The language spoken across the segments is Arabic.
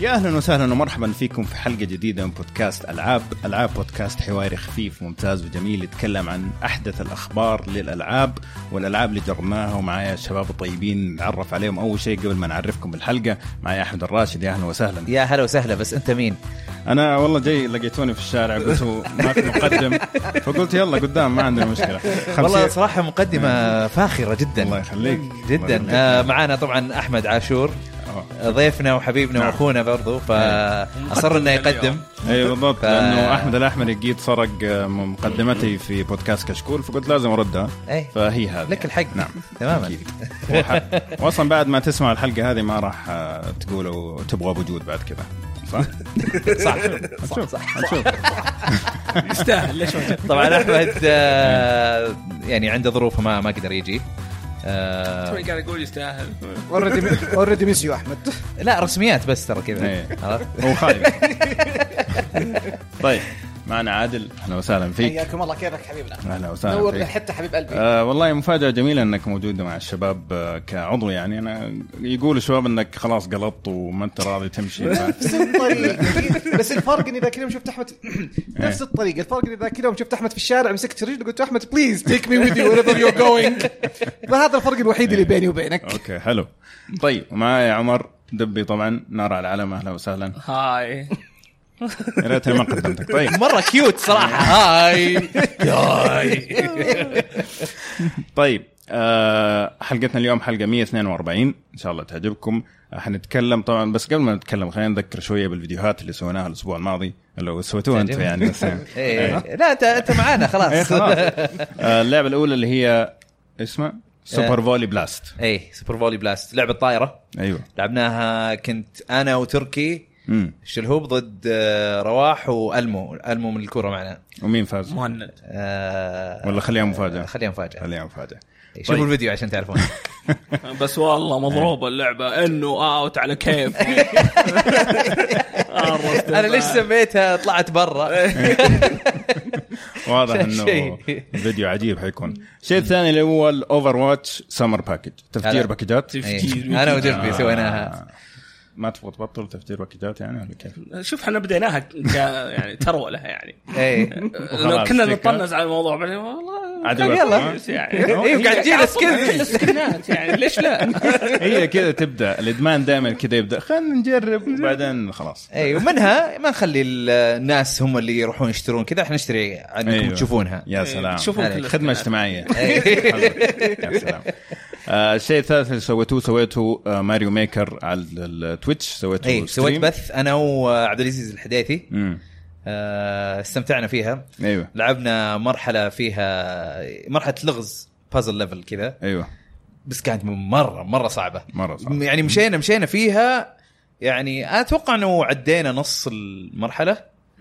يا أهلا وسهلا ومرحبا فيكم في حلقة جديدة من بودكاست ألعاب بودكاست حواري خفيف ممتاز وجميل يتكلم عن أحدث الأخبار للألعاب والألعاب اللي جربناها. ومعايا الشباب الطيبين نعرف عليهم. أول شيء قبل ما نعرفكم بالحلقة معايا أحمد الراشد. يا أهلا وسهلا. يا هلا وسهلا. بس أنت مين؟ أنا والله جاي لقيتوني في الشارع قلتوا ما في مقدم فقلت يلا قدام ما عندنا مشكلة. والله صراحة مقدمة فاخرة جدا. الله يخليك جدا. معنا طبعا أحمد عاشور ضيفنا وحبيبنا واخونا برضو فاصر انه يقدم. ايوه بالضبط لانه احمد الاحمري جيت سرق مقدمتي في بودكاست كشكول فقلت لازم اردها. فهي هذه لك الحق. نعم تماما. واصلا بعد ما تسمع الحلقه هذه ما راح تقولوا تبغى وجود بعد كذا. صح صح يستاهل. ليش طبعا احمد يعني عنده ظروف ما قدر يجي. توي قاعد اقول يستاهل. اوريدي ميسيو احمد. لا رسميات بس ترى كذا. هو خايف. طيب معنا عادل. اهلا وسهلا فيك. حياكم الله. كيفك حبيبنا؟ اهلا وسهلا. نورنا حتى حبيب قلبي. والله مفاجاه جميله انك موجود مع الشباب كعضو. يعني انا يقولوا الشباب انك خلاص قلطت وما انت راضي تمشي نفس الطريق. بس الفرق اني ذاك اليوم شفت احمد نفس الطريق. الفرق اني ذاك اليوم شفت احمد في الشارع مسكت رجله قلت احمد بليز تيك مي وذ يو wherever you're going. فهذا الفرق الوحيد اللي بيني وبينك. اوكي حلو. طيب معايا عمر دبي طبعا نار على العلم. اهلا وسهلا. هاي. يا ريت ما قدمتك. طيب مرة كيوت صراحة. هاي. طيب حلقتنا اليوم حلقة 142 إن شاء الله تعجبكم. حنتكلم طبعا بس قبل ما نتكلم خلينا نذكر شوية بالفيديوهات اللي سويناها الأسبوع الماضي اللي سويتوها أنت يعني. بس لا أنت معانا خلاص. اللعبة الأولى اللي هي اسمها سوبر فولي بلاست. سوبر فولي بلاست لعبة طائرة. أيوة لعبناها كنت أنا وتركي شلهوب ضد رواح وألمو من الكرة معنا. ومين فاز؟ مهند. ولا خليها مفاجأة. خليها مفاجأة. طيب. شوفوا الفيديو عشان تعرفون. بس والله مضروبة اللعبة انه اوت على كيف. انا ليش سميتها طلعت برا. واضح انه الفيديو عجيب حيكون. الشيء الثاني اللي هو الاوفر واتش سمر باكج تفجير باكجات. انا وجربي سويناها. ما تبغى تبطل تفجير باكجات يعني ولا كيف؟ شوف احنا بديناها يعني تروى لها يعني. لو كنا نطنز على الموضوع بعدين والله يلا يعني قاعد تجينا سكنات يعني ليش لا. هي كذا تبدا الادمان دائما كذا يبدا خلينا نجرب وبعدين خلاص. ومنها ما نخلي الناس هم اللي يروحون يشترون كذا احنا نشتري عنكم تشوفونها. يا سلام. خدمة اجتماعية. يا سلام. الشيء الثالث اللي سويته ماريو ميكر على التويتش. سويت بث أنا وعبد العزيز الحديثي. استمتعنا فيها. أيوة. لعبنا مرحلة فيها مرحلة لغز بازل ليفل كذا. أيوة. بس كانت مرة صعبة. يعني مشينا فيها يعني أتوقع أنه عدينا نص المرحلة.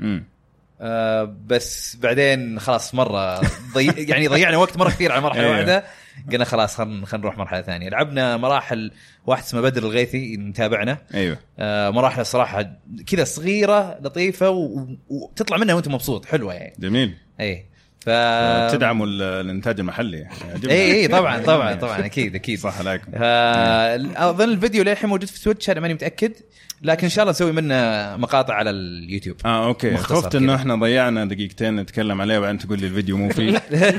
بس بعدين خلاص مرة يعني ضيعنا وقت مرة كثير على مرحلة واحدة. قلنا خلاص خلينا نروح مرحلة ثانية. لعبنا مراحل واحد اسمه بدر الغيثي متابعنا. أيوة. مراحل الصراحة كذا صغيرة لطيفة وتطلع منها وانت مبسوط حلوة يعني. جميل. تدعموا الانتاج المحلي. طبعا اكيد صح عليكم. اظن الفيديو للحين موجود في تويتش انا ماني متاكد لكن ان شاء الله نسوي منه مقاطع على اليوتيوب. اوكي. خفت انه احنا ضيعنا دقيقتين نتكلم عليه وبعدين تقول لي الفيديو مو فيه.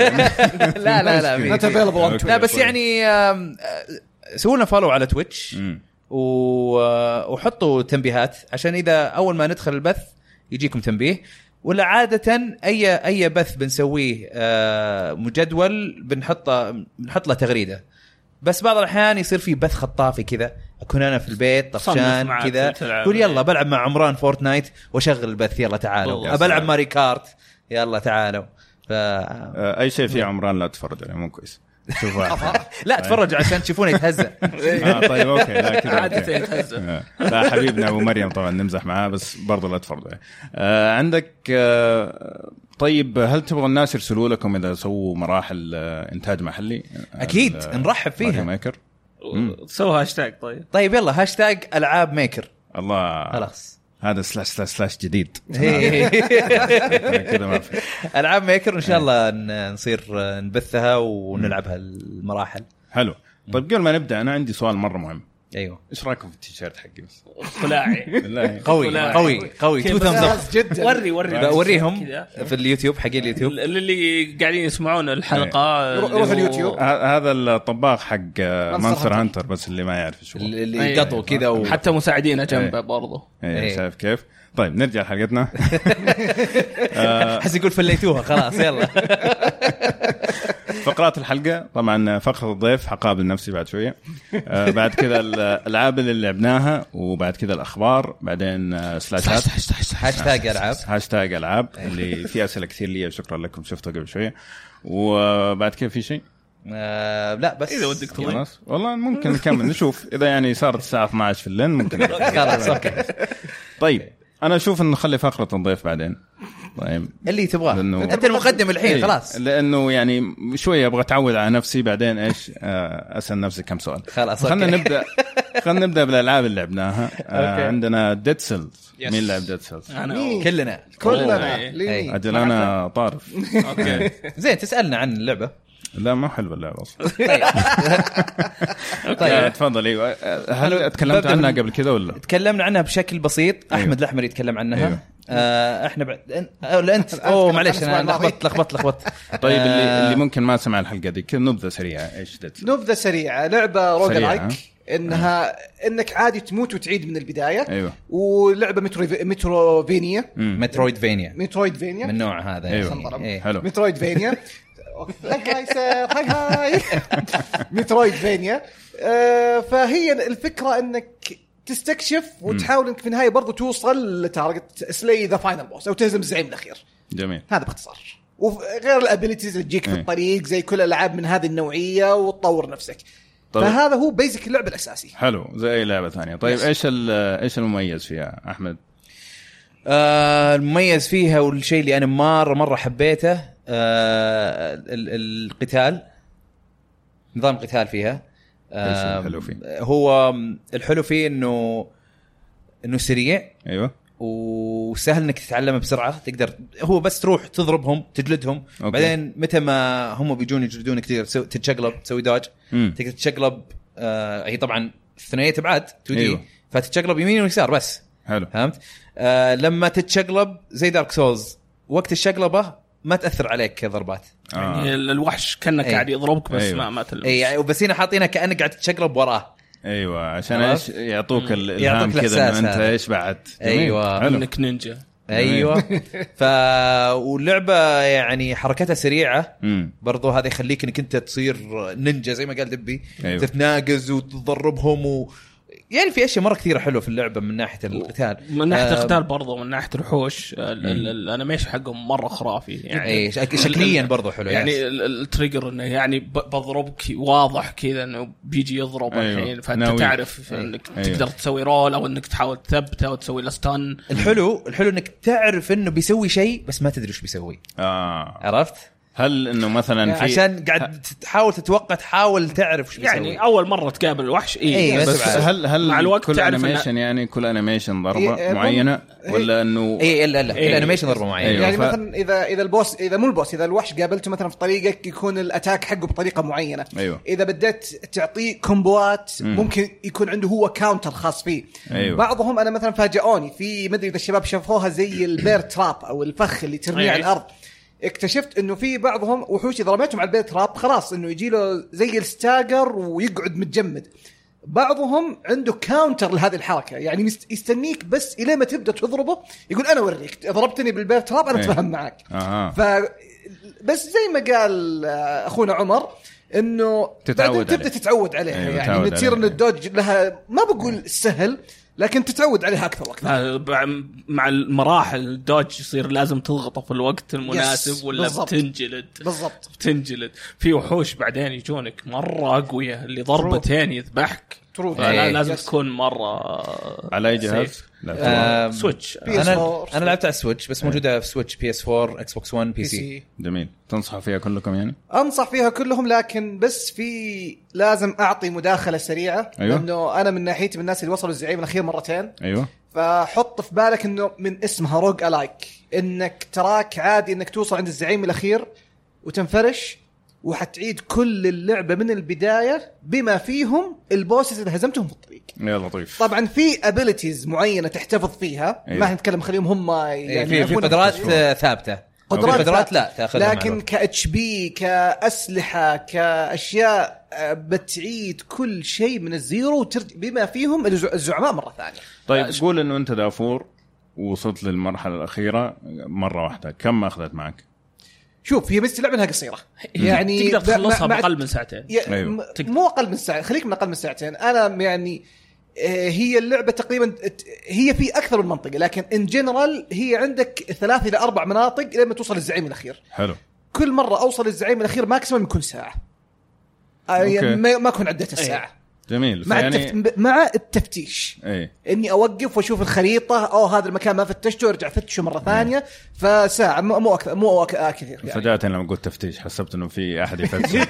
لا بس يعني سووا لنا فولو على تويتش وحطوا تنبيهات عشان اذا اول ما ندخل البث يجيكم تنبيه. ولا عادة أي بث بنسويه مجدول بنحط له تغريدة. بس بعض الأحيان يصير في بث خطافي كذا أكون أنا في البيت طفشان كذا قول يلا بلعب مع عمران فورتنايت وشغل البث يلا تعالوا أبلعب ماري كارت يلا تعالوا. أي شيء فيه عمران لا تفرج عليه مو كويس. لا تفرج عشان تشوفونه يتهزأ. طيب اوكي. لا كذا عادة يتهزأ. لا حبيبنا ابو مريم طبعا نمزح معاه بس برضه لا تفرج عليه. عندك طيب هل تبغى الناس يرسلوا لكم اذا سووا مراحل انتاج محلي؟ اكيد نرحب فيها. ميكر سووا هاشتاج. طيب يلا هاشتاج العاب ميكر. الله خلاص هذا سلاش جديد. كذا ما في العاب ميكر ان شاء الله نصير نبثها ونلعبها المراحل. حلو. طيب قبل ما نبدا انا عندي سؤال مره مهم. ايوه ايش رايكم في التيشيرت حقي بس؟ خلاعي بالله قوي تو ثامز جدا وريهم في اليوتيوب حق اليوتيوب اللي قاعدين يسمعون الحلقه روح اليوتيوب. هذا الطباخ حق مانستر هانتر بس اللي ما يعرف شو اللي يقطوا كذا حتى مساعدينه جنبه برضه. شايف كيف؟ طيب نرجع لحلقتنا. حس يقول فليتوها خلاص يلا. فقرات الحلقة طبعا فقرة الضيف حقابل نفسي بعد شوية. بعد كذا الألعاب اللي لعبناها وبعد كذا الأخبار بعدين سلاشات هاشتاج ألعاب اللي فيه أسئلة كثير لي شكرا لكم شفتوا قبل شوية. وبعد كذا في شيء لا بس إذا ودك طويل والله ممكن نكمل نشوف إذا يعني صارت الساعة 12 في الليل ممكن. خلاص أوكي. طيب أنا أشوف إنه نخلي فقرة الضيف بعدين. طيب اللي تبغاه انت المقدم الحين خلاص لانه يعني شويه ابغى اتعود على نفسي بعدين ايش اسال نفسي كم سؤال. خلاص خلينا نبدا بالالعاب اللي لعبناها. عندنا ديد سيلز. مين لعب ديد سيلز؟ كلنا اجل انا طارف. اوكي زين تسالنا عن اللعبه. لا ما حلوه اللعبه اصلا. طيب تفضل. ايوه هل تكلمت عنها قبل كذا ولا تكلمنا عنها بشكل بسيط؟ احمد الاحمر يتكلم عنها. احنا انت معليش انا لخبطت. طيب اللي ممكن ما سمع الحلقه دي كذا نبذه سريعه. ايش نبذه سريعه؟ لعبه روج لايك انك عادي تموت وتعيد من البدايه. أيوة. ولعبه مترويدفينيا من نوع هذا. أيوة. حلو مترويدفينيا. هاي مترويدفينيا. فهي الفكره انك تستكشف وتحاول انك في النهايه برضو توصل لتارجت سلاي ذا فاينل بوس او تهزم الزعيم الاخير. جميل. هذا باختصار. وغير الابيليتيز اللي تجيك في الطريق زي كل الالعاب من هذه النوعيه وتطور نفسك. فهذا هو بيزك اللعبه الاساسي. حلو زي اي لعبه ثانيه. طيب ايش المميز فيها احمد؟ المميز فيها والشيء اللي انا مره حبيته القتال. نظام القتال فيها الحلو فيه هو الحلو فيه انه سريع. ايوه وسهل انك تتعلمه بسرعه. تقدر هو بس تروح تضربهم تجلدهم. أوكي. بعدين متى ما هم بيجون يجلدونك تقدر تتشقلب تسوي دوج. تقدر تتشقلب. هي طبعا ثنائيه ابعاد 2D. أيوه. فتتشقلب يمين ويسار بس. حلو. فهمت؟ لما تتشقلب زي دارك سولز وقت الشقلبه ما تأثر عليك ضربات. يعني الوحش كأنك قاعد يضربك بس ما تلمس. يعني وبس هنا حاطينها كأنك قاعد تتشقلب وراه. ايوه عشان ايش يعطوك الالهام كذا انت ايش بعد. ايوه انك نينجا. ايوه. واللعبه يعني حركتها سريعه برضو. هذا يخليك انك انت تصير نينجا زي ما قال دبي. أيوة. تتناقز وتضربهم يعني في اشياء مره كثيره حلوه في اللعبه من ناحيه القتال. من ناحيه القتال برضو من ناحيه الوحوش الانيميشن حقهم مره خرافي يعني. شكليا برضو حلو يعني التريجر انه يعني بضربك واضح كذا انه بيجي يضرب. أيوة. الحين فانت تعرف انك تقدر تسوي رول او انك تحاول تثبته وتسوي له ستان. الحلو انك تعرف انه بيسوي شيء بس ما تدري وش بيسوي. عرفت؟ هل انه مثلا في عشان قاعد تحاول تتوقع تحاول تعرف وش بيسوي. يعني اول مره تقابل الوحش بس هل مع الوقت كل انيميشن يعني كل انيميشن ضربه معينه ولا انه لا الانيميشن ضربه معينه. يعني مثلا اذا البوس اذا مو البوس اذا الوحش قابلته مثلا في طريقك يكون الاتاك حقه بطريقه معينه. أيوة. اذا بديت تعطيه كومبوات ممكن يكون عنده هو كاونتر خاص فيه. أيوة. بعضهم انا مثلا فاجئوني في مدري اذا الشباب شافوها زي البير تراب او الفخ اللي ترميه على الارض. اكتشفت انه في بعضهم وحوش اذا رميتهم على البيت راب خلاص انه يجي له زي الستاجر ويقعد متجمد. بعضهم عنده كاونتر لهذه الحركه يعني يستنيك بس الى ما تبدا تضربه يقول انا اوريك ضربتني بالبيت راب انا اتفهم معك. بس زي ما قال اخونا عمر انه تبدا تتعود عليها. أيوة يعني تصير انه الدوج لها ما بقول سهل لكن تتعود عليها أكثر وقت. مع المراحل الدوج يصير لازم تضغطه في الوقت المناسب ولا بالزبط. بتنجلد في وحوش بعدين يجونك مرة أقوية اللي ضربتين يذبحك. لازم تكون مرة على أي جهاز؟ سويتش. أنا لعبت على السويتش بس موجودة في سويتش PS4 Xbox One PC. جميل. تنصح فيها كلكم يعني؟ أنصح فيها كلهم لكن بس في لازم أعطي مداخلة سريعة. أيوة. لأنه أنا من ناحيتي من الناس اللي وصلوا الزعيم الأخير مرتين. أيوة. فحط في بالك إنه من اسمها روج ألايك إنك تراك عادي إنك توصل عند الزعيم الأخير وتنفرش وحتعيد كل اللعبه من البدايه بما فيهم البوسز اللي هزمتهم في الطريق. يا لطيف. طبعا في ابيليتيز معينه تحتفظ فيها ما نتكلم خليهم هم يعني في قدرات ثابته قدرات لا تاخذها لكن كاتش بي كاسلحه كاشياء بتعيد كل شيء من الزيرو وترجع بما فيهم الزعماء مره ثانيه. طيب قول انه انت دافور ووصلت للمرحله الاخيره مره واحده، كم اخذت معك؟ شوف هي ميزه اللعبه انها قصيره يعني تقدر تخلصها باقل من ساعتين. أيوه. مو اقل من ساعه، خليك من اقل من ساعتين. انا يعني هي اللعبه تقريبا هي في اكثر من منطقه، لكن ان جنرال هي عندك 3 إلى 4 مناطق لما توصل للزعيم الاخير. حلو. كل مره اوصل للزعيم الاخير ماكسيمم يكون ساعه يعني ما اكون عديت الساعه. جميل. مع مع التفتيش اني اوقف واشوف الخريطه هذا المكان ما فتشته ارجع فتشه مره ثانيه فساعه مو اكثر مو كثير يعني. فجأة لما قلت تفتيش حسبت انه في احد يفتش.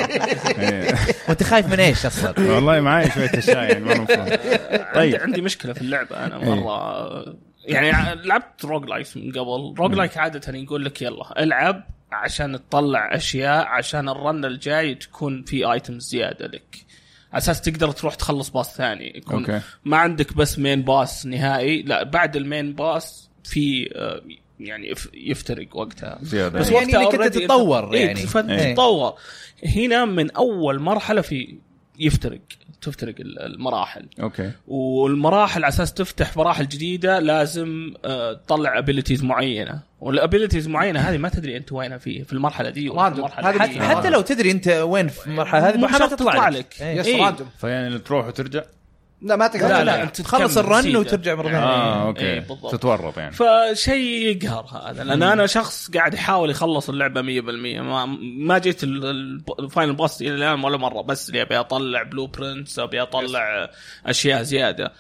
وانت خايف من ايش اصلا؟ والله معي شويه اشياء يعني ما مفهوم. طيب عندي مشكله في اللعبه انا مره يعني لعبت روج لايك من قبل. روج لايك عاده يقول لك يلا العب عشان تطلع اشياء عشان الرن الجاي تكون في ايتمز زياده لك أساس تقدر تروح تخلص باس ثاني يكون ما عندك بس مين باس نهائي، لا بعد المين باس في يعني يفترق وقتها زيادة. بس يعني انك انت تتطور يعني تتطور هنا من اول مرحله في تفترق المراحل. والمراحل على اساس تفتح مراحل جديده لازم تطلع ابيليتيز معينه، والابيليتيز معينه هذه ما تدري انت وينها في المرحله دي حتى لو تدري انت وين في المرحله هذه ما تطلع لك. فيعني تروح وترجع لا ما تقدر لا انت تخلص الرن وترجع مره ثانيه. اوكي تتورط يعني. فشيء يقهر هذا لان انا شخص قاعد يحاول يخلص اللعبه 100%. ما جيت الفاينل بوس الى الان ولا مره، بس اللي ابي اطلع بلو برينتس ابي اطلع اشياء زياده.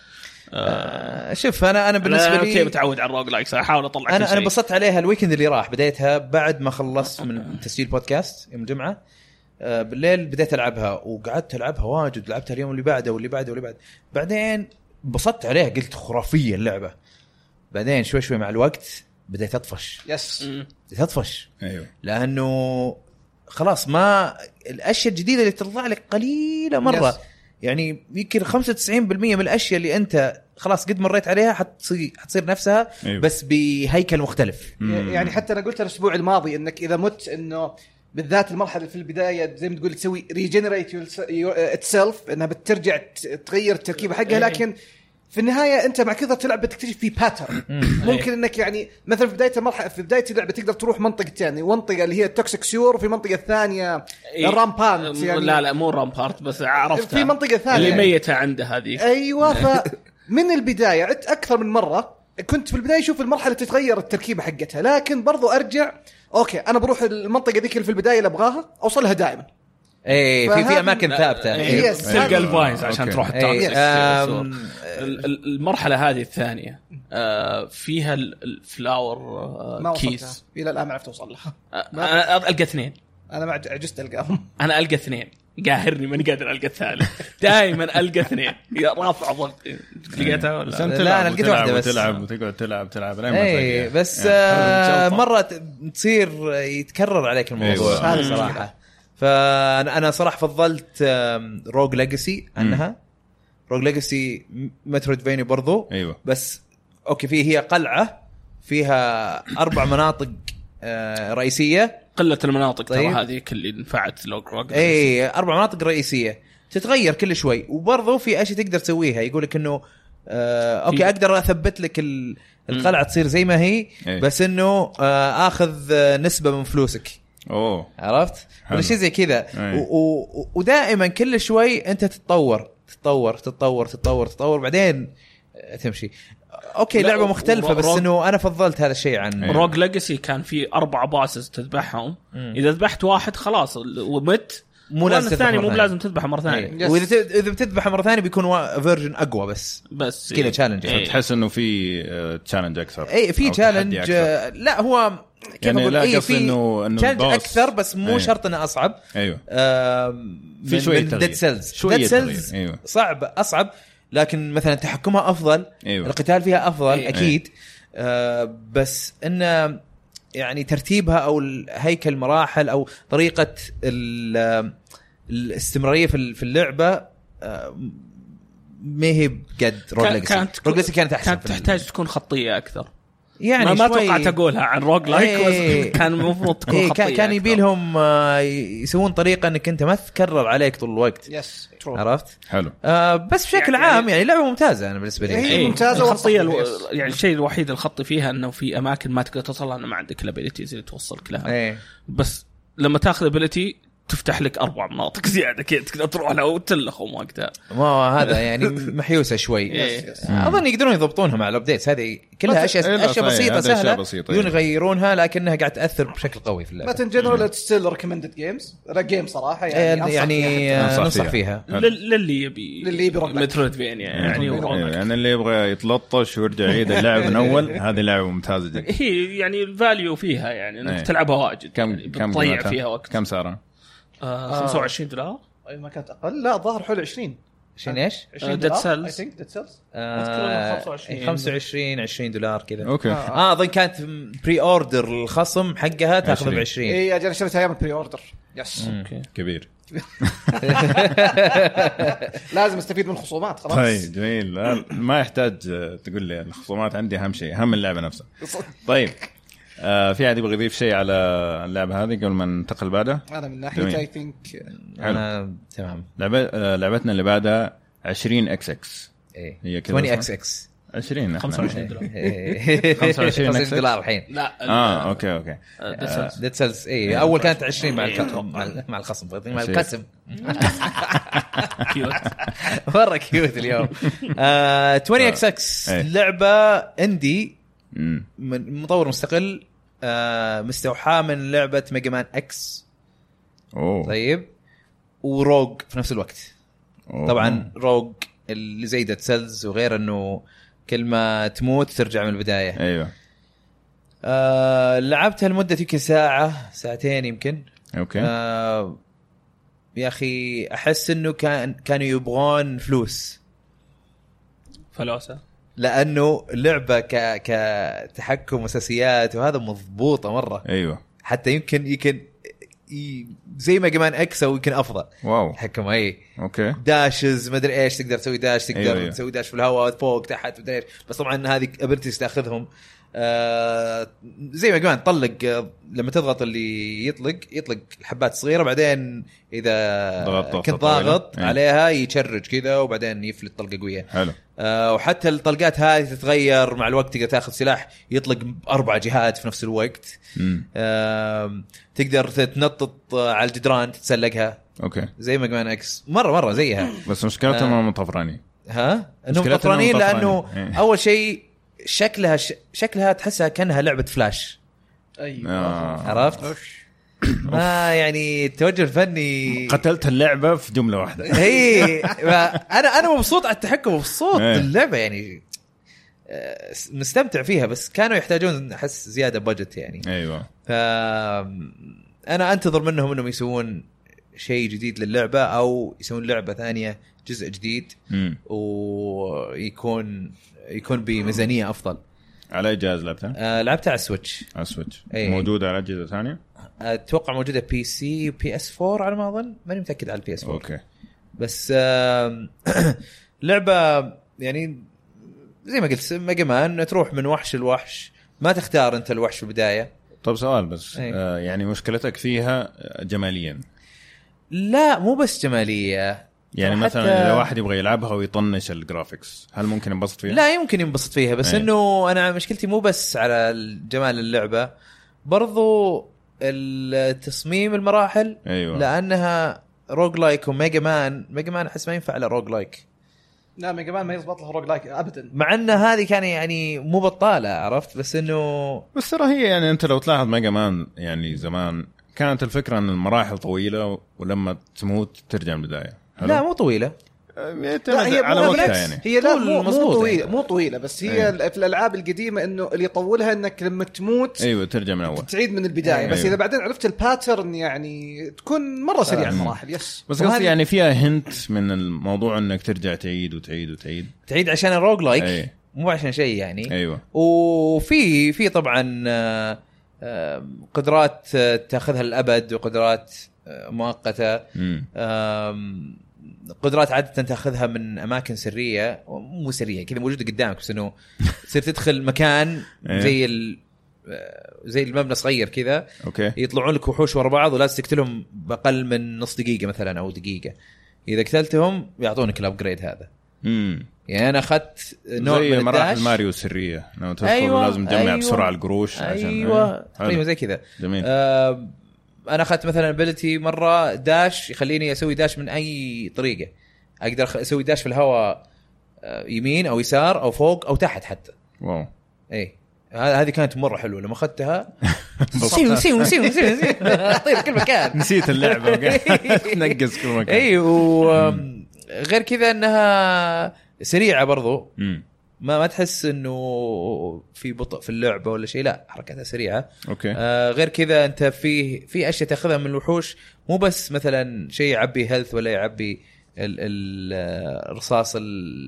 شوف انا بالنسبه لي كيف متعود على الروج لايكس احاول اطلع انا انبسطت عليها الويكند اللي راح. بديتها بعد ما خلصت من تسجيل بودكاست يوم الجمعه بالليل، بديت ألعبها وقعدت ألعبها واجد. لعبتها اليوم اللي بعده واللي بعده واللي بعده. بعدين انبسطت عليها قلت خرافية اللعبة. بعدين شوي مع الوقت بديت أطفش. بديت أطفش. أيوه. لأنه خلاص ما الأشياء الجديدة اللي تطلع لك قليلة مرة. يعني يمكن 95% من الأشياء اللي أنت خلاص قد مريت عليها حتصير نفسها. أيوه. بس بهيكل مختلف. يعني حتى أنا قلت الأسبوع الماضي إنك إذا مت إنه بالذات المرحله في البدايه زي ما تقول تسوي ريجنريت اتسلف انها بترجع تغير التركيبه حقها، لكن في النهايه انت مع كثر تلعب بتكتشف في باترن. ممكن انك يعني مثلا في بدايه المرحله في بدايه اللعبه تقدر تروح منطقه ثانيه، منطقه اللي هي التوكسيك سيور، وفي منطقه ثانيه الرامبانت يعني لا مو رامبارت بس عرفتها في منطقه ثانيه اللي ميته عنده هذه. ايوه فمن البدايه عدت اكثر من مره. كنت في البدايه اشوف المرحله تتغير التركيبه حقتها، لكن برضو ارجع اوكي انا بروح المنطقه ذيك اللي في البدايه اللي ابغاها اوصلها دائما. في اماكن ثابته تلقى الفاينز عشان تروح التوكسيك. المرحله هذه الثانيه فيها الفلاور كيس الى الان ما عرفت اوصل لها. انا القى 2. انا ما عجزت القاهم. انا القى 2 قاهرني ماني قادر القى الثالث. دائما القى 2 رافع ضغط. لقيتها ولا لا؟ انا لقيت واحده بس. تلعب وتقعد تلعب اي بس مره تصير يتكرر عليك الموضوع هذا صراحه. فانا صراحه فضلت روج ليجاسي عنها. روج ليجاسي مترويدفينيا برضو. أيوة. بس اوكي هي قلعه فيها 4 مناطق رئيسيه. قله المناطق ترى هذه اللي نفعت روج. اي 4 مناطق رئيسيه تتغير كل شوي، وبرضو في اشياء تقدر تسويها. يقولك انه اوكي اقدر اثبت لك القلعه تصير زي ما هي. بس انه اخذ نسبه من فلوسك. عرفت ولا شيء زي كذا. ودائما كل شوي انت تتطور بعدين تمشي. اوكي لعبه مختلفه بس انه انا فضلت هذا الشيء عن روج ليجاسي. كان في 4 باسز تذبحهم. اذا ذبحت واحد خلاص ومت، مو لازم الثاني مو لازم تذبحه مره ثانيه. واذا بتذبحه مره ثانيه بيكون فيرجن اقوى بس كذا تشالنج. تحس انه في تشالنج اكثر. اي في تشالنج. لا هو يعني لا قصدي انه تشالنج اكثر بس مو شرط انه اصعب. ايوه في شويه ديد سيلز صعب اصعب، لكن مثلا تحكمها افضل. القتال فيها افضل. اكيد. بس انه يعني ترتيبها او هيكل المراحل او طريقه الاستمراريه في اللعبه ما هي بقد روج ليجاسي كانت احسن، كانت تحتاج تكون خطيه اكثر يعني ما توقعت اقولها عن روج لايك كان المفروض تكون خطيه كان يبي لهم يسوون طريقه انك انت ما تكرر عليك طول الوقت. عرفت حلو. بس بشكل عام يعني لعبه ممتازه انا بالنسبه لي. هي ممتازه الخطيه يعني الشيء الوحيد الخطي فيها انه في اماكن ما تقدر توصلها انه ما عندك الابيليتيز اللي توصلك لها. بس لما تاخذ ابيليتي تفتح لك 4 مناطق زياده كذا تقدر تروح لها وتلخم وقتها. ما هذا يعني محيوسه شوي. اظن يقدرون يضبطونها مع الابديتس هذه كلها اشياء بسيطه سهله بدون يغيرونها لكنها قاعد تاثر بشكل قوي في اللعبه. مثلا جنرال ستيل ريكومندد جيم صراحه يعني ننصح فيها للي يبي مترويدفينيا يعني اللي يبغى يتلطش ويرجع يعيد اللعبه من اول. هذه لعبه ممتازه جدا. هي يعني الفاليو فيها يعني انك تلعبها واجد كم تضيع فيها وقت. كم سعرها؟ $25. اي ما كانت اقل. لا ظاهر حول 20 ايش ديد سيلز اي ثينك ديد سيلز $25 كذا. اوكي. اظن كانت بري اوردر الخصم حقها تاخذ ب20. اي اجل شريتها ايام بري اوردر. يس اوكي كبير. لازم استفيد من الخصومات خلاص. طيب جميل. ما يحتاج تقول لي الخصومات عندي اهم شيء، اهم اللعبه نفسها. طيب في أحد يبغى يضيف شيء على اللعبة هذه قبل ما ننتقل بعدها؟ أنا من ناحية I think أنا تمام. لعبتنا اللي بعدها 20XX. إيه. هي كذا 20XX 20 $25 $25 الحين. لا اوكي ديد سيلز اي اول كانت 20 مع الخصم مع القسم. كيوت مره كيوت اليوم. 20XX لعبه اندي من مطور مستقل مستوحاه من لعبه ميجا مان اكس. طيب وروج في نفس الوقت. طبعا روج اللي زي ديد سيلز وغير انه كل ما تموت ترجع من البدايه. ايوه. لعبتها لمده يمكن ساعتين يمكن. اوكي. يا اخي احس انه كانوا يبغون فلوس فلوسه لانه اللعبه كتحكم واساسيات وهذا مضبوطه مره. ايوه. حتى يمكن زي ما كمان اكس او يمكن افضل. واو. تحكم اي اوكي. داشز ما ادري ايش تقدر تسوي داش تقدر أيوة. تسوي داش في الهواء فوق تحت ما ادري ايش. بس طبعا هذه ابيلتيز تاخذهم زي ما كمان طلق لما تضغط اللي يطلق الحبات الصغيره بعدين اذا كنت ضاغط عليها يتشرج كذا وبعدين يفلت طلقه قويه. حلو. وحتى الطلقات هذه تتغير مع الوقت. تقدر تاخذ سلاح يطلق ب4 جهات في نفس الوقت. تقدر تنطط على الجدران تتسلقها. اوكي. زي ما كمان اكس مره زيها. بس مشكلتها ما مطفرانين. انهم مطفرانين لانه اول شيء شكلها تحسها كانها لعبه فلاش. عرفت ما يعني التوجه الفني قتلت اللعبه في جمله واحده. هي انا مبسوط على التحكم مبسوط اللعبه يعني مستمتع فيها. بس كانوا يحتاجون احس زياده بادجت يعني. ايوه. انا انتظر منهم انهم يسوون شيء جديد للعبه او يسوون لعبه ثانيه جزء جديد ويكون بميزانيه افضل. على اي جهاز لعبتها؟ لعبتها على السويتش. موجوده على اجهزه ثانيه؟ اتوقع موجوده بي سي وبي اس 4 على ما اظن. ماني متاكد على البي اس 4. اوكي. بس لعبه يعني زي ما قلت ميجا مان تروح من وحش لوحش ما تختار انت الوحش في البدايه. طب سؤال بس يعني مشكلتك فيها جماليا؟ لا مو بس جماليه. يعني مثلا اذا واحد يبغى يلعبها ويطنش الجرافيكس هل ممكن ينبسط فيها؟ لا يمكن ينبسط فيها بس انه انا مشكلتي مو بس على جمال اللعبه برضو التصميم المراحل. أيوة. لانها روج لايك وميجا مان احس ما ينفع على روج لايك. لا ميجا مان ما يزبط له روج لايك ابدا مع ان هذه كان يعني مو بطاله عرفت. بس ترى هي يعني انت لو تلاحظ ميجا مان يعني زمان كانت الفكره ان المراحل طويله ولما تموت ترجع من البدايه. لا مو طويله. لا هي على وقتها يعني هي لا مو طويله مو طويله بس هي في الالعاب القديمه انه اللي يطولها انك لما تموت ايوه ترجع من اول تعيد من البدايه. بس اذا بعدين عرفت الباترن يعني تكون مره سريع المراحل. يس بس قصدي يعني فيها هنت من الموضوع انك ترجع تعيد عشان الروج لايك مو عشان شيء يعني. ايوه. وفي طبعا قدرات تاخذها للابد وقدرات مؤقته. قدرات عاده تاخذها من اماكن سريه مو سريه كذا موجوده قدامك بس انه تصير تدخل مكان زي المبنى صغير كذا يطلعون لك وحوش ورا بعض ولازم تقتلهم باقل من نص دقيقه مثلا او دقيقه. اذا قتلتهم يعطونك الابجريد هذا. يعني انا اخذت نوع زي من مراحل ماريو السريه لو تدخل أيوة لازم تجمع بسرعه القروش عشان تقريبا زي كذا. جميل. انا اخذت مثلا ابيلتي مره داش يخليني اسوي داش من اي طريقه. اقدر اسوي داش في الهواء يمين او يسار او فوق او تحت حتى. واو. اي هذه كانت مره حلوه لما اخذتها. سيو اطير كل مكان. نسيت اللعبه تنقز كل مكان. اي وغير كذا انها سريعه برضو. ما تحس انه في بطء في اللعبه ولا شيء. لا حركتها سريعه. اوكي. غير كذا انت في اشياء تاخذها من الوحوش مو بس مثلا شيء يعبي هيلث ولا يعبي الرصاص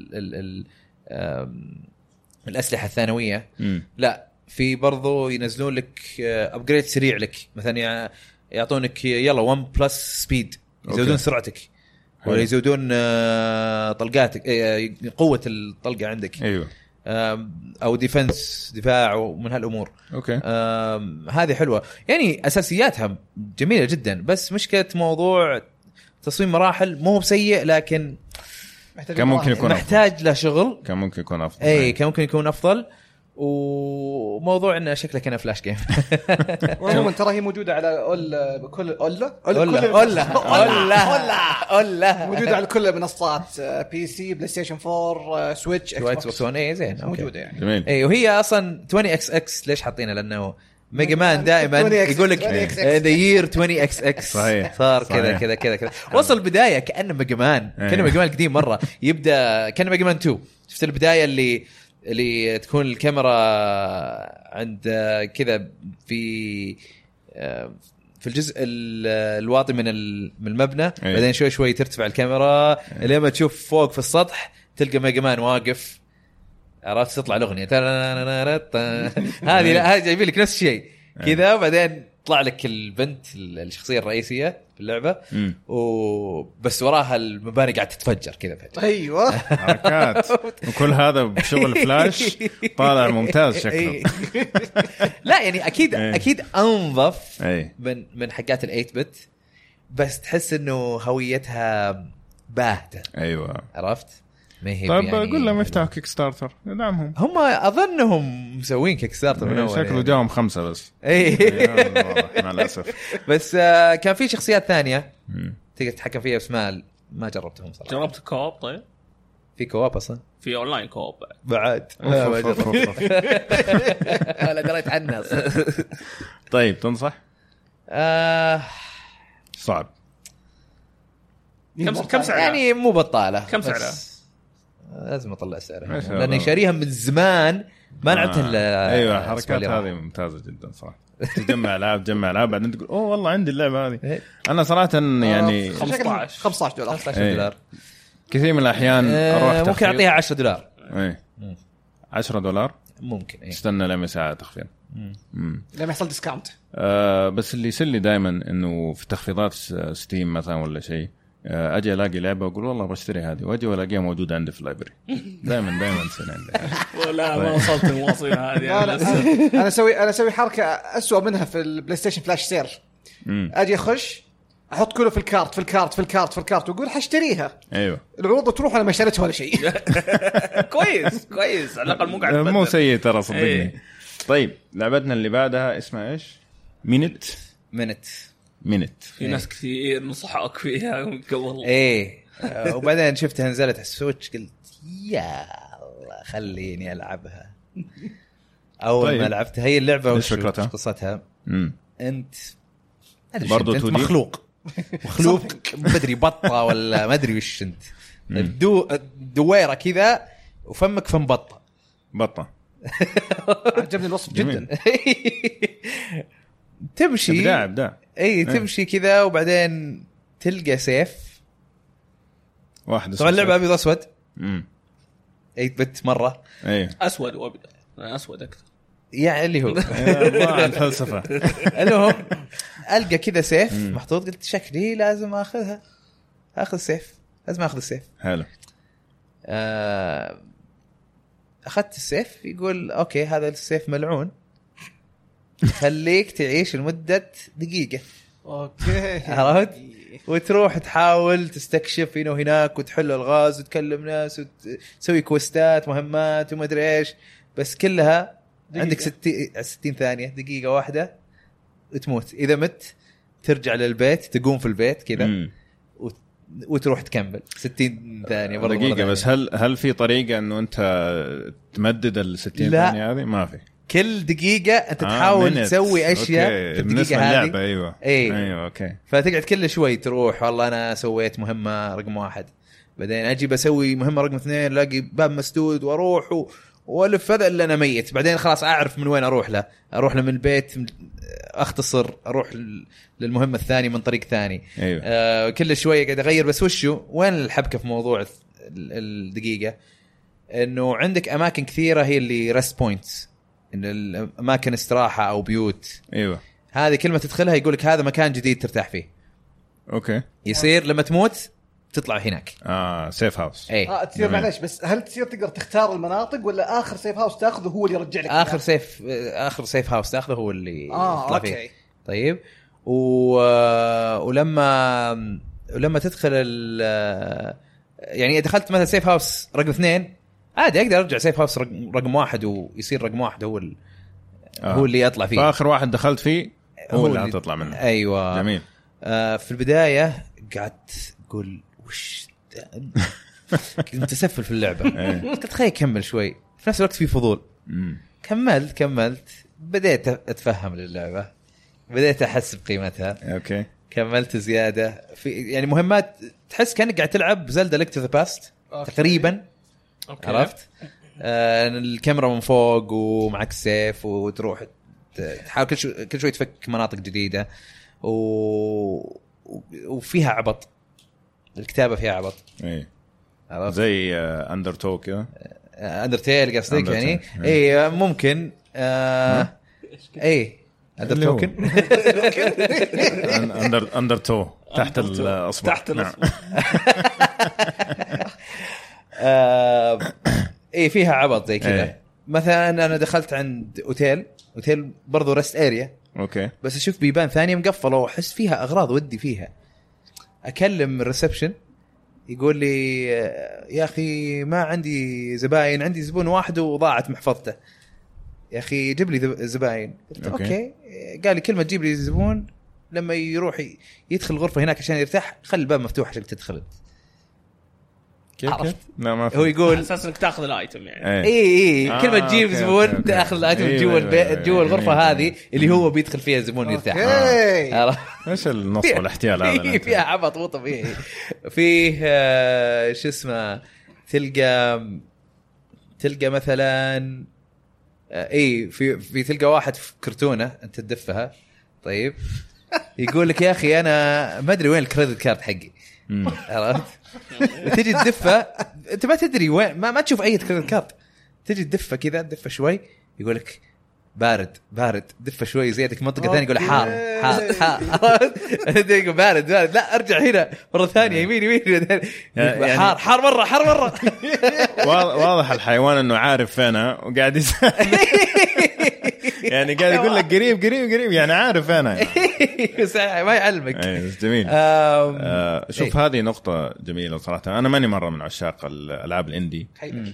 الاسلحه الثانويه. لا في برضو ينزلون لك ابجريد سريع لك مثلا يعطونك يلا 1 بلس سبيد يزودون سرعتك ولا يزودون طلقاتك قوه الطلقه عندك. ايوه. او دفاع ومن هالامور. اوكي. هذه حلوه يعني اساسياتها جميله جدا بس مشكله موضوع تصميم مراحل مو بسيء لكن كان ممكن يكون محتاج له شغل. كان ممكن يكون افضل. اي كان ممكن يكون افضل. وموضوع انه شكله كان فلاش جيم. وعموما ترى هي موجوده على كل اولا موجوده على كل المنصات بي سي بلاي ستيشن 4 سويتش اكس بوكس 1. اي زين موجوده يعني. جميل. اي وهي اصلا 20XX ليش حاطينها لانه ميجا مان دائما يقول لك ذا يير 20XX صار كذا وصل البدايه كانه ميجا مان كانه ميجا مان قديم مره يبدا كانه ميجا مان 2. شفت البدايه اللي تكون الكاميرا عند كذا في الجزء الواطي من المبنى. بعدين شوي ترتفع الكاميرا لما تشوف فوق في السطح تلقى ميجا مان واقف. عرفت تطلع الأغنية هذه جايبين لك نفس الشيء كذا. وبعدين طلع لك البنت الشخصية الرئيسية في اللعبة وبس وراها المباني قاعدة تتفجر كذا. أيوة حركات وكل هذا بشغل فلاش طالع ممتاز شكله. لا يعني أكيد أنظف من حقات ال8 بت بس تحس إنه هويتها باهتة. أيوة عرفت. طيب يعني قول لهم يفتحوا كيك ستارتر ندعمهم. هم اظنهم مسوين كيك ستارتر من اول شكله يعني. جاهم 5 بس. اي مع الاسف. بس كان في شخصيات ثانيه تقدر تتحكم فيها بس ما جربتهم صراحه. جربت كوب؟ طيب في كواب اصلا في اونلاين كوب بعد لا ما جربت ولا دريت عنه. طيب تنصح؟ صعب. كم سعر يعني مو بطاله. كم سعرها؟ لازم اطلع سعرها لاني شاريها من زمان ما لعبتها. ايوه حركات هذه ممتازه جدا صراحه. تجمع العاب بعدين تقول اوه والله عندي اللعبه هذه. انا صراحه يعني $15 كثير من الاحيان اروح ممكن اعطيها $10. اي $10 ممكن. استنى لما ساعه تخفيض لما يحصل ديسكاونت. بس اللي يسلي دائما انه في تخفيضات ستيم مثلا ولا شيء اجي الاقي لعبه واقول والله بشتري هذه واجي والاقيها موجوده عندي في اللايبرري. دائما تصير عندي. ولا ما وصلت المواصيل هذه. انا اسوي حركه اسوأ منها في البلاي ستيشن فلاش سير. اجي اخش احط كله في الكارت واقول حاشتريها. ايوه العروض تروح انا ما اشتريتها ولا شيء. كويس على الاقل مو قاعد مو سيء ترى صدقني. طيب لعبتنا اللي بعدها اسمها ايش؟ مينت في ناس كثير نصحوك فيها من قبل. ايه وبعدين شفتها نزلت على السويتش قلت يا الله خليني العبها. اول ما لعبتها هي اللعبه وش قصتها؟ انت برضو انت مخلوق بدري بطه ولا ما ادري وش انت. دويره كذا وفمك فم بطه. عجبني الوصف جدا. تمشي ابداع تمشي كذا وبعدين تلقى سيف واحد. طبعا اللعبه ابيض اسود 8 بت مره. اسود وابيض. اسود اكثر. يعني اللي هو الله الفلسفه. المهم القى كذا سيف محطوط، قلت شكلي لازم اخذها، اخذ السيف، لازم اخذ السيف. حلو. اخذت السيف، يقول اوكي هذا السيف ملعون، خليك تعيش لمده دقيقه. اوكي عرفت؟ وتروح تحاول تستكشف هنا وهناك وتحل الغاز وتكلم ناس وتسوي كوستات مهمات وما ادري ايش، بس كلها دقيقة. عندك 60 ثانيه، دقيقه واحده وتموت. اذا مت ترجع للبيت، تقوم في البيت كذا وتروح تكمل 60 ثانيه برضه دقيقه. بس هل في طريقه انه انت تمدد ال 60 ثانيه هذه؟ ما في. كل دقيقة أنت تحاول تسوي أشياء في الدقيقة هذه. أيوة. أيوة أوكي. فتقعد كل شوي تروح، والله أنا سويت مهمة رقم 1، بعدين أجي بسوي مهمة رقم 2، لاقي باب مسدود وأروح وألف هذا اللي أنا ميت. بعدين خلاص أعرف من وين أروح له من البيت، أختصر أروح للمهمة الثانية من طريق ثاني. أيوة. كل شوي قاعد أغير. بس وين الحبكة في موضوع الدقيقة؟ إنه عندك أماكن كثيرة هي اللي ريست بوينتس، إن الأماكن استراحة أو بيوت. أيوة. هذه كلمة تدخلها يقولك هذا مكان جديد ترتاح فيه. أوكي. يصير لما تموت تطلع هناك. سيف هاوس. أي. تصير معلش، بس هل تصير تقدر تختار المناطق ولا آخر سيف هاوس تأخذه هو اللي يرجع لك؟ آخر سيف هاوس تأخذه هو اللي يطلع فيه. أوكي. طيب. ولما تدخل يعني دخلت مثلا سيف هاوس رقم 2، عادي اقدر ارجع سيف هاوس رقم 1 ويصير رقم 1 هو اللي يطلع فيه. فاخر واحد دخلت فيه هو اللي تطلع منه. ايوه جميل. في البدايه قعدت اقول وش كنت متسفل في اللعبه. قلت خلي اكمل شوي، في نفس الوقت في فضول. كملت بديت اتفهم للعبه، بديت احس بقيمتها. اوكي. كملت زياده في يعني مهمات تحس كانك قاعد تلعب زلدا لينك تو ذا باست تقريبا. أوكي. عرفت؟ الكاميرا من فوق ومعك سيف وتروح تحاول كل شوي تفك مناطق جديدة وفيها عبط، الكتابة فيها عبط. اي زي اندر توك كذا، اندرتيل قصدك يعني. اي ممكن اي اندر توكن اندر تو تحت الاصبع. تحت الاصبع. ايه فيها عبط زي كذا. مثلا انا دخلت عند اوتيل برضو رست اريا. اوكي. بس اشوف بيبان ثانيه مقفله واحس فيها اغراض ودي فيها. اكلم الريسبشن يقول لي يا اخي ما عندي زباين، عندي زبون واحد وضاعت محفظته، يا اخي جيب لي زباين. قلت اوكي. قال لي كلمه تجيب لي زبون لما يروح يدخل الغرفه هناك عشان يرتاح، خلي الباب مفتوح عشان تدخل. كيف؟ لا ما هو يقول اساسا انك تاخذ الايتم يعني. اي كلمه تجيب زبون تاخذ الايتم جوا البيت جوا الغرفه هذه اللي هو بيدخل فيها الزبون يرتاح. ايش النص والاحتيال هذا؟ فيها عبط مو طبيعي. فيه شو اسمه تلقى مثلا في تلقى واحد في كرتونه انت تدفها. طيب يقول لك يا اخي انا ما ادري وين الكريدت كارد حقي. عرفت؟ تجي تدفه انت ما تدري وين، ما تشوف اي كريدت كارد، تجي تدفه كذا تدفه شوي يقول لك بارد دفه شوي زيادك منطقه ثانيه يقول حار يقول بارد لا ارجع هنا مره ثانيه يمين يعني حار مره واضح الحيوان انه عارف فينا وقاعد يعني قاعد يقول لك قريب يعني عارف انا يعني. ما يعلمك. جميل. شوف هذه نقطة جميلة صراحة. أنا ماني مرة من عشاق الألعاب الإندي،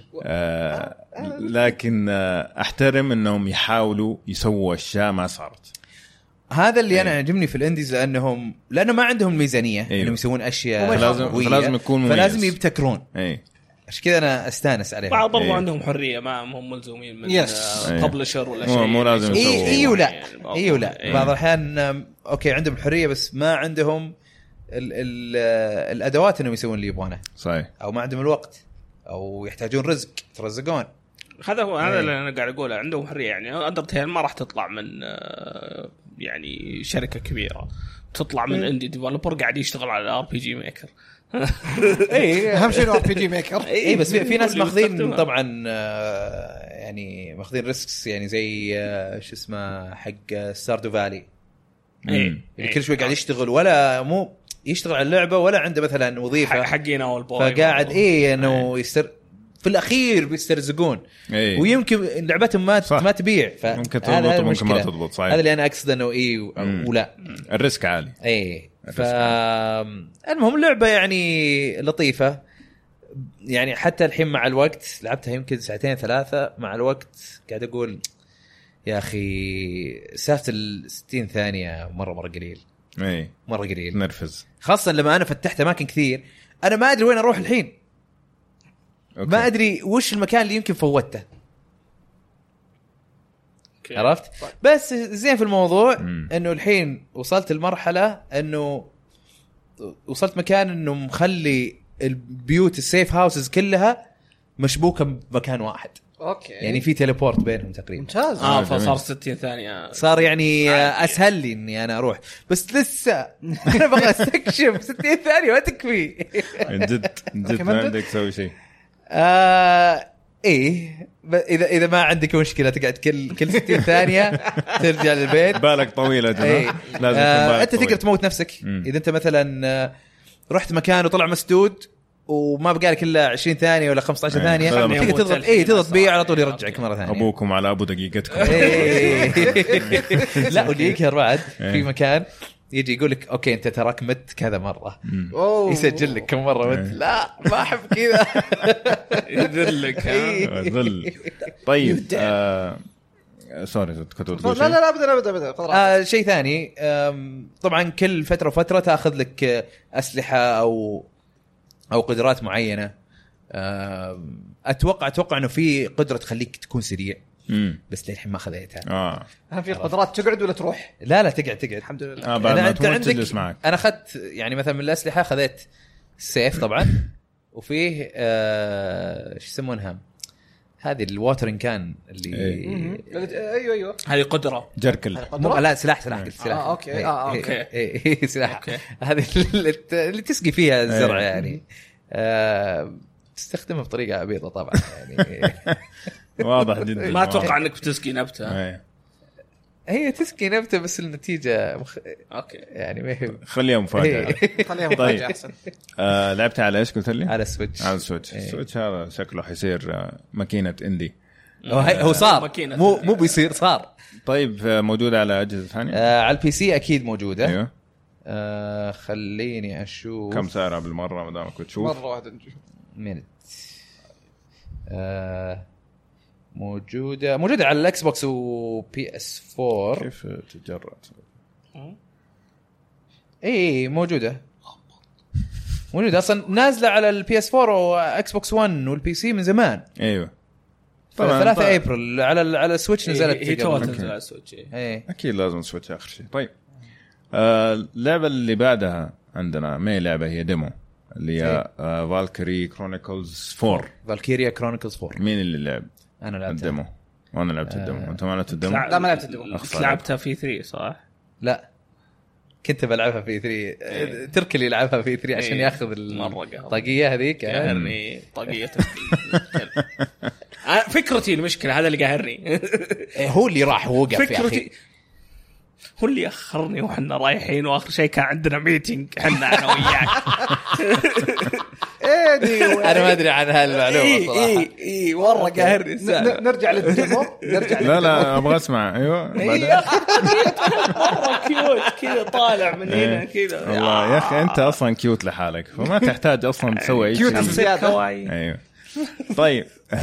لكن أحترم أنهم يحاولوا يسووا أشياء ما صارت. هذا اللي أنا عجبني في الإنديز لأنه ما عندهم ميزانية إنهم يسوون أشياء، فلازم يكون مميز، فلازم يبتكرون. عشان كذا أنا أستانس عليها. برضو عندهم حرية، ما هم ملزومين من ببلشر ولا شيء. مو لازم يسووا. لا بعض الأحيان أوكي عندهم الحرية بس ما عندهم الأدوات إنهم يسوون اللي يبغونه. صحيح. أو ما عندهم الوقت أو يحتاجون رزق يترزقون. هذا هو هذا اللي أنا قاعد أقوله. عندهم حرية يعني. أندرتيل ما راح تطلع من يعني شركة كبيرة، تطلع من اندي ديفلوبر قاعد يشتغل على ار بي جي ميكر. اي اهم شيء ار بي جي ميكر. اي بس في ناس ماخذين طبعا يعني ماخذين ريسكس يعني زي شو اسمه حق ستاردو فالي يعني كل شوي قاعد يشتغل ولا مو يشتغل على اللعبه ولا عنده مثلا وظيفه حقين اول بوي فقاعد انه في الاخير بيسترزقون ويمكن لعبتهم ما تبيع ممكن تضبط ممكن ما تضبط صحيح. هذا اللي انا اقصد انه ولا الريسك عالي. المهم اللعبه يعني لطيفه يعني حتى الحين مع الوقت لعبتها يمكن 2-3 مع الوقت قاعد اقول يا اخي سافت 60 ثانيه مره قليل مره قليل نرفز خاصه لما انا فتحت اماكن كثير انا ما ادري وين اروح الحين. أوكي. ما ادري وش المكان اللي يمكن فوتته. عرفت بس زين في الموضوع انه الحين وصلت المرحله انه وصلت مكان انه مخلي البيوت السيف هاوسز كلها مشبوكه بمكان واحد. اوكي يعني في تيليبورت بينهم تقريبا. ممتاز. فصار 60 ثانيه صار يعني اسهل لي اني انا اروح بس لسه انا بغى استكشف 60 ثانيه ما تكفي. جد ما عندك تسوي شيء. ايه اذا ما عندك مشكله تقعد كل 60 ثانيه ترجع للبيت بالك طويله لازم انت تقدر تموت نفسك اذا انت مثلا رحت مكان وطلع مسدود وما بقى لك الا 20 ثانيه ولا 15 ثانيه تقدر تضغط تضغط بي على طول يرجعك مره ثانيه. ابوكم على ابو دقيقتكم. لا وديك بعد في مكان يجي يقول لك اوكي انت تراك مت كذا مره يسجل لك كم مره مت. لا ما احب كذا يذلك ذل. طيب سوري كنت تقول شيء. لا ابدا شيء ثاني طبعا كل فتره وفتره تاخذ لك اسلحه او قدرات معينه. اتوقع انه في قدره تخليك تكون سريع بس للحين ما خذيتها. هل في قدرات تقعد ولا تروح؟ لا تقعد الحمد لله. انت عندك انا اخذت يعني مثلا من الاسلحه خذيت السيف طبعا وفيه شو يسمونها هذه الواترين كان اللي ايوه هذه قدره جركل لا سلاح اوكي سلاح هذه اللي تسقي فيها الزرع يعني تستخدمه بطريقه عبيطه طبعا يعني واضح جدا. ما اتوقع انك بتسقي نبته. هي تسقي نبته بس النتيجه اوكي يعني ما هي خليها مفاجاه. طيب احسن. لعبتها على ايش قلت لي؟ على السويتش. السويتش هذا شكله حيصير ماكينه اندي. هو صار مو بيصير صار. طيب موجوده على اجهزه ثانيه؟ على البي سي اكيد موجوده. ايوه خليني اشوف كم سعرها بالمره ما دامك تشوف. مره واحده نشوف. موجوده على الاكس بوكس وبي اس 4. كيف تجرأ؟ اي موجوده اصلا نازله على البي اس 4 واكس بوكس 1 والبي سي من زمان. ايوه طبعا 3 ابريل على السويتش نزلت. هي تنزل على السويتش. اكيد لازم سويتش اخر شيء. طيب اللعبه اللي بعدها عندنا ما لعبه هي ديمو اللي هي فالكيري كرونيكلز 4. فالكيريا كرونيكلز 4 مين اللي لعب؟ انا لعبت الديمو وانا لعبت الديمو. انت ما لعبت الديمو؟ لا ما لعبت الديمو. لعبتها في 3 صح؟ لا كنت بلعبها في 3. تركي اللي يلعبها في 3 عشان ياخذ الطاقيه هذيك. قاهرني طاقيه فكرتي المشكله هذا اللي قاهرني. هو اللي راح وقف يا اخي. هو اللي أخرني وحنا رايحين وآخر شيء كان عندنا ميتينج أنا وياك. أنا ما أدري عن هالمعلومة صراحة. إيه مرة قاهرني. نرجع للديمو. لا أبغى أسمع. أيوة مرة كيوت كذا طالع من هنا كذا. والله يا أخي أنت أصلا كيوت لحالك فما تحتاج أصلا تسوي أي شيء. أيوة طيب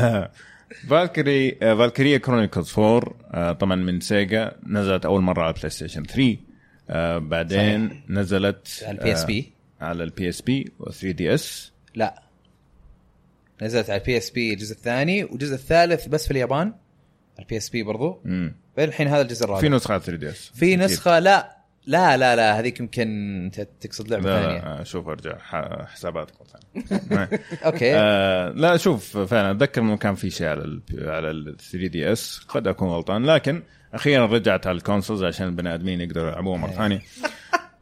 فالكيريا كرونيكلز 4 طبعا من سيجا نزلت أول مرة على بلاي ستيشن 3 بعدين صحيح. نزلت على البي اس بي على البي اس بي و 3 دي اس. لا نزلت على البي اس بي الجزء الثاني والجزء الثالث بس في اليابان. البي اس بي برضو الحين هذا الجزء الرابع. في نسخة 3 دي اس في نسخة لا هذيك يمكن تقصد لعبة ثانية. شوف ارجع حساباتك اوكي لا شوف فعلا اتذكر انه كان في شيء على ال 3 دي اس قد اكون غلطان لكن اخيرا رجعت على الكونسولز عشان البني ادمين يقدروا يلعبوها مرة ثانية.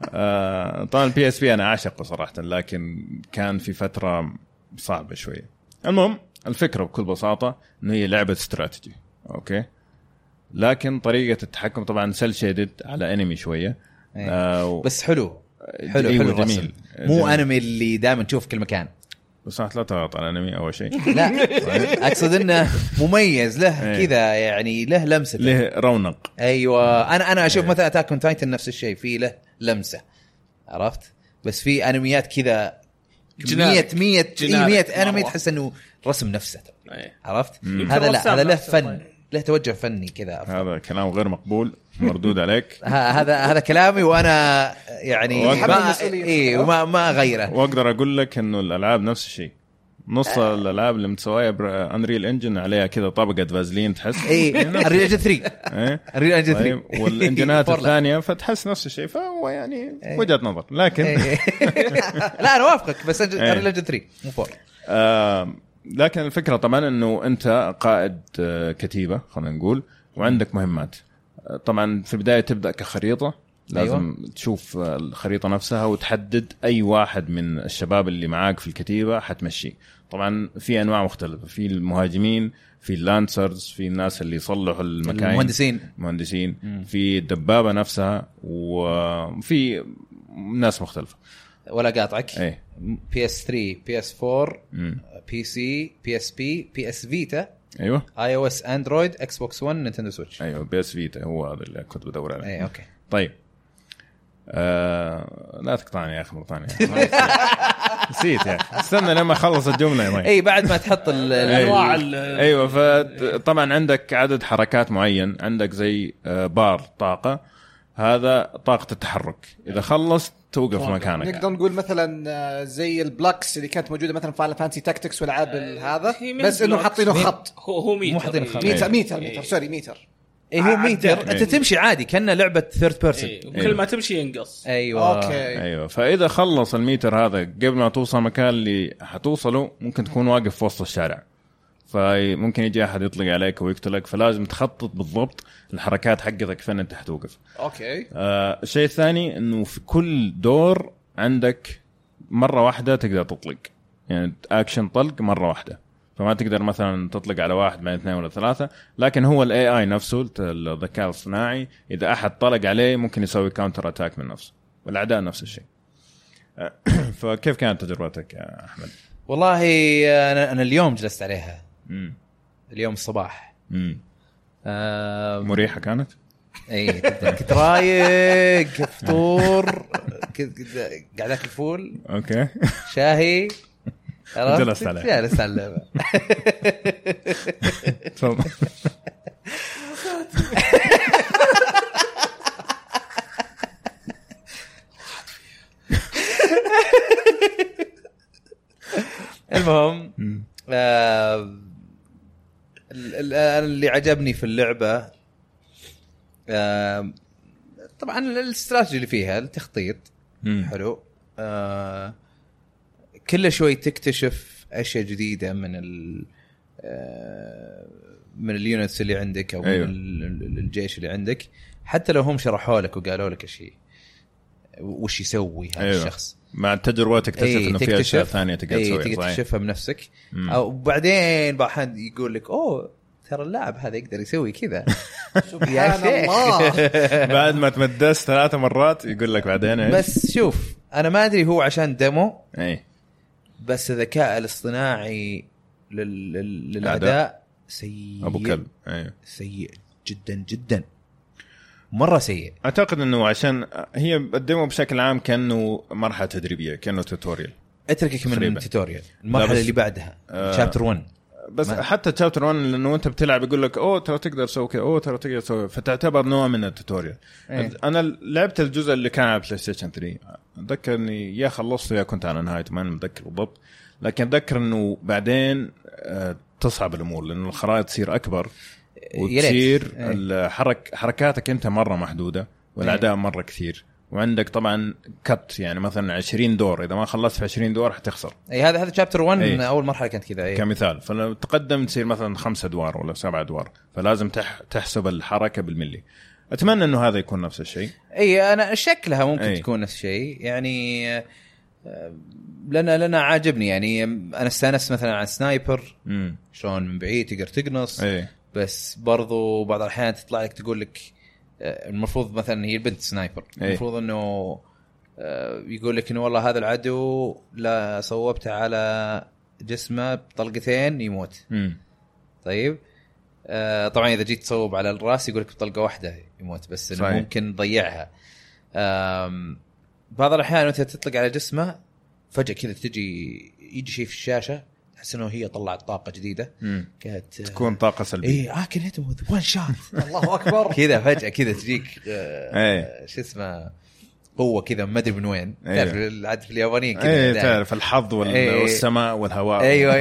طبعا البي اس بي انا عاشقه صراحه، لكن كان في فتره صعبه شويه. المهم الفكره بكل بساطه انه هي لعبه استراتيجي، اوكي، لكن طريقه التحكم طبعا سيل شيدد على انمي شويه. بس حلو أيوة الرسم. مو انمي اللي دائما تشوف كل مكان. بس لا تغلط على الانمي اول شيء. لا اقصد انه مميز له كذا، يعني له لمسه، له رونق. ايوه انا اشوف مثلا اتاك اون تايتن نفس الشيء، في له لمسه، عرفت؟ بس في انميات كذا 100 انمي تحس انه رسم نفسه، عرفت؟ هذا لا، هذا له فن، له توجه فني كذا. هذا كلام غير مقبول، مردود عليك. هذا كلامي، وانا يعني ما اغيره. واقدر اقول لك انه الالعاب نفس الشيء. نص الالعاب اللي متسويه بانريل انجن عليها كذا طبقه فازلين تحس. انريل انجن 3 انريل انجن 3 والانجنات الثانيه فتحس نفس الشيء. فهو يعني وجهه نظر، لكن لا انا وافقك، بس انريل انجن 3 مو 4. لكن الفكره طبعا انه انت قائد كتيبه خلينا نقول، وعندك مهمات. طبعا في البدايه تبدا كخريطه، لازم تشوف الخريطه نفسها وتحدد اي واحد من الشباب اللي معاك في الكتيبه حتمشي. طبعا في انواع مختلفه، في المهاجمين، في اللانسرز، في الناس اللي يصلحوا المكاين، المهندسين، في الدبابه نفسها، وفي ناس مختلفه. ولا قاطعك. PS3 PS4 PC PSP PS Vita، ايوه iOS اندرويد اكس بوكس 1 نينتندو سويتش. ايوه PS Vita هو هذا اللي كنت بدور عليه. اوكي طيب لا تقطعني يا اخي مره ثانيه. نسيت يا اخي، استنى لما اخلص الجمله يا اي بعد ما تحط الانواع. ايوه فطبعا عندك عدد حركات معين، عندك زي بار طاقه، هذا طاقه التحرك، اذا خلصت توقف مكانك. نقدر نقول مثلا زي البلاكس اللي كانت موجوده مثلا في فاينل فانتسي تاكتكس والعاب هذا، بس انه حاطينه خط. هو ميتر سوري ميتر. هو ميتر، انت تمشي عادي كأنه لعبه ثيرد بيرسون، وكل ما تمشي ينقص. ايوه فاذا خلص الميتر هذا قبل ما توصل مكان اللي حتوصله، ممكن تكون واقف في وسط الشارع، فممكن يجي احد يطلق عليك ويقتلك، فلازم تخطط بالضبط الحركات حقتك فين انت حتوقف. اوكي. الشيء الثاني انه في كل دور عندك مره واحده تقدر تطلق، يعني اكشن طلق مره واحده، فما تقدر مثلا تطلق على واحد بعدين اثنين ولا ثلاثه. لكن هو الاي اي نفسه، الذكاء الصناعي، اذا احد طلق عليه ممكن يسوي كاونتر اتاك من نفسه، والاعداء نفس الشيء. فكيف كانت تجربتك يا احمد؟ والله انا اليوم جلست عليها. اليوم الصباح مريحه كانت. اي كنت رايق، فطور، قاعد اكل فول، اوكي، شاهي، جلست عليها. جلست على اللعبه. تفضل. المهم اللي عجبني في اللعبة طبعا الاستراتيجي اللي فيها، التخطيط حلو، كل شوي تكتشف أشياء جديدة من اليونتس اللي عندك أو أيوه. من الجيش اللي عندك، حتى لو هم شرحوا لك وقالوا لك شيء وش يسوي هذا أيوه. الشخص، مع التجربة تكتشف إنه في أشياء ثانية تقدر تسويها، تكتشفها بنفسك. أو بعدين بعد يقول لك ترى اللاعب هذا يقدر يسوي كذا. سبحان الله. بعد ما تمدس 3 مرات يقول لك بعدين إيش؟ بس شوف أنا ما أدري هو عشان ديمو بس الذكاء الاصطناعي للأعداء سيء أبو كلب. سيء جدا جدا، مرة سيء. أعتقد أنه عشان هي الديمو بشكل عام كأنه مرحلة تدريبية، كأنه توتوريال، اتركك من التوتوريال. المرحلة اللي بعدها شابتر 1 بس حتى شابتر 1 لأنه أنت بتلعب يقول لك ترى تقدر تسوي كذا، ترى تقدر تسوي، فتعتبر نوع من التوتوريال. أنا لعبت الجزء اللي كان على بلاي ستيشن 3، أتذكرني يا خلصته يا كنت على نهايته، ما أنا متذكر بالضبط، لكن أتذكر أنه بعدين تصعب الأمور لأنه الخرائط تصير أكبر وتصير حركاتك أنت مرة محدودة والأعداء مرة كثير، وعندك طبعا كت، يعني مثلا 20 دور إذا ما خلصت في 20 دور حتخسر. هذا شابتر 1 أول مرحلة كانت كذا كمثال. فلو تقدم تصير مثلا 5 أدوار ولا 7 أدوار، فلازم تحسب الحركة بالملي. اتمنى انه هذا يكون نفس الشيء. اي انا شكلها ممكن أي. تكون نفس الشيء يعني. لنا عاجبني يعني. انا استانست مثلا على سنايبر شلون من بعيد تقدر تقنص. أي. بس برضو بعض الاحيان تطلع لك تقول لك المفروض مثلا هي البنت سنايبر المفروض انه يقول لك انه والله هذا العدو لا صوبته على جسمه بطلقتين يموت. طيب طبعا اذا جيت تصوب على الراس يقول لك بطلقه واحده يموت بس انه ممكن تضيعها. بعض الاحيان وانت تطلق على جسمه فجاه كذا يجي شيء في الشاشه تحس انه هي طلعت طاقه جديده كانت تكون طاقه سلبيه. اي كان يتم وان شوت الله اكبر كذا فجاه كذا تجيك شو اسمه قوه كذا ما ادري من وين. تعرف العاد في اليابانيين كذا تعرف الحظ والسماء والهواء. ايوه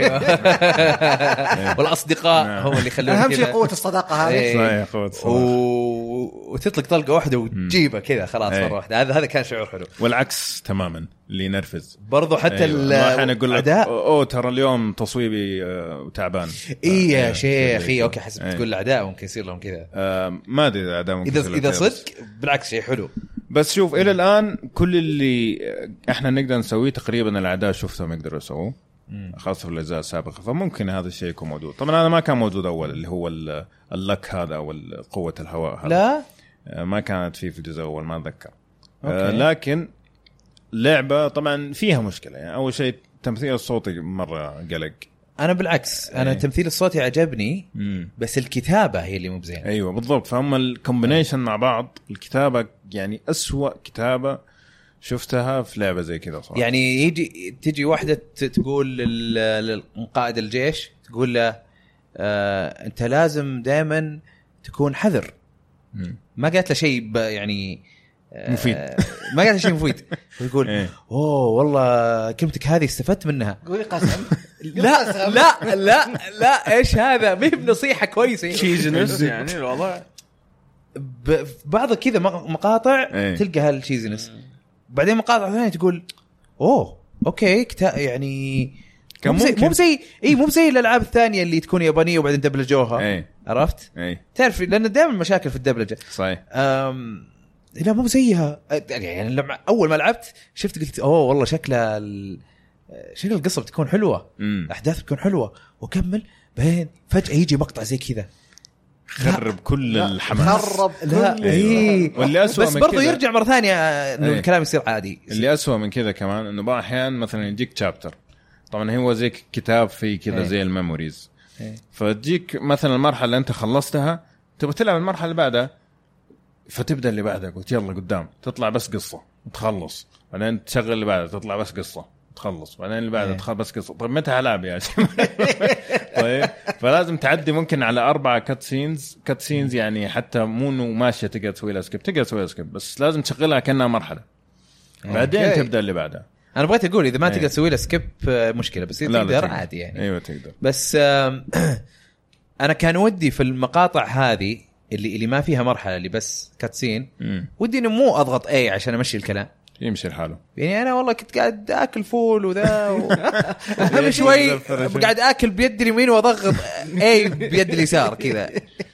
والاصدقاء هم اللي يخلون اهم شيء قوه الصداقه هذه. وتطلق طلقه واحده وتجيبها كذا خلاص مره واحده. هذا كان شعور حلو. والعكس تماما اللي ينرفز برضو حتى الحين يقول لك ترى اليوم تصويبي تعبان. يا شيخ اوكي حسب تقول الاعداء ممكن يصير لهم كذا. ما ادري الاعداء ممكن اذا صدق بالعكس شيء حلو. بس شوف الى الان كل اللي احنا نقدر نسويه تقريبا الاعداء شفتهم يقدروا يسووه خاصه في الاجزاء السابقه. فممكن هذا الشيء يكون موجود. طبعا هذا ما كان موجود اول اللي هو اللك هذا او قوه الهواء هذا. لا ما كانت في الجزء الاول ما اتذكر. لكن لعبه طبعا فيها مشكله يعني. اول شيء التمثيل الصوتي مره قلق. انا بالعكس انا التمثيل الصوتي عجبني بس الكتابه هي اللي مو بزين. ايوه بالضبط. فهم الكومبينيشن مع بعض. الكتابه يعني أسوأ كتابه شفتها في لعبه زي كذا صراحه. يعني تجي واحده تقول للقائد الجيش تقول له انت لازم دائما تكون حذر. ما قالت له شيء يعني مفيد. ما قالت شيء مفيد. ويقول اوه والله كلمتك هذه استفدت منها. قولي قسم. لا لا لا لا ايش هذا ما هي بنصيحه كويسه تشيزنس يعني الوضع. بعض كذا مقاطع تلقى هالتشيزنس بعدين مقاطع ثانيه تقول اوه اوكي يعني مو زي الالعاب الثانيه اللي تكون يابانيه وبعدين دبلجوها. عرفت تعرف لان دائما مشاكل في الدبلجه. صحيح. لا مو زيها يعني. لما اول ما لعبت شفت قلت اوه والله شكل القصه بتكون حلوه. الاحداث بتكون حلوه وكمل بعدين فجاه يجي مقطع زي كذا خرب كل الحماس. خرب واللي أسوأ بس برضو يرجع مره ثانيه انه الكلام يصير عادي. اللي أسوأ من كذا كمان انه بعض احيان مثلا يجيك شابتر طبعا هو زي كتاب في كذا زي الميموريز. فتجيك مثلا المرحله اللي انت خلصتها تبغى تلعب المرحله اللي بعدها فتبدا اللي بعدها قلت يلا قدام تطلع بس قصه تخلص بعدين تشغل اللي بعدها تطلع بس قصه تخلص بعدين اللي بعدها تخلص بس قصه. طيب متى هلعب يا شيخ؟ طيب فلازم تعدي ممكن على 4 كات سينز يعني حتى مو ماشيه تقدر تسوي لها سكيب بس لازم تشغلها كأنها مرحله بعدين تبدا اللي بعدها. انا بغيت اقول اذا ما تقدر تسوي لها سكيب مشكله بس تقدر عادي يعني. ايوه تقدر. بس انا كان ودي في المقاطع هذه اللي ما فيها مرحله اللي بس كاتسين ودي انه مو اضغط اي عشان امشي الكلام يمشي لحاله. يعني انا والله كنت قاعد اكل فول وذا اهم شوي قاعد اكل بيد اليمين واضغط اي بيد اليسار كذا.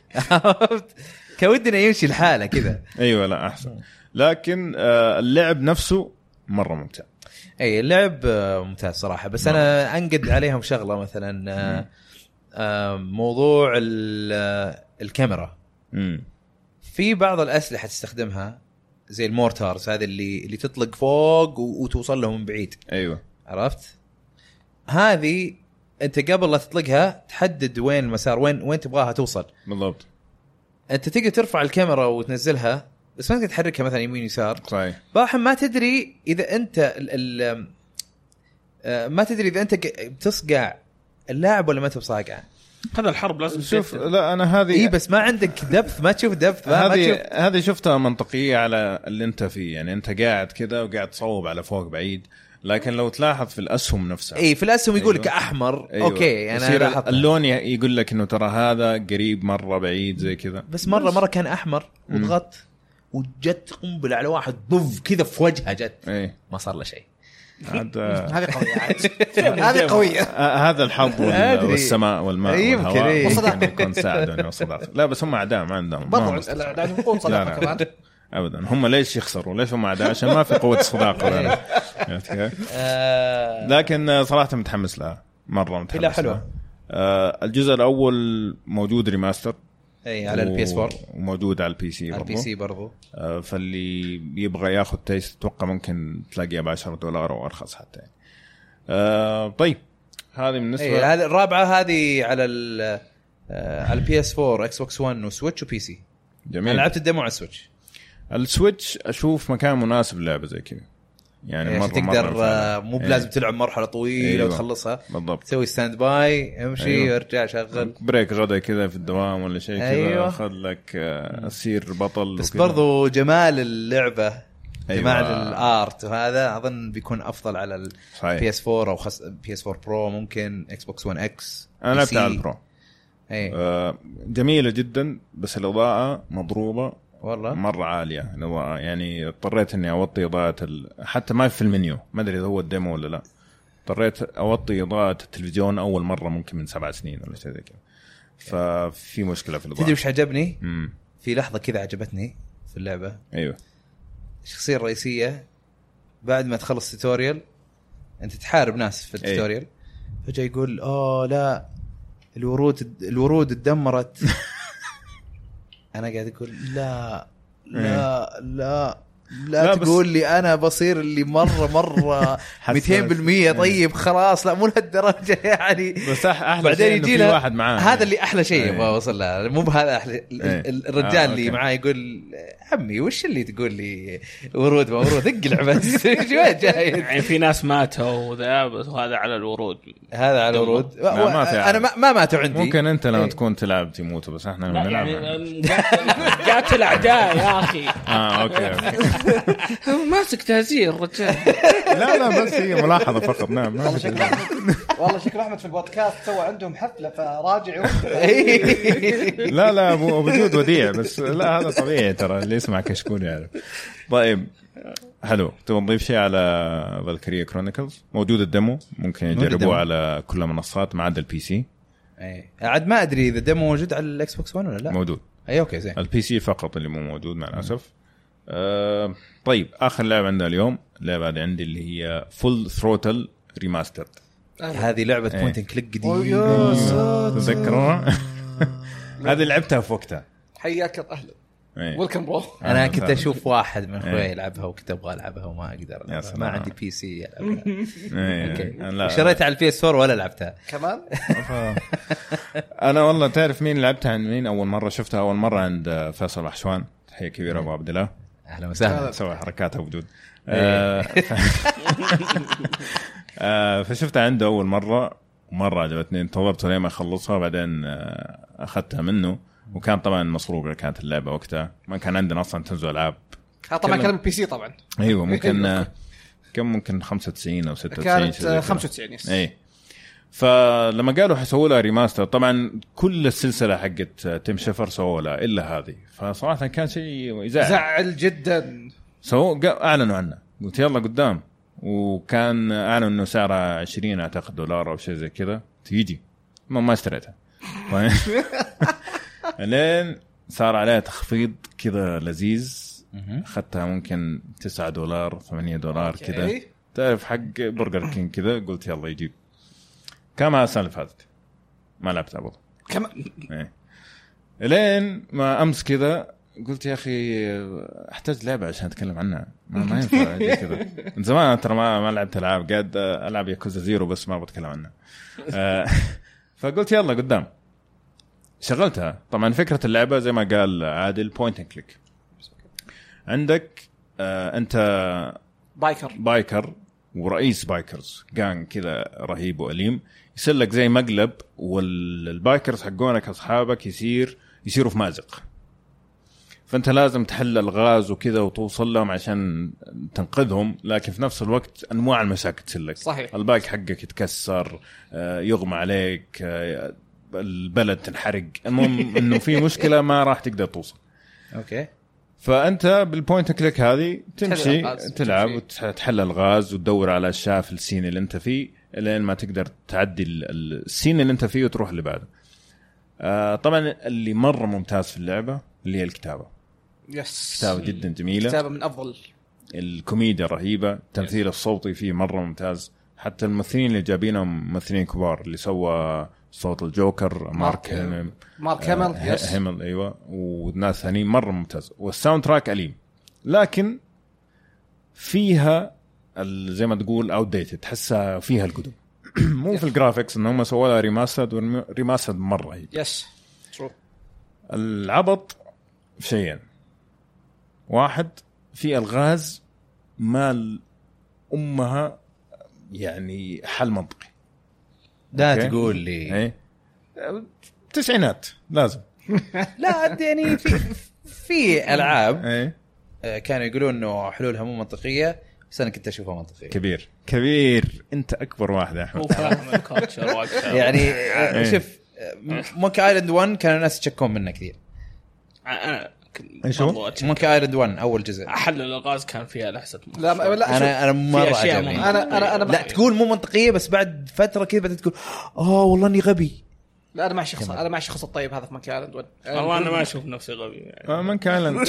كودنا يمشي الحاله كذا. ايوه لا احسن. لكن اللعب نفسه مره ممتع. اي اللعب ممتاز صراحه. بس انا انقد عليهم شغله مثلا موضوع الكاميرا. في بعض الاسلحه تستخدمها زي المورتارز هذا اللي تطلق فوق وتوصل لهم من بعيد. ايوه عرفت هذه انت قبل لا تطلقها تحدد وين المسار وين تبغاها توصل بالضبط. انت تقدر ترفع الكاميرا وتنزلها بس ما تقدر تحركها مثلا يمين يسار. صحيح. بعض ما تدري اذا انت ما تدري اذا انت بتصقع اللاعب ولا ما تبصاقع. هذا الحرب لازم شوف. لا انا هذه بس ما عندك دبث ما تشوف دبث. هذه شفتها منطقيه على اللي انت فيه يعني. انت قاعد كذا وقاعد تصوب على فوق بعيد لكن لو تلاحظ في الاسهم نفسها في الاسهم يقول لك احمر. اوكي انا لاحظت اللون يقول لك انه ترى هذا قريب مره بعيد زي كذا. بس مره كان احمر وضغط وجت قنبله على واحد ضف كذا في وجهه جت ما صار له شيء. هذه قويه هذه قويه. هذا الحظ والسماء والماء والهواء يمكن يكون ساعدوا وصداقة. لا بس هم أعداء ما عندهم عندهم قوه صداقه كمان ابدا. هم ليش يخسروا؟ ليش هم اعداء؟ عشان ما في قوه صداقه. لكن صراحه متحمس لها مره، متحمس لها. حلوه. الجزء الاول موجود ريماستر على البي اس 4 وموجود على البي سي برضو. البي سي برضو. فاللي يبغى ياخذ تيست اتوقع ممكن تلاقيها ب$10 او ارخص حتى يعني. طيب هذه بالنسبه هذه الرابعه هذه على البي اس 4 اكس بوكس 1 وسويتش وبي سي. جميل. لعبت الديمو على السويتش اشوف مكان مناسب للعبه زي كذا يعني تقدر مو بلازم تلعب مرحله طويله وتخلصها بالضبط. تسوي ستاند باي امشي وارجع شغل بريك غدا كذا في الدوام ولا شيء كذا اخذ لك اصير بطل. بس برضو جمال اللعبه جمال الارت وهذا اظن بيكون افضل على البي اس 4 او بي اس 4 برو ممكن اكس بوكس 1 اكس. انا لعبت على البرو جميله جدا بس الاضاءه مضروبه والله مرة عالية يعني اضطريت اني اوطي اضاءة حتى ما في المنيو ما ادري اذا هو الديمو ولا لا. اضطريت اوطي اضاءة التلفزيون اول مرة ممكن من 7 سنين ولا شيء زي كذا. ففي مشكلة في الاضاءة. تدري وش عجبني؟ في لحظة كذا عجبتني في اللعبة. ايوه الشخصية الرئيسية بعد ما تخلص توتوريال انت تحارب ناس في التوتوريال فجأة يقول لا الورود اتدمرت. أنا قاعد أقول لا تقول لي أنا بصير اللي مرة 200% طيب خلاص لا مو لهالدرجة يعني. بس أحلى بعدين يجي له واحد معاه هذا اللي أحلى شيء يبغى أوصل له مو بهذا أحلى الرجال اللي معاه يقول عمي وش اللي تقول لي ورود اقلع بس شو جاي يعني في ناس ماتوا وهذا على الورود هذا على الورود. أنا ما ماتوا عندي. ممكن أنت لما تكون تلعب تموت بس إحنا نلعب يعني قاتل أعداء يا أخي. أوكي ماسك تهزير الرجال. لا بس هي ملاحظة فقط. نعم والله شكل أحمد في البودكاست سوى عندهم حفلة فراجع. لا وجود وديع بس لا هذا طبيعي ترى اللي يسمع كشكول يعرف. طيب حلو. تبغى نضيف شيء على فالكيريا كرونيكلز؟ موجود الديمو ممكن يجربوه على كل المنصات ما عدا البي سي. عاد ما أدري إذا الديمو موجود على الإكس بوكس 1 ولا لا. موجود. أوكي زين. البي سي فقط اللي مو موجود مع الأسف. طيب آخر لعبة عندنا اليوم اللعبة اللي عندي اللي هي فول ثروتل ريماسترد. هذه لعبة بوينت كليك جديدة تذكروها؟ هذه لعبتها في وقتها. حياك أهلا ويلكم برو. أنا كنت أشوف واحد من أخوي يلعبها وكنت أبغى ألعبها وما أقدر ما عندي بي سي ألعبها. شريتها على البي اس 4 ولا لعبتها كمان. أنا والله تعرف مين لعبتها عند مين أول مرة شفتها؟ أول مرة عند فيصل أحشوان. تحية كبيرة أبو عبد الله. أهلا وسهلا. سوى حركاتها وجود. فشفتها عنده أول مرة ومرة عجبتني. انتظرت لين ما أخلصها بعدين أخذتها منه وكان طبعا مسروقة كانت اللعبة وقتها ما كان عندنا أصلا تنزل ألعاب. طبعا كان البي سي طبعا. أيوة ممكن كم ممكن 95 أو 96 كانت 95 يس. أي فلما قالوا حيسووا لها ريماستر طبعا كل السلسلة حقت تيم شيفر سووا لها إلا هذه. فصراحة كان شيء يزعل جدا. أعلنوا عنه قلت يلا قدام وكان أعلنوا إنه سعرها 20 أعتقد دولار أو شيء زي كذا تيجي ما اشتريتها. لين صار عليها تخفيض كذا لذيذ أخذتها ممكن $9 $8 كذا تعرف حق برجر كينج كذا. قلت يلا يجيب كما السنة اللي فاتت ما لعبتها برضه كمان. لين ما أمس كذا قلت يا أخي أحتاج لعبة عشان أتكلم عنها ما ينفع كذا. من زمان ترى ما لعبت ألعاب قاعد ألعب ياكوزا زيرو بس ما بتكلم عنها. فقلت يلا قدام شغلتها. طبعا فكرة اللعبة زي ما قال عادل بوينت اند كليك. عندك أنت بايكر ورئيس بايكرز جانج كذا رهيب وأليم يسلك زي مقلب والبايكرز حقونك أصحابك يصيروا في مازق. فأنت لازم تحل الغاز وكذا وتوصل لهم عشان تنقذهم لكن في نفس الوقت أنواع المشاكل تسلك. صحيح. البايك حقك يتكسر يغمى عليك البلد تنحرق. المهم إنه في مشكلة ما راح تقدر توصل. أوكي. فانت بالبوينت كليك هذه تمشي الغاز. تلعب وتحل الغاز وتدور على اشياء في السين اللي انت فيه لين ما تقدر تعدي السين اللي انت فيه وتروح اللي بعده. طبعا اللي مره ممتاز في اللعبه اللي هي الكتابه. يس كتابه جدا جميله، كتابه من افضل. الكوميديا رهيبه، التمثيل الصوتي فيه مره ممتاز. حتى الممثلين اللي جايبينهم ممثلين كبار، اللي سوى صوت الجوكر مارك هامل يس هامل ايوه، وناس ثانيين مره ممتاز. والساوند تراك أليم، لكن فيها زي ما تقول اوت ديتد، تحسها فيها القدم. مو في الجرافيكس انهم سووا لها ريماستر مره هي. يس ترو. العبط في شيئين، واحد في الغاز مال امها يعني حل منطقي. لا أوكي. تقول لي ايه تسعينات لازم. لا يعني في العاب ايه كانوا يقولون انه حلولها مو منطقيه، بس انا كنت اشوفها منطقيه. كبير انت اكبر واحد يا احمد. هو فاهم الكوتشر وقتها. يعني شوف مونكي ايلاند 1 كانوا الناس يتشكون منه كثير. انا شو؟ مونكي ايلاند 1 اول جزء حل الغاز كان فيها لحظه لا انا مره أشياء عجبني. انا لا تقول مو منطقيه، بس بعد فتره كذا بدأت تقول والله اني غبي. لا انا مع الشخص الطيب هذا في مكان ايلاند 1. والله انا ما اشوف نفسي غبي يعني. من كان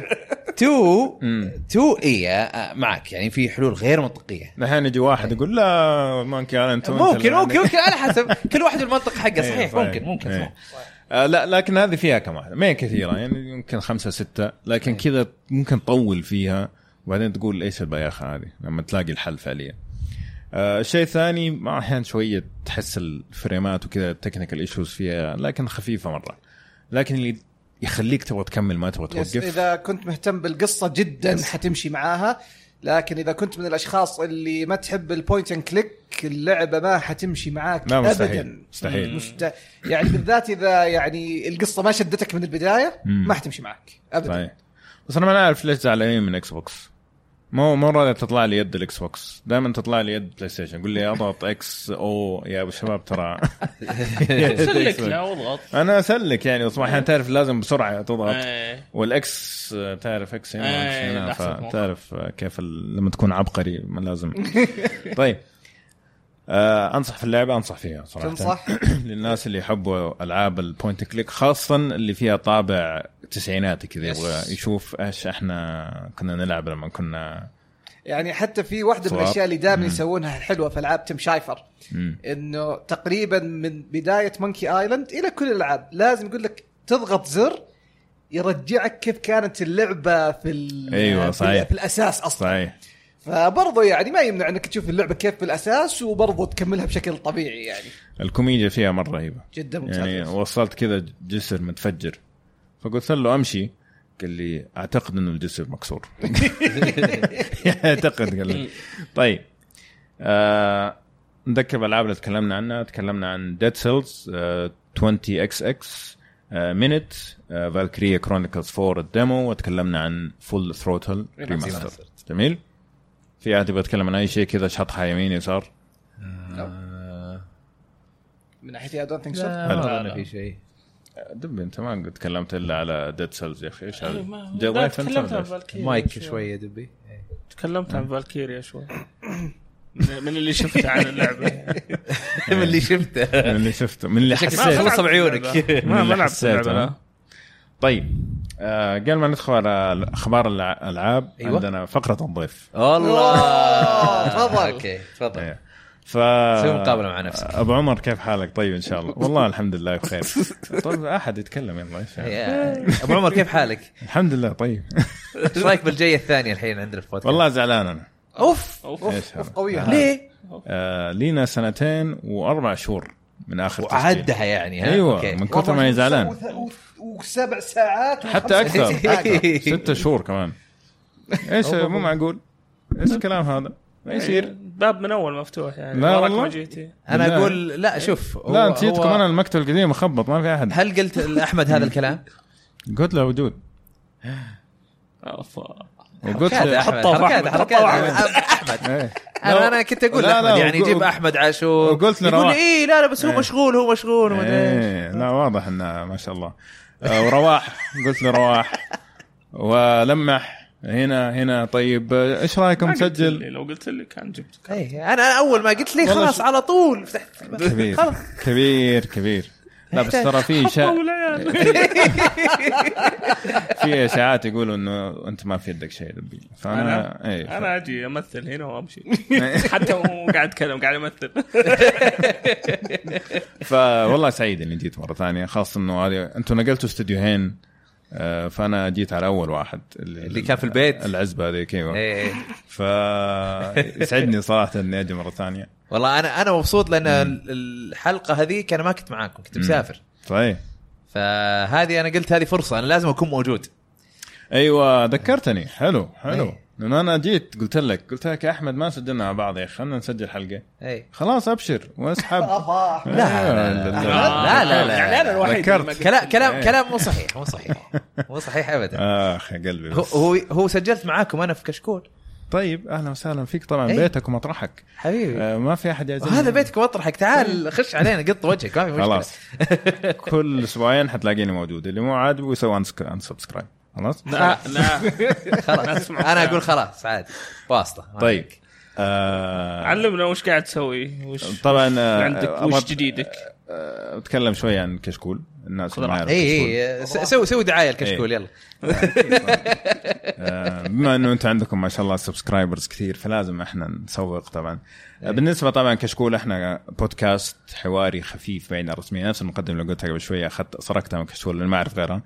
2 ايه معك، يعني في حلول غير منطقيه. الحين يجي واحد يقول لا ما كان انت ممكن على حسب كل واحد المنطق حقه. صحيح ممكن لا لكن هذه فيها كمان ما كثيره، يعني يمكن 5-6، لكن كذا ممكن تطول فيها وبعدين تقول ايش البياخه هذه لما تلاقي الحل فعليا. الشيء الثاني مع احيان شويه تحس الفريمات وكذا التكنيكال ايشوز فيها، لكن خفيفه مره، لكن اللي يخليك تبغى تكمل ما تبغى توقف. اذا كنت مهتم بالقصه جدا حتمشي معاها، لكن اذا كنت من الاشخاص اللي ما تحب البوينت اند كليك اللعبه ما حتمشي معاك ابدا. مستحيل. يعني بالذات اذا يعني القصه ما شدتك من البدايه ما حتمشي معك ابدا. صحيح. بس انا ما اعرف ليش زعلانين من اكس بوكس. مو راضي تطلع لي يد الاكس بوكس، دائما تطلع لي يد بلاي ستيشن. قول لي اضغط اكس او يا ابو الشباب ترى سلك لا واضغط. انا اسلك يعني، بس احيانا تعرف لازم بسرعه تضغط. والاكس تعرف اكس هنا فتعرف كيف لما تكون عبقري ما لازم. طيب انصح في اللعبه، انصح فيها صراحه. تنصح للناس اللي يحبوا العاب البوينت كليك، خاصه اللي فيها طابع تسعيناتي كذا، يبغى يشوف ايش احنا كنا نلعب لما كنا يعني. حتى في واحدة من الاشياء اللي دائما يسوونها الحلوه في العاب تيم شايفر، انه تقريبا من بدايه مونكي ايلاند الى كل الالعاب لازم يقول لك تضغط زر يرجعك كيف كانت اللعبه في ايوه صحيح في الاساس اصلا. صحيح. فبرضه يعني ما يمنع انك تشوف اللعبه كيف في الاساس وبرضه تكملها بشكل طبيعي. يعني الكوميديا فيها مره رهيبه جدا ممتاز. يعني وصلت كذا جسر متفجر، فقلت له امشي، قال لي اعتقد انه الجسر مكسور. اعتقد قال لي. طيب نذكر بالالعاب اللي تكلمنا عنها. تكلمنا عن ديد سيلز 20XX مينيت، فالكيريا كرونيكلز 4 الديمو، وتكلمنا عن فول ثروتل ريماستر. جميل. في عادي بتكلم عن اي شيء كذا شطحه يمين يسار من ناحيه I don't think so. لا في شيء. دب انت ما قد تكلمت الا على ديد سيلز يا اخي. ايش هذا تكلمت عن فالكيريا مايك شويه دبي. تكلمت عن فالكيريا شوي من اللي شفته عن اللعبه. من اللي شفته من اللي حسيت خلص بعيونك. ما لعبت اللعبه. طيب قبل ما ندخل على اخبار الالعاب عندنا فقره الضيف. الله تفضل. اوكي تفضل. سوي مقابله مع نفسك. ابو عمر كيف حالك؟ طيب ان شاء الله. والله الحمد لله بخير. طيب احد يتكلم يلا. ابو عمر كيف حالك؟ الحمد لله طيب. ايش رايك بالجايه الثانيه الحين عندنا في البودكاست؟ والله زعلان انا. اوف قويه. ليه؟ لينا 2 و4 شهور من اخر تسجيل. وعدها يعني. ايوه من كثر ما زعلان. و7 ساعات حتى اكثر. 6 شهور كمان. ايش مو معقول. ايش الكلام هذا؟ ما يصير. باب من اول مفتوح يعني. لا والله انا اقول لا شوف. لا نسيتكم انا المكتب القديم مخبط ما في احد. هل قلت لاحمد هذا الكلام؟ قلت له وجود. وقلت حركات احمد. انا كنت اقول احمد يعني جيب احمد عاشور. وقلت له يقول ايه لا بس هو مشغول وما ادري. لا واضح انه ما شاء الله. ورواح قلت له رواح ولمح هنا. طيب ايش رايكم نسجل؟ لو قلت لي كان جبتك. انا اول ما قلت لي خلاص على طول فتحت. كبير لا بس ترى في في اشاعات يقولوا انه انت ما في يدك شيء دبي. فانا انا اجي امثل هنا وامشي حتى مو قاعد اتكلم قاعد امثل. فوالله سعيد اني جيت مره ثانيه، خاصه انه هذه انتم نقلتوا استديوهين، فانا جيت على اول واحد اللي كان في البيت العزبه هذيك. ايوه فيسعدني صراحه اني اجي مره ثانيه. والله انا مبسوط لان الحلقه هذيك انا ما كنت معاكم، كنت مسافر. صحيح. فهذه انا قلت هذه فرصه، انا لازم اكون موجود. ايوه ذكرتني. حلو لأن أنا جيت قلت لك يا أحمد ما سجلنا مع بعض يا أخي، خلنا نسجل حلقة. خلاص أبشر واسحب. لا يعني أنا الوحيد. كلام مو صحيح أبدا. أخي قلبي. هو سجلت معاكم أنا في كشكول. طيب أهلا وسهلا فيك طبعا. بيتك ومطرحك حبيبي. ما في أحد يعزمني. هذا بيتك ومطرحك، تعال خش علينا قط وجهك ما في مشكلة. خلاص كل أسبوعين حتلاقيني موجود، اللي مو عاجبه ويسوي unsubscribe. خلاص لا خلاص انا اقول خلاص عادي واسطه. طيب علمنا وش قاعد تسوي، وش طبعا عندك وش جديدك. اتكلم شوي عن كشكول الناس اللي ما يعرفوا. سوي دعايه الكشكول يلا. بما انه انتم عندكم ما شاء الله سبسكرايبرز كثير فلازم احنا نسوق طبعا. بالنسبه طبعا كشكول احنا بودكاست حواري خفيف بين الرسمي، نفس المقدمه اللي قلتها قبل شويه اخذت سرقتها من كشكول لأن ما اعرف غيرها.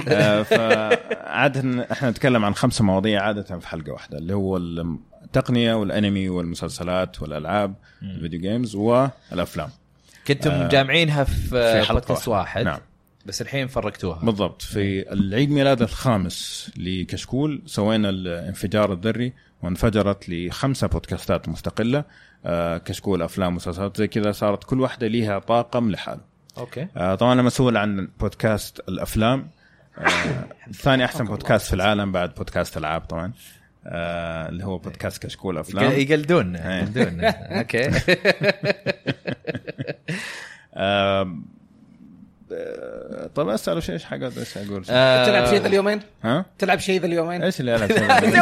فعاده احنا نتكلم عن 5 مواضيع عاده في حلقه واحده، اللي هو التقنيه والانمي والمسلسلات والالعاب الفيديو جيمز والافلام. كنتم جامعينها في حلقه واحد. نعم. بس الحين فرقتوها. بالضبط. في العيد ميلاد الخامس لكشكول سوينا الانفجار الذري وانفجرت ل5 بودكاستات مستقلة، كشكول أفلام مسلسلات زي كذا، صارت كل واحدة ليها طاقم لحاله. أوكي. طبعا أنا مسؤول عن بودكاست الأفلام، ثاني أحسن بودكاست في العالم بعد بودكاست الألعاب طبعا، اللي هو بودكاست كشكول أفلام. يقلدون. أوكي. طب أسأله شيء حاجة إيش أقول؟ تلعب شيء ذا اليومين؟ تلعب شيء ذا اليومين؟ إيش اللي ألعب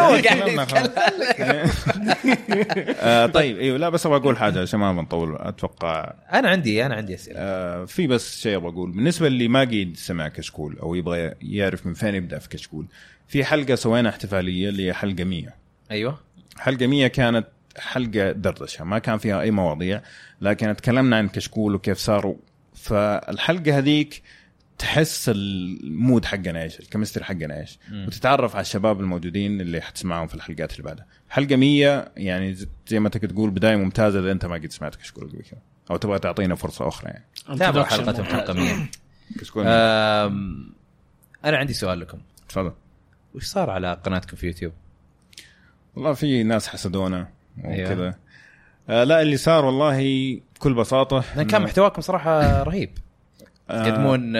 طيب أيوة لا بس أبغى أقول حاجة عشان ما بنطول. أتوقع أنا عندي أسئلة. في بس شيء أبغى أقول بالنسبة اللي ما قيد سمع كشكول أو يبغى يعرف من فين يبدأ في كشكول. في حلقة سوينا احتفالية اللي هي حلقة 100. أيوة حلقة 100 كانت حلقة دردشة ما كان فيها أي مواضيع، لكن تكلمنا عن كشكول وكيف صاروا. فالحلقة هذيك تحس المود حقنا ايش، الكيمستري حقنا ايش، وتتعرف على الشباب الموجودين اللي حتسمعهم في الحلقات اللي بعدها. حلقة 100 يعني زي ما تقول بداية ممتازة إذا أنت ما قد سمعت كشكول قبل كذا أو تبغى تعطينا فرصة أخرى يعني. تابعوا حلقتهم حلقة 100 كشكول. أنا عندي سؤال لكم. تفضل. وش صار على قناتكم في يوتيوب؟ والله في ناس حسدونا وكذا. أيوة. لا اللي صار والله بكل بساطة كان محتواكم صراحة رهيب. تقدمون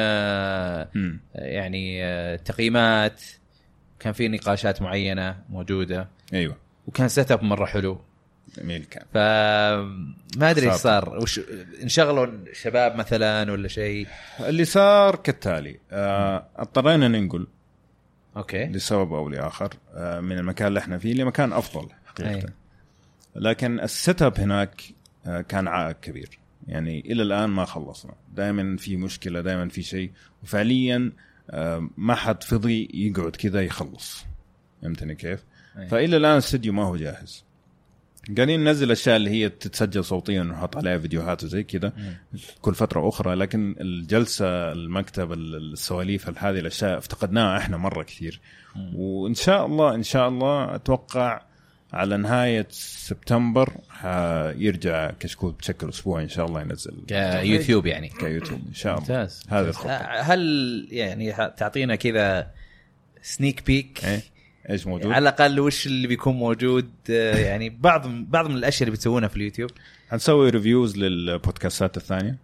يعني تقييمات، كان في نقاشات معينة موجودة. أيوة. وكان سيت اب مرة حلو. جميل كان. فما أدري إيش صار، وش انشغلوا شباب مثلا ولا شيء؟ اللي صار كالتالي، اضطرينا ننقل. أوكي. لسبب أو لآخر من المكان اللي احنا فيه لمكان أفضل حقيقة. لكن السيت اب هناك كان عائق كبير يعني إلى الآن ما خلصنا، دائما في مشكلة، دائما في شيء، وفعليا ما حد فضي يقعد كذا يخلص. فهمتني كيف؟ فإلى الآن الاستديو ما هو جاهز. قاعدين ننزل أشياء اللي هي تتسجل صوتيا ونحط عليها فيديوهات وزي كذا كل فترة أخرى، لكن الجلسة، المكتب، السواليف، هذه الأشياء افتقدناها إحنا مرة كثير. وإن شاء الله إن شاء الله أتوقع على نهاية سبتمبر يرجع كشكول بشكل أسبوع إن شاء الله ينزل كيوتيوب يعني كيوتيوب إن شاء الله. ممتاز. هذا الخطة. هل يعني تعطينا كذا سنيك بيك ايش موجود على الاقل، وش اللي بيكون موجود؟ يعني بعض من الاشياء اللي بتسوونها في اليوتيوب. هنسوي ريفيوز للبودكاستات الثانية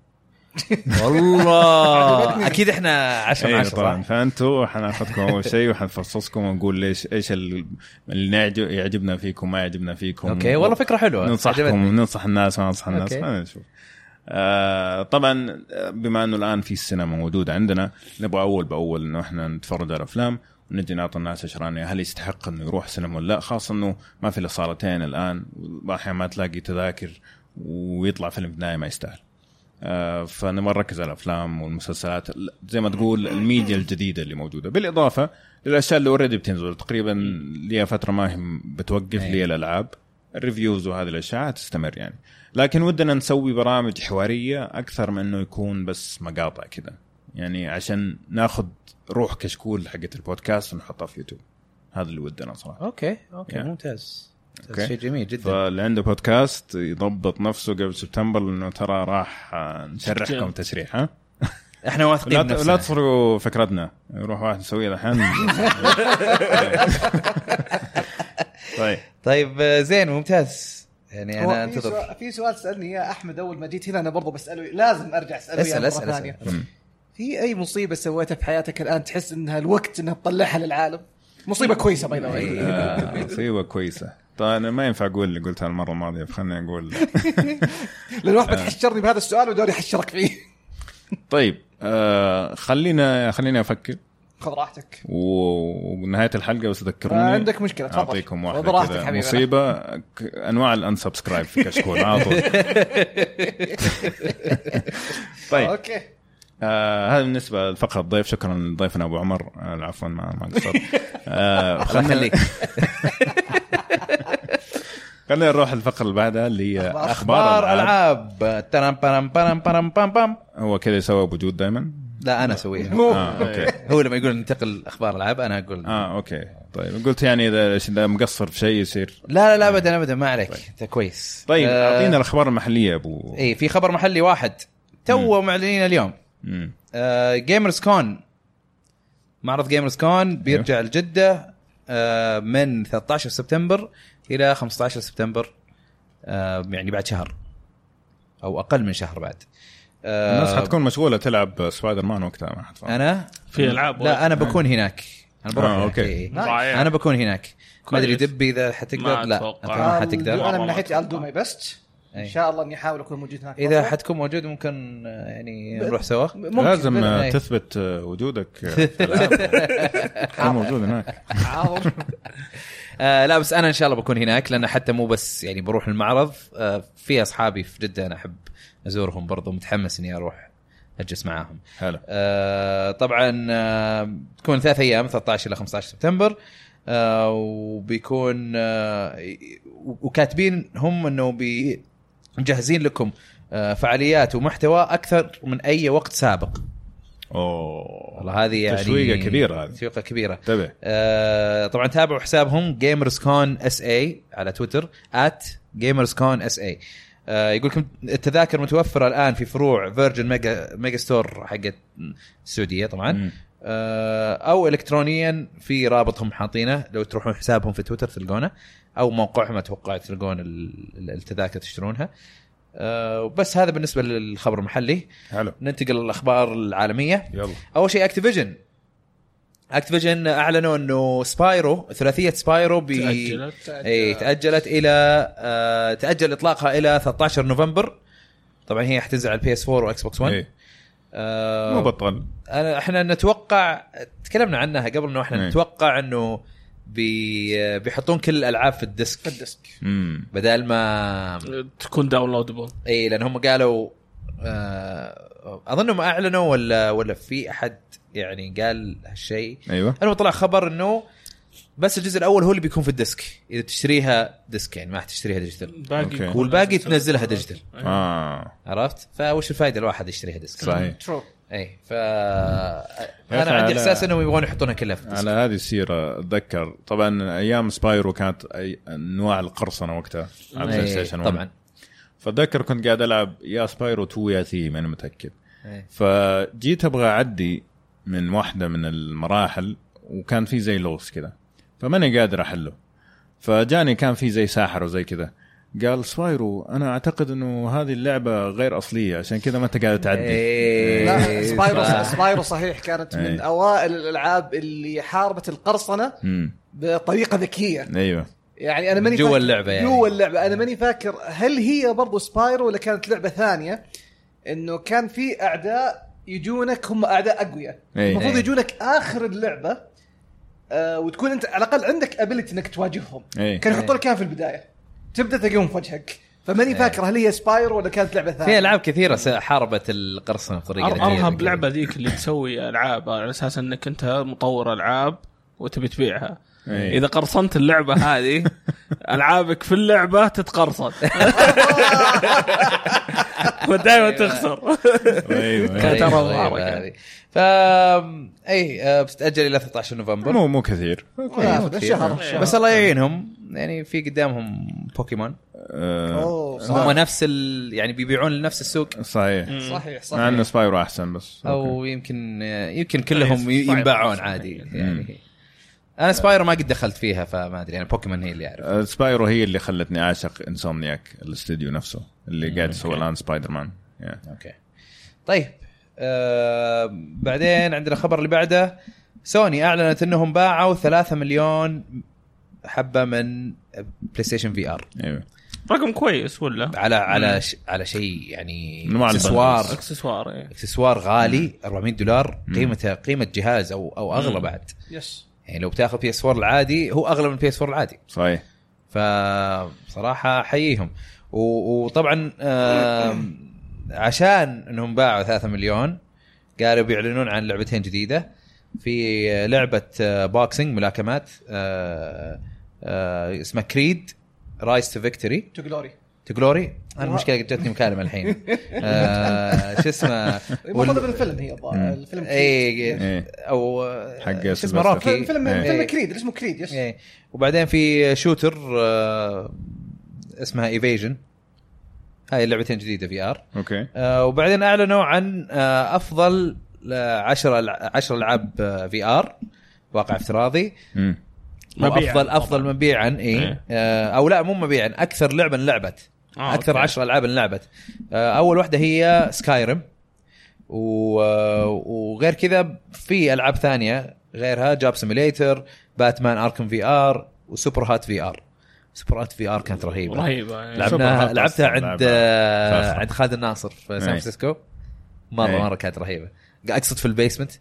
والله اكيد احنا 10 طبعا. فانتوا حناخذكم اول شيء وحنفصصكم ونقول ليش ايش اللي يعجبنا فيكم ما يعجبنا فيكم. اوكي والله فكره حلوه. ننصح الناس ما ننصح الناس. ما نشوف. طبعا بما انه الان في السينما موجوده عندنا، نبغى اول باول انه احنا نتفرج على افلام ونجي نعطي الناس اشرانيه هل يستحق انه يروح سينما ولا لا، خاصه انه ما في الا صالتين الان، واحيانا ما تلاقي تذاكر ويطلع فيلم في ما يستاهل. فنبغى نركز على الافلام والمسلسلات زي ما تقول الميديا الجديده اللي موجوده، بالاضافه للاشياء اللي اوريدي بتنزل تقريبا ليها فتره ما هي بتوقف لي الالعاب، الريفيوز وهذه الاشياء تستمر يعني. لكن ودنا نسوي برامج حواريه اكثر من انه يكون بس مقاطع كذا يعني، عشان ناخذ روح كشكول حقت البودكاست ونحطها في يوتيوب. هذا اللي ودنا صراحه. اوكي يعني. ممتاز. شيء جميل جدا. فاللي عنده بودكاست يضبط نفسه قبل سبتمبر، لانه ترى راح نشرحكم تشريح. ها احنا واثقين لا تصروا فكرتنا، يروح واحد يسويها الحين. طيب زين ممتاز. يعني انا انتظر. في سؤال سالني يا احمد اول ما جيت هنا، انا برضو بساله، لازم ارجع اساله مره ثانيه. في اي مصيبه سويتها في حياتك الان تحس انها الوقت انها تطلعها للعالم؟ مصيبه كويسه باينه. مصيبه كويسه. طيب انا ما ينفع اقول اللي قلتها المره الماضيه، فخلني اقول لأن واحد بتحشرني بهذا السؤال ودوري احشرك فيه. طيب خلينا افكر. خذ راحتك. ونهايه الحلقه بس تذكروني. عندك مشكله تفضل. اعطيكم واحده مصيبه انواع الانسبسكرايب في كشكول عاطل. طيب اوكي. هذا بالنسبه لفقره الضيف. شكرا لضيفنا ابو عمر. عفوا ما قصر. خليك. خلينا نروح الفقره اللي بعدها اللي هي اخبار العاب. ترام بام بام بام بام بام. هو كذا يسوي بوجود دائما. لا انا اسويها. اوكي. هو لما يقول ننتقل اخبار العاب انا اقول اوكي. طيب قلت يعني اذا مقصر في شيء يصير. لا ابدا ما عليك. انت كويس. طيب اعطينا الاخبار المحليه ابو. اي في خبر محلي واحد تو معلنين اليوم. جيمرز كون. معرض جيمرز كون بيرجع لجده من 13 سبتمبر الى 15 سبتمبر، يعني بعد شهر او اقل من شهر بعد. الناس حتكون مشغوله تلعب سبايدر مان وقتها. ما حتفهم. انا في العاب. لا انا بكون هناك. انا بروح. اوكي. انا بكون هناك. ما ادري دبي اذا حتقدر. لا ما حتقدر. انا من ناحيتي I'll do my best. ان شاء الله اني احاول اكون موجود هناك. اذا حتكون موجود ممكن يعني نروح سوا. لازم تثبت وجودك في العاب. موجود هناك. لا بس انا ان شاء الله بكون هناك، لان حتى مو بس يعني بروح المعرض، في اصحابي في جده انا احب ازورهم برضو، متحمس اني اروح اجلس معاهم. حلو. طبعا تكون 3 ايام 13 الى 15 سبتمبر. وبيكون وكاتبين هم انه مجهزين لكم فعاليات ومحتوى اكثر من اي وقت سابق. والله هذه يعني تسويقه كبيره. هذه تسويقه كبيره. تابع. طبعا تابعوا حسابهم GamersCon.sa على تويتر @GamersCon.sa. يقول لكم التذاكر متوفره الان في فروع فيرجن ميجا ستور حقت السعوديه طبعا. او الكترونيا في رابطهم حاطينه، لو تروحون حسابهم في تويتر تلقونه، او موقعهم اتوقع تلقون التذاكر تشترونها. وبس هذا بالنسبه للخبر المحلي. حلو. ننتقل للاخبار العالميه. يلا. اول شيء اكتيفيجن اعلنوا انه سبايرو ثلاثيه سبايرو تاجلت الى تاجل اطلاقها الى 13 نوفمبر. طبعا هي حتنزل على PS4 واكس بوكس 1. مو بطل. احنا نتوقع تكلمنا عنها قبل انه احنا نتوقع انه بيحطون كل الالعاب في الديسك بدل ما تكون داونلودبل. اي لان هم قالوا اظنهم اعلنوا ولا في احد يعني قال هالشيء. ايوه انا طلع خبر انه بس الجزء الاول هو اللي بيكون في الديسك، اذا تشتريها ديسك يعني ما حتشتريها ديجيتال، والباقي تنزلها ديجيتال. عرفت؟ فوش الفائده الواحد يشتريها ديسك؟ صحيح. اي انا عندي احساس انهم يبغون يحطونها كلها في على هذه السيره. اتذكر طبعا ايام سبايرو كانت انواع القرصنه وقتها على بلاي ستيشن طبعا. فاتذكر كنت قاعد العب يا سبايرو 2 يا 3 ماني متاكد. فجيت ابغى اعدي من واحده من المراحل وكان في زي لغز كذا، فماني قادر احله. فجاني كان في زي ساحر وزي كذا، قال سبايرو انا اعتقد انه هذه اللعبه غير اصليه عشان كذا ما انت قاعد تعدي. لا سبايرو صحيح كانت من اوائل الالعاب اللي حاربت القرصنه بطريقه ذكيه. ايوه يعني انا ماني جوا اللعبه يعني جوا اللعبه انا ماني فاكر هل هي برضو سبايرو ولا كانت لعبه ثانيه. انه كان في اعداء يجونك هم اعداء اقوياء إيه. المفروض إيه. يجونك اخر اللعبه وتكون انت على الاقل عندك ابيلتي انك تواجههم. إيه. كان يحطوا لك كان في البدايه تبدا تلاقيهم في وجهك. فماني فاكر هل هي سبايرو ولا كانت لعبه ثانيه. في العاب كثيره حاربت القرصنه بطريقه ارهب لعبه ذيك اللي تسوي العاب على اساس انك انت مطور العاب وتبي تبيعها. إيه. اذا قرصنت اللعبه هذه العابك في اللعبه تتقرصن ودائما تخسر. كانت هذه ف اي بتتاجل الى 13 نوفمبر. مو كثير. شهر. بس الله يعينهم يعني في قدامهم بوكيمون هم نفس يعني بيبيعون لنفس السوق. صحيح مع ان سبايرو احسن بس او يمكن كلهم ينباعون عادي يعني. انا سبايرو ما قد دخلت فيها فما ادري. انا بوكيمون هي اللي اعرف. سبايرو هي اللي خلتني اعشق انسومنياك الاستوديو نفسه اللي قاعد يسوي الان سبايدر مان. اوكي طيب بعدين عندنا خبر اللي بعده. سوني اعلنت انهم باعوا 3 مليون حبه من بلاي ستيشن في ار. ايوه رقم كويس ولا على شيء يعني اكسسوار غالي $400 قيمه جهاز او اغلى بعد. يس يعني لو بتاخذ بي اس 4 العادي هو اغلى من بي اس 4 العادي. صحيح. فصراحه احييهم. وطبعا عشان انهم باعوا 3 مليون قالوا بيعلنون عن لعبتين جديده. في لعبه بوكسينج ملاكمات اسمها كريد رايز تو فيكتوري تو جلوري. انا المشكله جتني مكالمه الحين شو اسمه مرتبط بالفيلم. هي الفيلم او حق اسمه روكي. فيلم كريد اسمه كريد. يس. وبعدين في شوتر اسمها ايفيجن. هاي اللعبتين جديده في ار. اوكي. وبعدين اعلنوا عن افضل 10 العاب في ار واقع افتراضي. افضل مبيعا او لا مو مبيعا اكثر لعبه لعبت اكثر 10 العاب لعبت. اول واحده هي سكايرم وغير كذا في العاب ثانيه غيرها جاب سيميليتر باتمان اركم في ار وسوبر هات في ار. سوبر هات في ار كانت رهيبه لعبتها عند خالد الناصر في سان فرانسيسكو. مره كانت رهيبه. اقصد في البيسمنت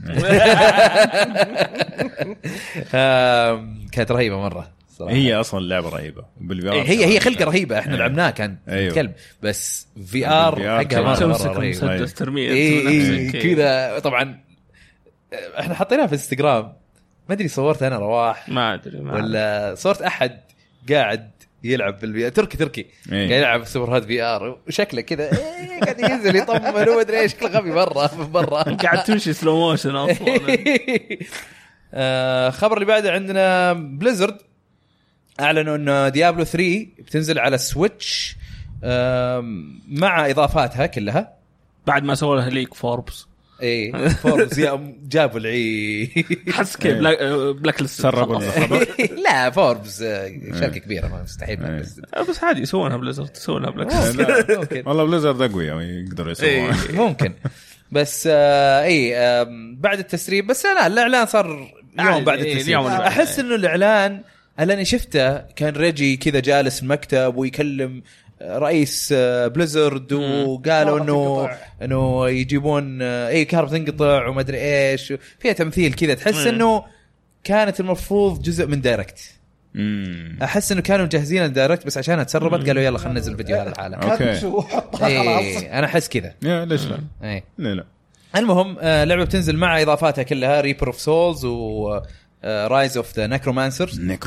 كانت رهيبه مره صراحة. هي اصلا لعبه رهيبه هي خلقه رهيبه. احنا لعبناها كان كلب بس في ار حقها مره رهيبه كذا. طبعا احنا حطيناها في انستغرام ما ادري صورت انا رواح ما ادري ولا صورت احد قاعد يلعب بالفي تركي قاعد يلعب سوبر هات في ار وشكله كده قاعد ينزل يطمن وما ادري ايش شكله غبي برا قاعد تمشي سلو موشن اصلا. خبر اللي بعده عندنا بليزرد اعلنوا ان ديابلو 3 بتنزل على السويتش مع اضافاتها كلها بعد ما سووا لها ليك فوربس. فوربس جابوا العي حس كيف بلاك ليست سربوا لا فوربس شركه كبيره ما مستحيل بس عادي يسوونها بليزرد يسوونها بلاك ليست. والله بليزرد اقوياء يقدروا يسوونها ممكن بس بعد التسريب. بس لا الاعلان صار يوم بعد التسريب. احس انه الاعلان اللي انا شفته كان ريجي كذا جالس في المكتب ويكلم رئيس بليزرد وقالوا انه يجيبون كهرباء تنقطع وما ادري ايش فيها تمثيل كذا. تحس انه كانت المفروض جزء من دايركت. احس انه كانوا مجهزين الدايركت بس عشان تسربت قالوا يلا خلينا ننزل فيديو هذا الحالة. انا احس كذا. ليش لا لا. المهم لعبه بتنزل مع اضافاتها كلها ريبر اوف سولز و رايز اوف ذا نيكرومانسر.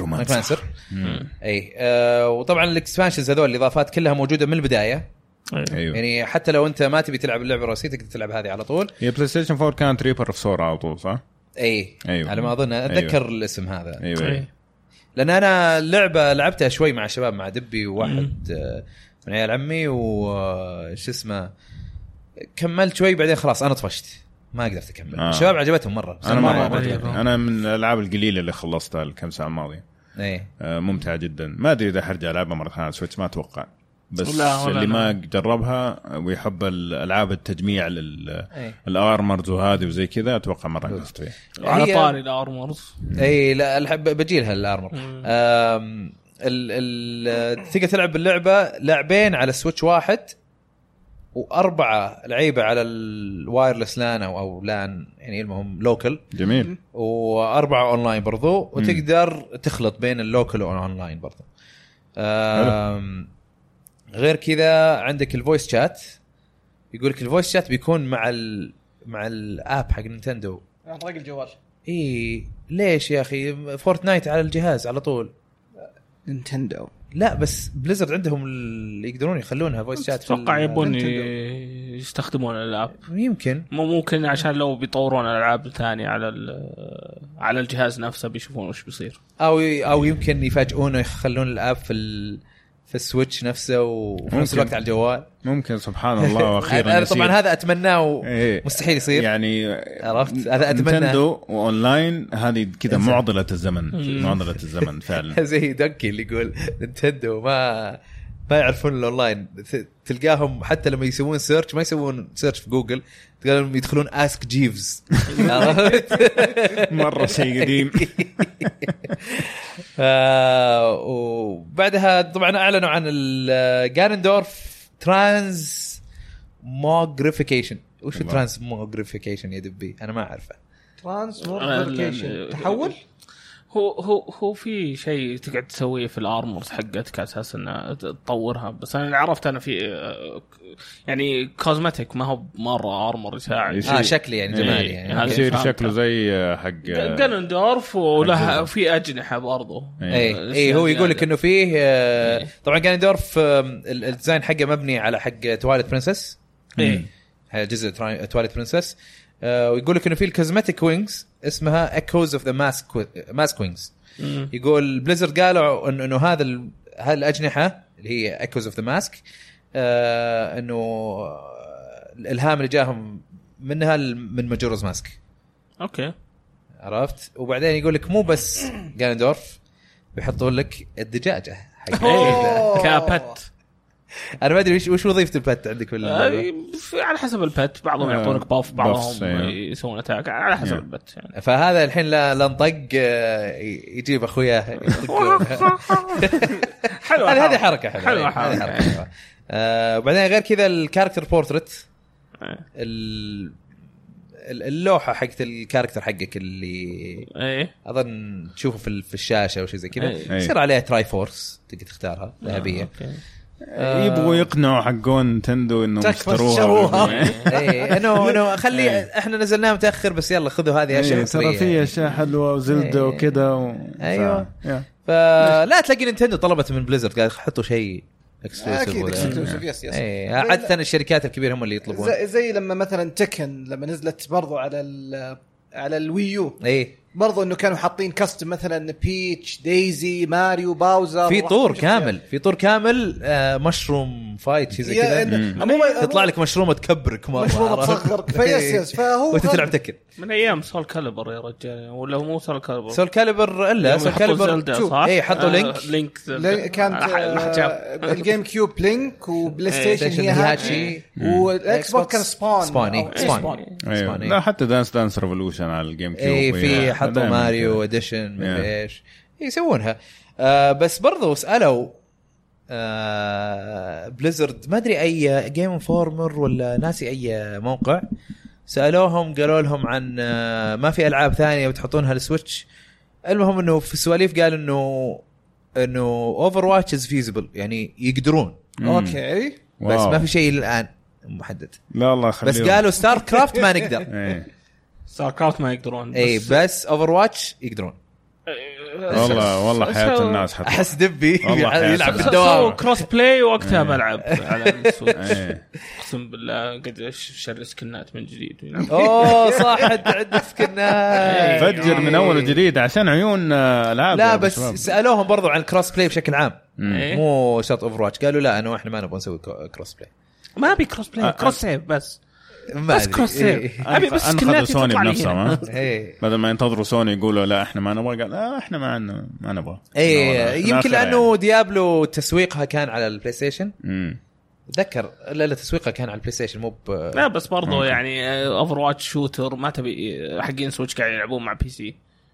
وطبعا الاكسبانشنز هذول الاضافات كلها موجوده من البدايه. يعني حتى لو انت ما تبي تلعب اللعبه الرئيسيه تقدر تلعب هذه على طول. هي بلاي ستيشن 4 كانت ريبر اوف سور على طول صح؟ على ما اظن اتذكر الاسم هذا. لان انا اللعبه لعبتها شوي مع الشباب مع دبي وواحد من عيال عمي وش اسمه كملت شوي بعدين خلاص انا طفشت ما قدرت اكمل. الشباب عجبتهم مره. انا من الالعاب القليله اللي خلصتها الكم ساعه الماضيه. ممتعه جدا. ما ادري اذا حرجع العبها مره ثانيه سويتش ما اتوقع. بس اللي ما جربها ويحب الالعاب التجميع للارمرز وهذه وزي كذا اتوقع مره ينبسط فيها. على طاري الارمرز لا الحب بجي لها الارمر. تقدر تلعب اللعبه لاعبين على سويتش واحد و4 لعيبه على الوايرلس لان او لان يعني المهم لوكل. جميل. و4 اونلاين برضو، وتقدر تخلط بين اللوكل والاونلاين برضو. غير كذا عندك الفويس شات، يقول لك الفويس شات بيكون مع الاب حق نينتندو عن طريق الجوال. ليش يا اخي فورتنايت على الجهاز على طول نينتندو؟ لا بس بليزرد عندهم اللي يقدرون يخلونها فويس شات. اتوقع يبون يستخدمون الالعاب، يمكن ممكن عشان لو بيطورون الالعاب ثانيه على الجهاز نفسه بيشوفون وش بيصير، او يمكن يفاجئونه يخلون الالعاب في السويتش نفسه وفي نفس الوقت على الجوال. ممكن سبحان الله. واخيرا أنا طبعا هذا اتمناه مستحيل يصير يعني. عرفت هذا اتمناه. نينتندو واونلاين هذه كذا معضله الزمن، معضله الزمن فعلا. زي دنكي اللي يقول نينتندو ما يعرفون الاونلاين، تلقاهم حتى لما يسوون سيرش ما يسوون سيرش في جوجل، تلقاهم يدخلون اسك جيفز. مره شيء قديم. وبعدها طبعا اعلنوا عن الجانندورف ترانسموغريفيكيشن. وش ترانسموغريفيكيشن يا دبي؟ انا ما اعرفه. ترانسموغريفيكيشن تحول. هو في شيء تقعد تسويه في الارمورز حقتك على اساس انها تطورها، بس انا اللي عرفت انا في يعني كوزمتيك، ما هو مره ارمور يساعد. شكلي يعني جمالي يعني يصير شكله زي حق جانندورف، وله في اجنحه برضه. هو يقول لك انه فيه طبعا جانندورف الديزاين حقه مبني على حق تواليت برنسس، جزء تواليت برنسس. ويقول لك انه في الكوزمتيك وينجز اسمها ايكوز اوف ذا ماسك وينجز. يقول بليزرد قالوا انه هذه الاجنحه اللي هي ايكوز اوف ذا ماسك انه الالهام اللي جاهم منها من ماجورز ماسك. اوكي عرفت. وبعدين يقول لك مو بس جانندورف، بيحطوا لك الدجاجه كابت. انا ما ادري وش وظيفه البت عندك على حسب البت، بعضهم يعطونك باف، بعضهم يسوون اتاك على حسب البت يعني. فهذا الحين لا نطق يجيب اخوياه. حلوه هذه حركه حلوه. وبعدين غير كذا الكاركتر بورتريت، اللوحه حقت الكاركتر حقك اللي اظن تشوفه في الشاشه او شيء زي كذا، يصير عليها تراي فورس تقدر تختارها ذهبيه. يبغوا يقنعوا حقون نينتندو انه يشتروها. انه خلي احنا نزلناها متاخر بس يلا خذوا هذه اشياء ترى فيها اشياء حلوه وزلده وكذا ايوه. فلا تلاقي نينتندو طلبت من بليزرد قال حطوا شيء اكسكلوسيف. يس عاده الشركات الكبيره هم اللي يطلبون، زي لما مثلا تكن لما نزلت برضو على الويو، برضو انه كانوا حاطين كاستم مثلا بيتش، دايزي، ماريو، باوزر، في طور كامل مشروم فايت شيء زي كذا، تطلع لك مشروم تكبرك مره، مشروم تصغرك. فيس فهو وتلعب تكن من ايام سول كاليبر يا رجال، ولا مو سول كاليبر الا سول كاليبر حطوا لينك كانت الجيم كيوب لينك، وبلاي ستيشن هي هاتشي، والاكس بوكس كان سبوني. لا حتى دانس ريفولوشن على الجيم كيوب في حطوا ماريو اديشن من ايش يسوونها. بس برضو سألوا بليزرد ما ادري اي جيم انفورمر ولا ناسي اي موقع، سألوهم قالوا لهم عن ما في العاب ثانيه بتحطونها للسويتش. المهم انه في السواليف قال انه اوفر واتش از فيزبل، يعني يقدرون. اوكي بس ما في شيء الان محدد. لا الله خليهم. بس قالوا ستار كرافت ما نقدر. ستار كرافت ما يقدرون، بس اوفر واتش يقدرون. والله حياة الناس حتى احس دبي يلعب في الدوام كروس بلاي وقتها بلعب على السويتش. اقسم بالله قد شر سكنات من جديد. صح عندك سكنات فجر من اول وجديد عشان عيون العاب. لا بس سالوهم برضو عن الكروس بلاي بشكل عام، مو شرط اوفر واتش. قالوا لا انا احنا ما نبغى نسوي كروس بلاي، ما ابي كروس بلاي، كروس سيف بس كروس سيف. ابي بس سكنات سوني بنفسها بدل ما ينتظروا سوني يقولوا لا احنا ما نبغى. قال احنا ما نبغى. يمكن لانه ديابلو تسويقها كان على البلاي ستيشن. ذكر لا تسويقها كان على البلاي ستيشن مو لا بس برضو يعني اوفر واتش شوتر ما تبي حقين سويتش قاعد يلعبون مع بي سي.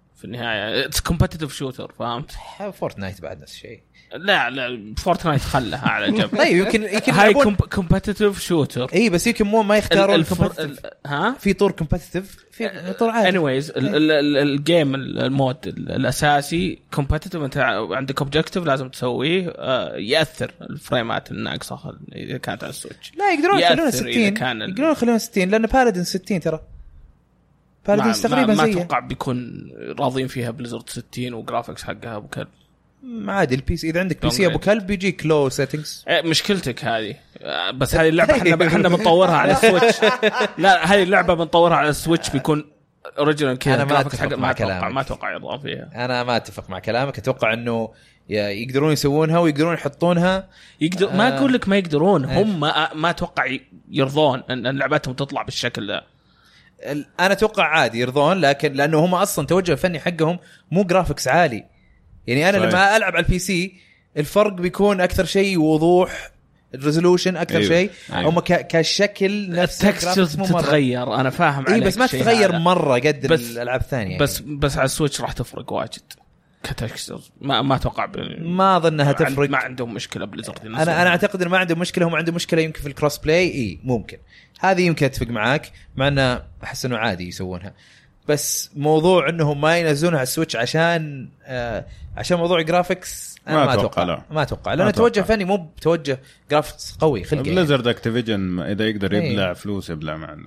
في النهايه اتس كومبتيتيف شوتر فهمت. فورتنايت بعد نفس الشيء. لا فورتنايت خلها على جنب. طيب يمكن هاي كومبتيتيف شوتر. اي بس يمكن مو ما يختارون ها في طور كومبتيتيف في طور عادي. انيويز الجيم المود الاساسي كومبتيتيف. انت عندك اوبجكتيف لازم تسويه ياثر الفريمات الناقصه اذا كانت على السويتش. لا يقدرون يخلونها 60 يقدرون يخلونها 60 لان بارادين 60 ترى بارادين تقريبا ما زي اتوقع بيكون راضين فيها بليزرد 60 وجرافيكس حقها ابو كلب. عادي البي سي اذا عندك بي سي ابو كلب بيجيك لو سيتنجز. مشكلتك هذه بس هذه اللعبه احنا بنطورها على السويتش. لا هذه اللعبه بنطورها على السويتش بيكون اوريجينال كذا. انا ما اتفق مع كلامك. ما اتوقع يضاف فيها. انا ما اتفق مع كلامك. اتوقع انه يقدرون يسوونها ويقدرون يحطونها. ما اقول لك ما يقدرون. هم ما اتوقع يرضون ان لعبتهم تطلع بالشكل ده. انا اتوقع عادي يرضون لكن لانه هم اصلا توجه الفني حقهم مو جرافيكس عالي. يعني انا لما العب على البي سي الفرق بيكون اكثر شيء وضوح الريزولوشن اكثر شيء. هم كشكل نفس التكستشرز تتغير. انا فاهم عليك. بس ما تتغير مره قد الالعاب الثانيه. بس على السويتش راح تفرق واجد كتكستشرز. ما اتوقع ما اظنها تفرق. ما عندهم مشكله بليزرد. انا اعتقد انه ما عندهم مشكله. هم عندهم مشكله يمكن في الكروس بلاي. ممكن هذه يمكن اتفق معاك مع انه احس انه عادي يسوونها. بس موضوع انهم ما ينزلونها على السويتش عشان موضوع جرافيكس انا ما اتوقع لانه توجه فني مو توجه جرافيكس قوي خلقه. بليزرد اكتيفيجن اذا يقدر يبلع فلوس يبلع معنا.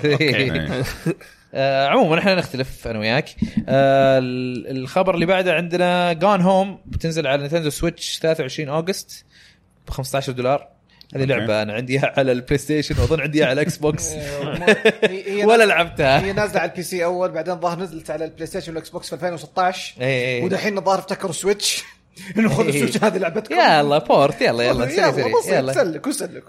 عموما احنا نختلف انا وياك. الخبر اللي بعده عندنا جون هوم بتنزل على نينتندو سويتش 23 أغسطس $15. هذه لعبة أنا عنديها على البلاي ستيشن وأظن عنديها على الإكس بوكس ولا لعبتها. هي نازلة على البي سي أول بعدين ظهر نزلت على البلاي ستيشن والإكس بوكس في 2016. ودحين الظاهر افتكروا سويتش إنه خذوا السويتش هذه لعبتكم. يلا بورت يلا سريع سلكوا.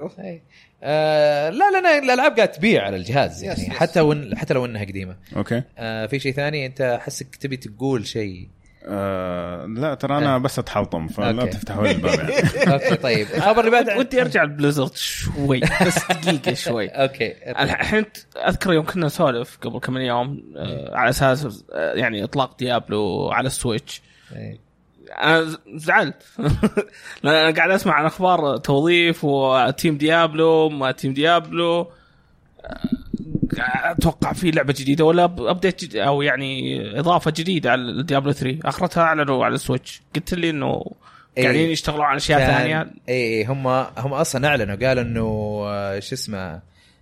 لا الألعاب قاعدة تبيع على الجهاز يعني حتى لو إنها قديمة. أوكي. في شيء ثاني أنت حسك تبي تقول شيء؟ لا ترى أنا بس أتحلطم فلا تفتحوا لي الباب يعني. أوكي طيب الخبر اللي بعد ودي أرجع البليزرد شوي بس دقيقة شوي. أوكي الحين أذكر يوم كنا نسولف قبل كم يوم على أساس يعني إطلاق ديابلو على السويتش. أنا زعلت لأن أنا قاعد أسمع عن أخبار توظيف وتيم ديابلو ما تيم ديابلو. أتوقع في لعبة جديدة ولا أبديت أو يعني إضافة جديدة على ديابلو 3. آخرتها أعلنوا على السويتش. قلت لي إنه قاعدين يشتغلوا على أشياء ثانية. هم أصلا أعلنوا قالوا إنه شو اسمه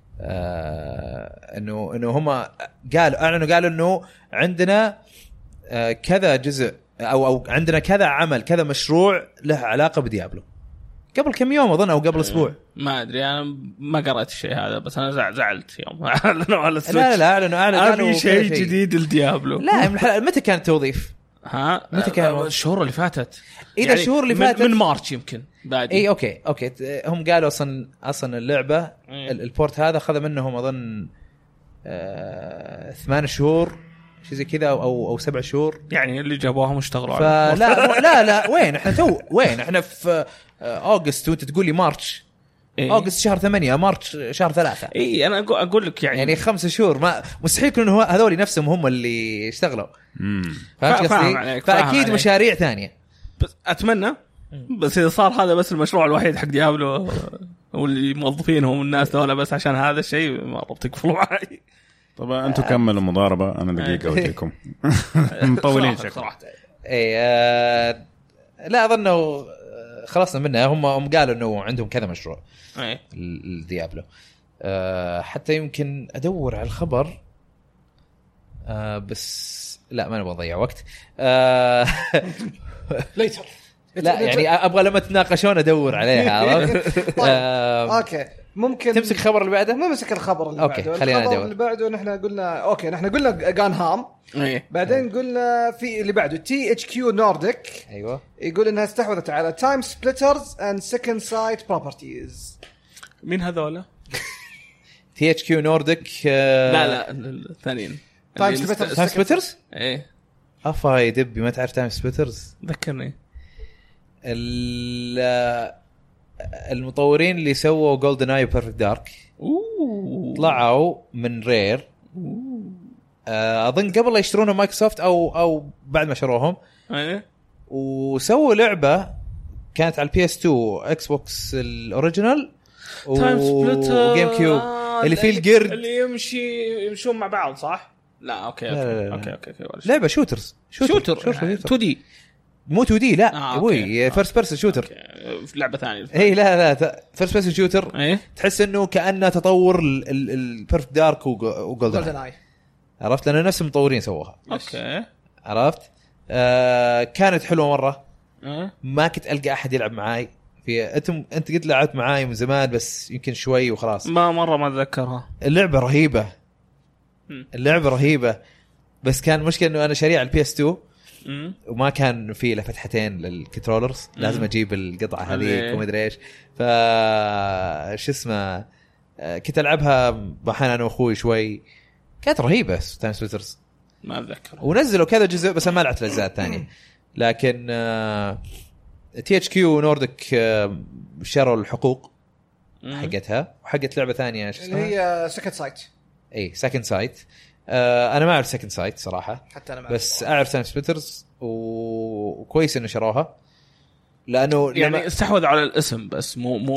إنه هم قالوا إنه عندنا كذا جزء أو عندنا كذا عمل كذا مشروع له علاقة بديابلو قبل كم يوم أظن أو قبل أسبوع. ما أدري أنا ما قرأت الشيء هذا بس أنا زعلت يوم أعلنوا على السويتش. لا في شيء جديد للديابلو. لا متى كان التوظيف؟ متى كان؟ الشهور اللي فاتت. إذا يعني الشهور اللي فاتت من مارش يمكن بعد. إيه أوكي هم قالوا أصلا اللعبة البورت هذا خذ منهم أظن 8 شهور شيء زي كذا أو 7 شهور يعني اللي جابوهم اشتغلوا عليه. لا وين احنا في أغسطس وانت تقول لي مارش. أغسطس شهر 8 مارش شهر 3. اي انا اقول لك يعني 5 شهور ما مستحيل يكونوا هذول نفسهم هم اللي اشتغلوا. فاكيد مشاريع ثانيه بس اتمنى. بس اذا صار هذا بس المشروع الوحيد حق ديابلو واللي موظفينهم الناس دول بس عشان هذا الشيء ما ربطكفلوا معي. طبعا انتم كملوا مضاربه انا دقيقه اوديكم مطولين شكرا. لا اظنه خلصنا منها. هم قالوا انه عندهم كذا مشروع الديابلو. حتى يمكن ادور على الخبر بس لا ما نبغى نضيع وقت. ليتر لا يعني ابغى لما تناقشون ادور عليها. اوكي ممكن تمسك الخبر اللي بعده. نمسك الخبر اللي أوكي. بعده. الخبر اللي بعده نحن قلنا جان هام. بعدين قلنا في اللي بعده THQ Nordic. ايوه يقول انها استحوذت على تايم سبليترز اند سكند سايت بروبرتيز. مين هذولا؟ THQ Nordic لا الثانيين تايم سبليترز. ايه افاي دبي ما تعرف تايم سبليترز. ذكرني المطورين اللي سووا جولدن اي وبيرفكت دارك طلعوا من رير اظن قبل لا يشترونهم مايكروسوفت او بعد ما شروهم. ايه وسووا لعبه كانت على البي اس 2 اكس بوكس الاوريجينال وجيم كيوب اللي فيه القرد اللي يمشون مع بعض صح؟ لا اوكي اوكي لعبه شوتر 2 دي مو 2 دي لا ابوي فيرست بيرسون شوتر لعبه ثانيه. اي لا فيرست بيرسون شوتر. ايه تحس انه كانه تطور البيرفكت دارك وجولدن اي. عرفت لأن نفس المطورين سووها. اوكي عرفت. كانت حلوه مره. ما كنت القى احد يلعب معاي في انت قد لعبت معاي من زمان بس يمكن شوي وخلاص. ما اتذكرها. اللعبه رهيبه بس كان مشكلة انه انا شاريها على البي اس 2 وما كان في له فتحتين للكنترولرز. لازم اجيب القطعه هذيك وما ادري ايش. شو اسمه كنت العبها بحنا انا واخوي شوي. كانت رهيبه تايم سبليترز ما اتذكر. ونزلوا كذا جزء بس ما لعبت الاجزاء الثانيه. لكن تي اتش كيو نوردك شروا الحقوق حقتها وحقت لعبه ثانيه اللي هي سكند سايت. اي سكند سايت. انا ما اعرف سكند سايت صراحه حتى انا ما بس اعرف تايم سبليترز وكويس انه شروها لانه يعني استحوذ على الاسم بس مو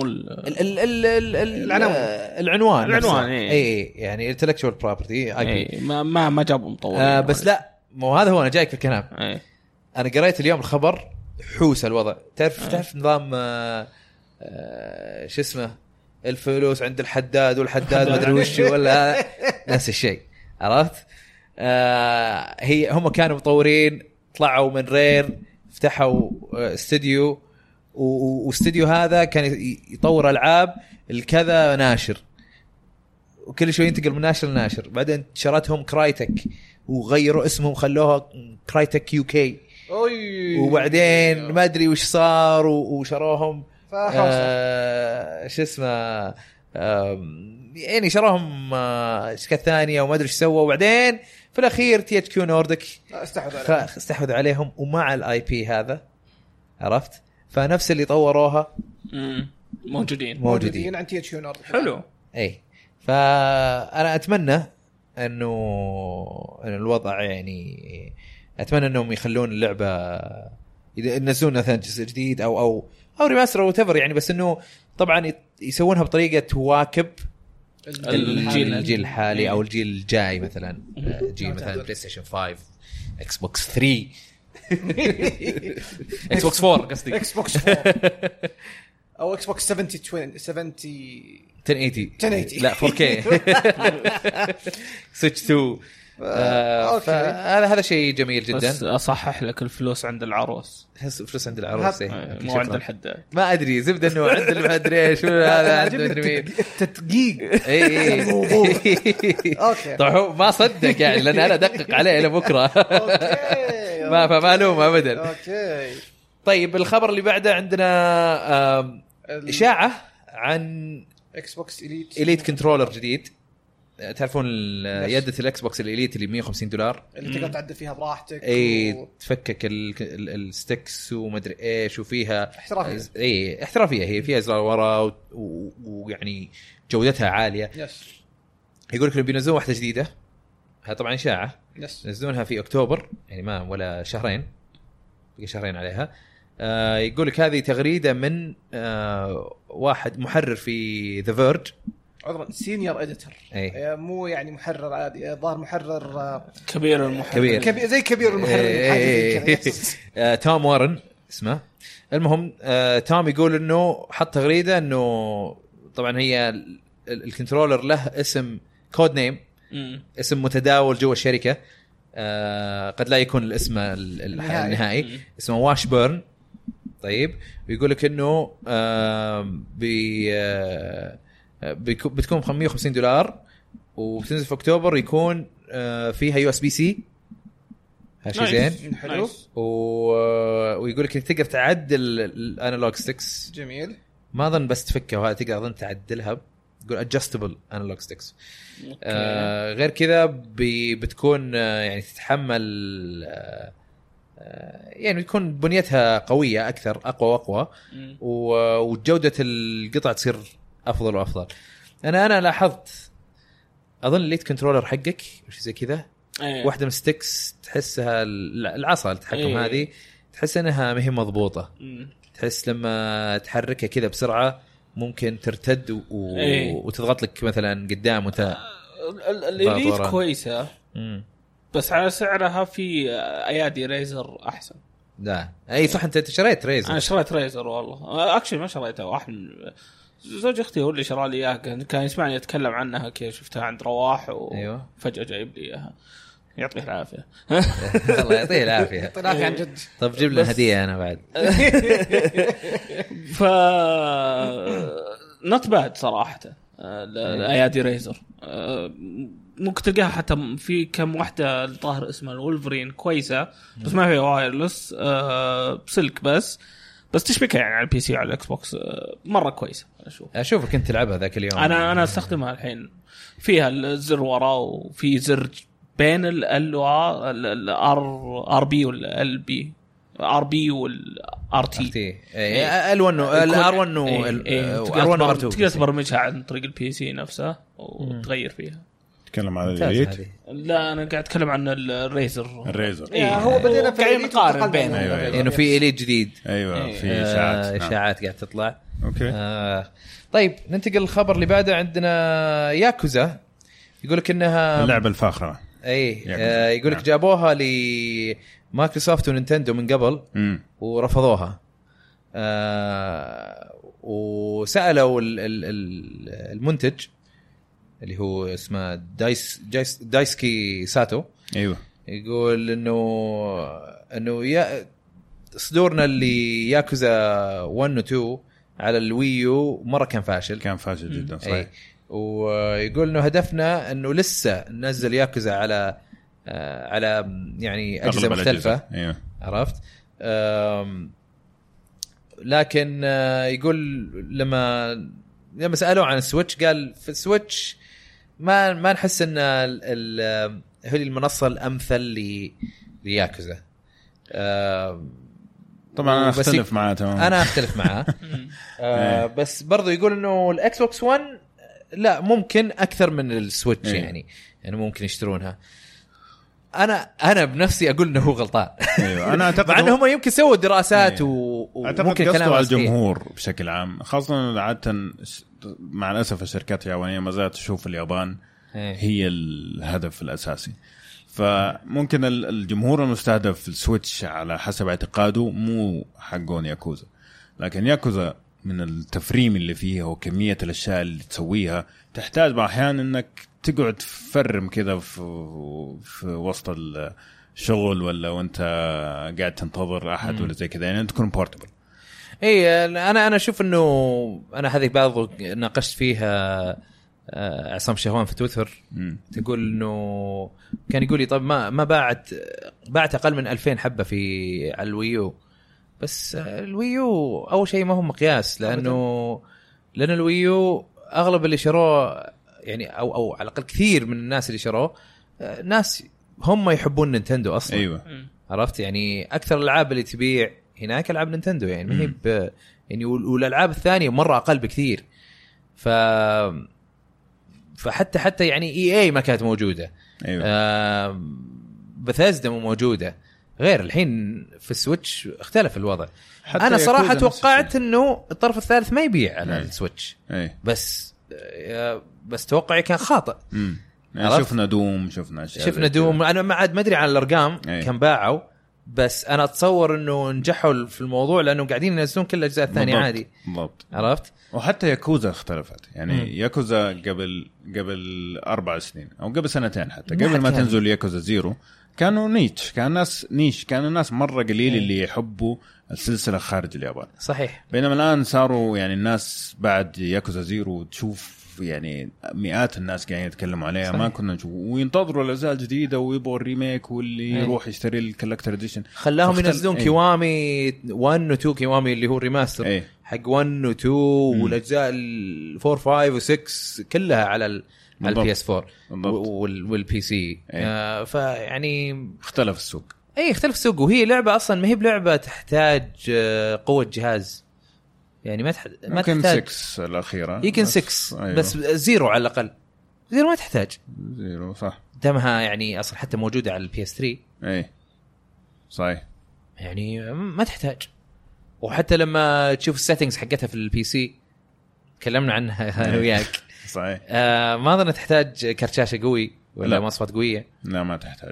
العنوان اي يعني intellectual property اي ما جابوا مطور بس لا مو هذا هو. انا جايك في الكلام. انا قريت اليوم الخبر حوس الوضع. تعرف نظام شو اسمه الفلوس عند الحداد والحداد ما ادري وش ولا نفس الشيء. عرفت. هي هم كانوا مطورين طلعوا من رير فتحوا استوديو واستوديو هذا كان يطور العاب الكذا ناشر وكل شوي ينتقل من ناشر لناشر. بعدين شرتهم كرايتك وغيروا اسمهم خلوها كرايتك يو كي. وبعدين ما ادري وش صار وشروهم شو اسمه يعني شروهم شركات ثانيه وما ادري ايش سووا. وبعدين في الاخير تي اتش كيو نوردك استحوذ عليهم ومع الاي بي هذا. عرفت. فنفس اللي طوروها موجودين عن تي اتش كيو نوردك. حلو. اي فانا اتمنى انه الوضع يعني اتمنى انهم يخلون اللعبه اذا ينزلون مثلا جزء جديد او ريماستر او تفر يعني. بس انه طبعا يسوونها بطريقه تواكب الجيل الحالي او الجيل الجاي. مثلا جيل مثلا بلاي ستيشن 5 اكس بوكس 3 اكس بوكس 4 قصدي اكس بوكس 4 او اكس بوكس 70 لا 4K سويتش 2. هذا شيء جميل جدا. بس اصحح لك الفلوس عند العروس. فلوس عند العروس مو عند الحداد. ما ادري زبده انه عند المدري ايش هذا عند مين تدقيق. اي اوكي طيب هو ما صدق يعني لان انا ادقق عليه الى بكره. اوكي ما معلوم ابدا. اوكي طيب الخبر اللي بعده عندنا اشاعه عن اكس بوكس إليت كنترولر جديد. تعرفون يدة الاكس بوكس الإليت اللي $150 اللي تقدر تعدل فيها براحتك. اي تفكك الستكس ومدري ايش وفيها احترافيه. احترافيه هي فيها ازرار ورا ويعني جودتها عاليه. يقول لك انه بينزلون واحده جديده. هذا طبعا اشاعه. ينزلونها في اكتوبر يعني ما ولا شهرين. بقى شهرين عليها. يقول لك هذه تغريده من واحد محرر في ذا فيرج. عذرا سينيور اديتور. مو يعني محرر عادي. ظاهر محرر كبير المحرر زي كبير المحرر كذا. توم وارن اسمه. المهم توم يقول انه حط تغريده انه طبعا هي الكنترولر له اسم كود نيم اسم متداول جوا الشركه. قد لا يكون الاسم النهائي. اسمه واش بيرن. طيب ويقول لك انه بتكون $150 وبتنزل في اكتوبر. يكون فيها USB-C. هالشيء زين حلو. ويقول لك تقدر تعدل الانالوج ستيكس. جميل. ما اظن بس تفكها وهذا تقدر اظن تعدلها. يقول adjustable analog sticks. غير كذا بتكون يعني تتحمل يعني تكون بنيتها قوية أكثر أقوى وأقوى وجودة القطع تصير أفضل وأفضل. أنا لاحظت أظن الليت كنترولر حقك وش زي كذا واحده من ستيكس تحسها العصا التحكم هذه تحس انها ما هي مضبوطه. تحس لما تحركها كذا بسرعه ممكن ترتد وتضغط لك مثلا قدام وانت الإليت كويسه بس على سعرها في ايادي ريزر احسن. لا اي صح انت شريت ريزر. انا شريت ريزر والله اكشن ما شريته. واحد زوج اختي هو اللي شرى لي اياها كان يسمعني اتكلم عنها كيف شفتها عند رواح وفجاه جايب لي اياها يعطيه العافيه. الله يعطيه العافيه. طلعت عن جد. طب جيب لنا هديه انا بعد. ف نوت باد صراحه الايادي ريزر. ممكن تلقاها حتى في كم واحده الظاهر اسمها الولفرين كويسه بس ما هي وايرلس بسلك بس تشبكها يعني على البي سي على الاكس بوكس مره كويسه. اشوفك انت تلعبها ذاك اليوم. انا استخدمها الحين فيها الزر ورا وفي زر بين الار بي والال بي ار بي والار تي ال1 الار 1 والار 1 تقدر تبرمجها عن طريق البي سي نفسه وتغير فيها. تكلم عن الإليت؟ لا انا قاعد اتكلم عن الريزر. هو بدينا في قاعد نقارن بين انه في إليت جديد. ايوه في اشاعات قاعد تطلع. اوكي طيب ننتقل للخبر اللي بعده. عندنا ياكوزا يقول لك انها اللعبه الفاخره. يقول لك جابوها لمايكروسوفت ونينتندو من قبل ورفضوها. وسألوا المنتج اللي هو اسمه دايسكي ساتو. ايوه يقول انه صدورنا اللي ياكوزا 1 و 2 على الويو مره كان فاشل جدا صحيح. ويقول انه هدفنا انه لسه ننزل ياكوزا على يعني اجهزه مختلفه. أيوه. عرفت. لكن يقول لما سالوه عن السويتش قال في السويتش ما نحس ان هي المنصه الامثل لياكوزا. طبعا انا اختلف معاه تمام. انا اختلف معاه. بس برضو يقول انه الاكس بوكس 1 لا ممكن اكثر من السويتش. يعني ممكن يشترونها. انا بنفسي اقول انه هو غلطان. ايوه انا اعتقد مع انهم يمكن سووا دراسات وممكن كلام على الجمهور بشكل عام خاصه عاده مع الاسف الشركات اليابانيه ما زالت تشوف اليابان هي الهدف الاساسي. فممكن الجمهور المستهدف في السويتش على حسب اعتقاده مو حقون ياكوزا. لكن ياكوزا من التفريم اللي فيها وكميه الاشياء اللي تسويها تحتاج احيانا انك تقعد تفرم كذا في وسط الشغل ولا وانت قاعد تنتظر احد ولا زي كذا يعني تكون بورتبل. انا اشوف انه انا هذه بعض ناقشت فيها عصام شهوان في تويتر. تقول انه كان يقول لي طب ما باعت اقل من 2000 حبه على الويو. بس الويو اول شيء ما هو مقياس لان الويو اغلب اللي شروه يعني او على الاقل كثير من الناس اللي شروه ناس هم يحبون نينتندو اصلا. ايوه عرفت يعني اكثر الالعاب اللي تبيع هناك العاب نينتندو يعني ما هي يعني والالعاب الثانيه مره اقل بكثير. فحتى يعني اي ما كانت موجوده. أيوة. بثيسدا مو موجوده غير الحين في السويتش اختلف الوضع. انا صراحه توقعت انه الطرف الثالث ما يبيع على السويتش. بس توقعي كان خاطئ. يعني شفنا دوم انا ما عاد ما ادري عن الارقام كم باعوا بس انا اتصور انه نجحوا في الموضوع لانه قاعدين ينزلون كل الاجزاء الثانيه عادي. بالضبط. عرفت. وحتى ياكوزا اختلفت يعني ياكوزا قبل 4 سنين او قبل 2 سنين حتى قبل ما تنزل ياكوزا زيرو كانوا نيش كان الناس مره قليل اللي يحبوا السلسله خارج اليابان. صحيح. بينما الان صاروا يعني الناس بعد ياكوزا زيرو تشوف يعني مئات الناس قاعدين يتكلموا عليها. صحيح. ما كنا نشوف وينتظروا الاجزاء الجديده ويبغوا الريميك واللي يروح يشتري الكولكتر اديشن. خلاهم ينزلون كيوامي 1 و 2 كيوامي اللي هو ريماستر حق 1 و 2 والاجزاء 4 5 و 6 كلها على البي اس 4 والبي سي. فيعني اختلف السوق. اختلف السوق. وهي لعبه اصلا ما هي بلعبه تحتاج قوه جهاز يعني ما تحتاج 6 الاخيره يمكن 6 بس زيرو على الاقل زيرو ما تحتاج زيرو صح دمها يعني اصلا حتى موجوده على البي اس 3 اي صحيح يعني ما تحتاج. وحتى لما تشوف السيتنجز حقتها في البي سي تكلمنا عنها انا وياك صحيح ما اظن تحتاج كرت شاشه قوي ولا لا. مواصفات قويه لا ما تحتاج.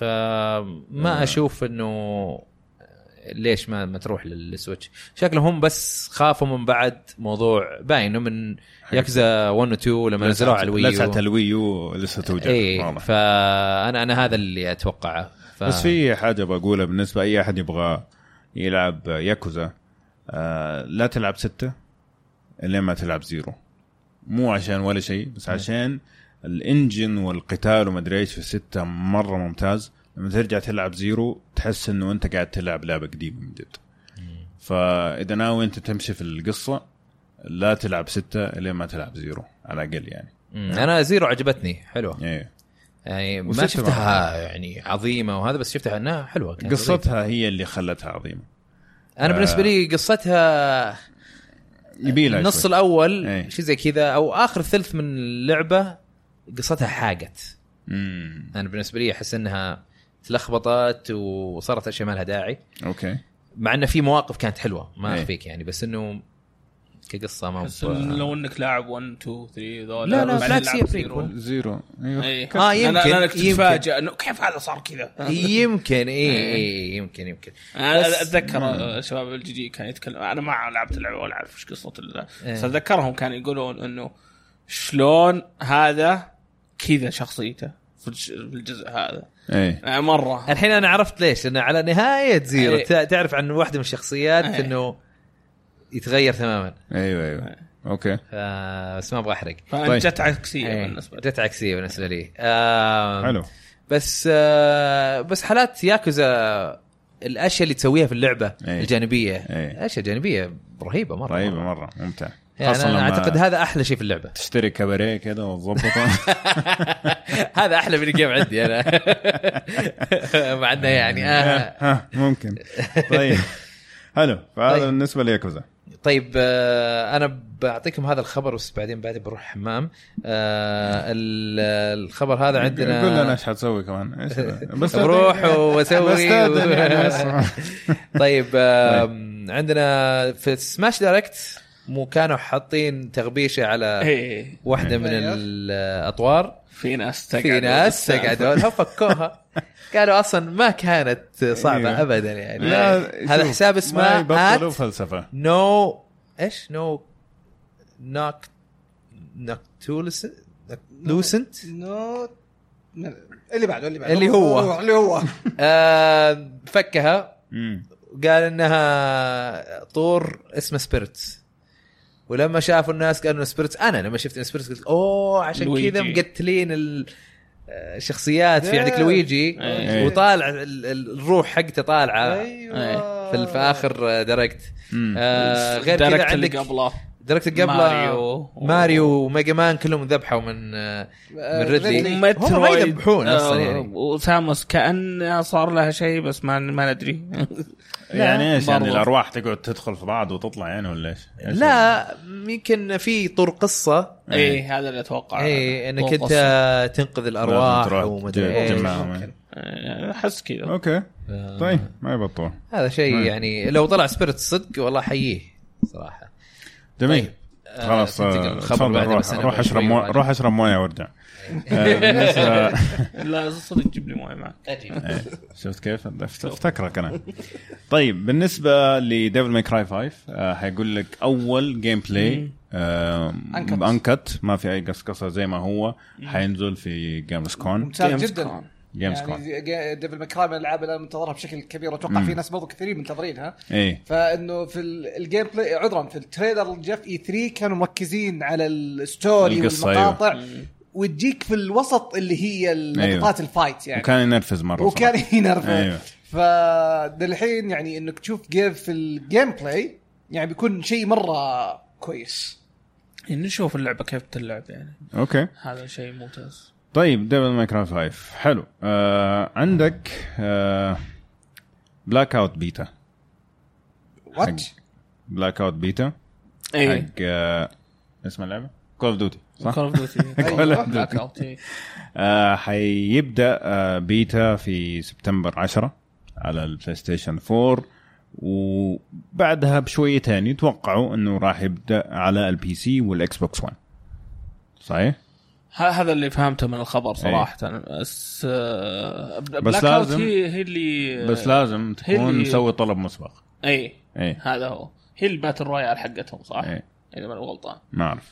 فما اشوف انه ليش ما تروح للسويتش. شكلهم هم بس خافوا من بعد موضوع باينه من ياكوزا 1 و 2 لما نزلوه على الويو لسه الويو لسه توجد ايه فانا هذا اللي اتوقعه بس في حاجه بقولها بالنسبه اي احد يبغى يلعب ياكوزا لا تلعب 6 الا ما تلعب 0 مو عشان ولا شيء بس عشان الانجن والقتال وما ادري ايش في 6 مره ممتاز. لما ترجع تلعب 0 تحس انه انت قاعد تلعب لعبه قديمه من جد. فاذا ناوي انت تمشي في القصه لا تلعب 6 الا ما تلعب 0 على الاقل يعني. انا 0 عجبتني حلوه ايه. يعني ما شفتها يعني عظيمه وهذا بس شفتها انها حلوه قصتها هي اللي خلتها عظيمه. انا بالنسبه لي قصتها يبيلها النص شوي. الاول شيء زي كذا او اخر ثلث من اللعبه قصتها حاجت. انا بالنسبه لي احس انها تلخبطت وصارت اشياء ما لها داعي. اوكي مع انه في مواقف كانت حلوه ما اخفيك يعني بس انه كقصه ما لو انك لاعب 1 2 3 ذول لا بالعكس هي 0 ايوه يمكن انا كنت يتفاجئ انه كيف هذا صار كذا. يمكن يمكن انا اتذكر الشباب الجي كان يتكلم انا ما لعبت اللعبه ولا اعرف ايش قصه بس اتذكرهم كانوا يقولون انه شلون هذا كذا شخصيته في الجزء هذا مره. الحين انا عرفت ليش لانه على نهايه 0 تعرف عن واحده من الشخصيات انه يتغير تماما. ايوه اوكي بس ما ابغى احرق. جت عكسيه بالنسبه جت عكسيه بالنسبه لي. حلو بس حالات ياكوزا الاشياء اللي تسويها في اللعبه الجانبيه اشياء جانبيه رهيبه مره ممتع. يعني انا اعتقد هذا احلى شيء في اللعبه. تشتري كباريه كده وتظبطه. هذا احلى من الجيم عندي انا. مع انه يعني ممكن. طيب حلو فهذا بالنسبه لياكوزا. طيب انا بعطيكم هذا الخبر بس بعدين بروح الحمام. الخبر هذا عندنا قول لنا ايش حتسوي كمان بس بروح واسوي طيب عندنا في سماش دايركت مو كانوا حاطين تغبيشه على واحده من الاطوار. في ناس تقعدوا فكوها قالوا اصلا ما كانت صعبه ابدا يعني. هذا حساب اسمه بطلوا فلسفه ايش لوسنت اللي هو فكها قال انها طور اسمه سبيرتس. ولما شافوا الناس قالوا سبيرتس انا لما شفت سبيرتس قلت عشان كذا مقتلين الشخصيات في عندك لويجي وطالع الروح حقته طالعه في الاخر دايركت. غير كذا عندك دايركت قبله ماريو وميجا مان كلهم ذبحوا من ريدلي. هم ما يذبحون اصلا يعني. وساموس كأن صار لها شيء بس ما ندري. يعني ايش يعني الارواح تقعد تدخل في بعض وتطلع يعني ولا ايش؟ لا يمكن في طور قصه هذا اللي اتوقع انك انت تنقذ الارواح ومدري احس كذا. اوكي طيب ما يبطل هذا شيء يعني لو طلع سبيرت صدق والله حييه صراحه. جميل خلاص روح اشرب مويه وارجع. لا صدق جيب لي مويه معك. شفت كيف افتكرك انا. طيب بالنسبه لديفل ماي كراي 5 هيقول لك اول جيم بلاي انكت ما في اي قصه زي ما هو حينزل في جيمز كون. ممتاز جدا يعني ديفل ماكراي من الالعاب اللي منتظرها بشكل كبير واتوقع في ناس برضو كثيرين منتظرينها. فانه في الجيم بلاي عذرا في التريلر جاف اي 3 كانوا مركزين على الستوري والمقاطع وتجيك في الوسط اللي هي لقطات الفايت يعني وكان ينرفز مره وكان ينرفز. فالحين يعني انك تشوف جيف في الجيم بلاي يعني بيكون شيء مره كويس. نشوف اللعبه كيف تلعب يعني. اوكي هذا شيء ممتاز. طيب ديفل ماي كراي 5 حلو. عندك بلاك اوت بيتا. وات بلاك اوت بيتا حق اسم اللعبه كول اوف ديوتي صح؟ كول اوف ديوتي حيبدا بيتا في سبتمبر 10 على البلاي ستيشن 4، وبعدها بشويه تاني يتوقعوا انه راح يبدا على البي سي والاكس بوكس 1. صحيح، هذا اللي فهمته من الخبر صراحه. بس لازم هي اللي بس لازم تكون مسوي طلب مسبق. اي هذا هو، هي الباتل رويال حقتهم صح؟ اذا ما غلطان ما اعرف.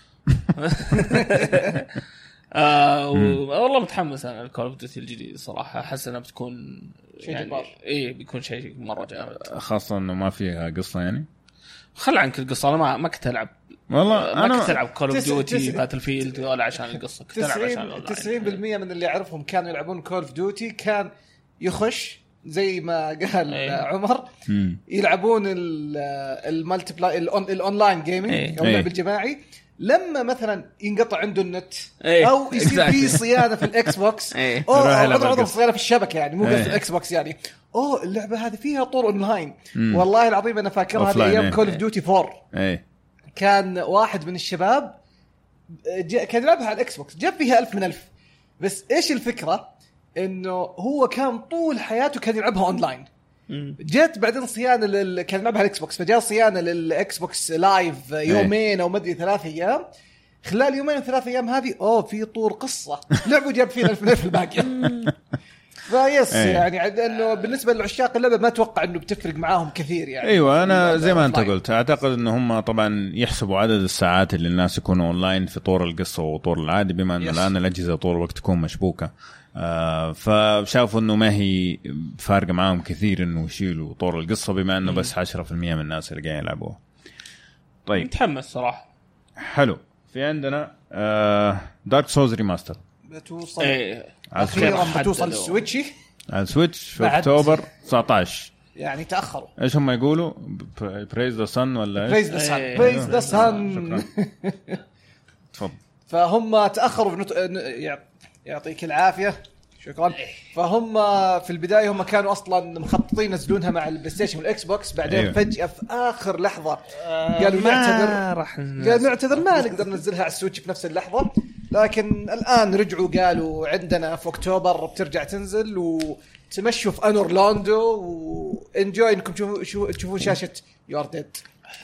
والله متحمس انا الكول اوف ديوتي الجديد صراحه، احس انها بتكون شيء جبار. بيكون شيء مره جامد، خاصه انه ما فيها قصه يعني. خل عنك القصه، انا ما كنت العب والله ما كنت العب كول اوف ديوتي باتل فيلد ولا عشان القصه، كنت العب عشان 90% من اللي اعرفهم كانوا يلعبون كول اوف ديوتي كان يخش زي ما قال عمر يلعبون المالتي بلاي الاونلاين جيمنج او اللعب الجماعي. لما مثلا ينقطع عنده النت او يصير في صيانه في الاكس بوكس او صيانه في الشبكه، يعني مو بس الاكس بوكس، يعني اللعبه هذه فيها طور اونلاين. والله العظيم انا فاكرها هذه ايام كول اوف ديوتي 4. كان واحد من الشباب كان يلعبها على الاكس بوكس، جاب فيها 1000 من 1000. بس ايش الفكره؟ انه هو كان طول حياته كان يلعبها اونلاين. جت بعدين صيانه كان يلعبها على الاكس بوكس، فجاء صيانه للاكس بوكس لايف يومين او مدري 3 ايام. خلال يومين و3 ايام هذه في طور قصه لعبوا جاب فينا 1000 في الباقي. فيس يعني انه بالنسبه للعشاق اللعبه ما اتوقع انه بتفرق معاهم كثير يعني. ايوه انا زي ما انت قلت اعتقد ان هم طبعا يحسبوا عدد الساعات اللي الناس يكونوا اونلاين في طور القصه وطور العادي، بما ان الان الاجهزه طول الوقت تكون مشبوكه. فشافوا انه ما هي فارقه معاهم كثير انه يشيلوا طور القصه، بما انه بس 10% من الناس اللي قاعدين يلعبوها. طيب متحمس صراحه. حلو. في عندنا دارك سولز ريماستر بتوصل اخيرا بتوصل السويتشي على السويتش في اكتوبر 19. يعني تاخروا. ايش هم يقولوا؟ بريز ذا سن ولا بريز ذا سن؟ بريز ذا سن. تفضل. فهم تاخروا يعطيك العافيه، شكرا. فهم في البدايه هم كانوا اصلا مخططين ينزلونها مع البلاي ستيشن والاكس بوكس، بعدين فجاه في اخر لحظه قالوا نعتذر ما نقدر ننزلها على السويتش في نفس اللحظه. لكن الان رجعوا قالوا عندنا في اكتوبر بترجع تنزل، وتمشوا في اورلاندو وانجوي انكم تشوفون شاشه يور ديد.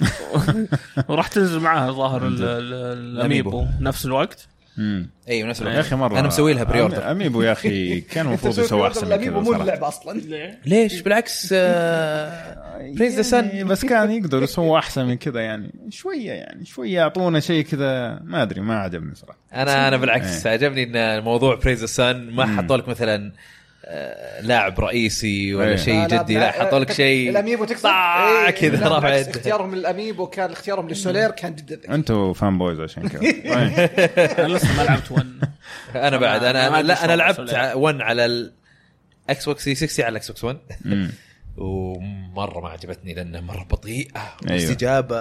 وراح تنزل معاها ظاهر الاميبو نفس الوقت. ايوه نفس يا اخي مره انا مسوي لها بري اوردر. اميبو يا اخي كان المفروض يسوي احسن من كذا. مو اللعبه اصلا. ليش بالعكس بريز ذا سن بس كان يقدر يسوي احسن من كذا يعني شويه يعطونا شيء كذا ما ادري ما عجبني صراحه. انا بالعكس عجبني ان الموضوع بريز ذا سن ما حطوا لك مثلا لاعب رئيسي ولا شيء جدي، لا حطوا لك شيء الاميبو تكسر كذا رافع. اختيارهم للاميبو كان اختيارهم للسولير كان جدا ذكي. انتوا فان بويز عشان كذا. انا لسه ما لعبت 1. انا بعد انا لعبت 1 على الاكس بوكس 360 على الاكس بوكس 1 ومره ما عجبتني لانها مره بطيئه واستجابه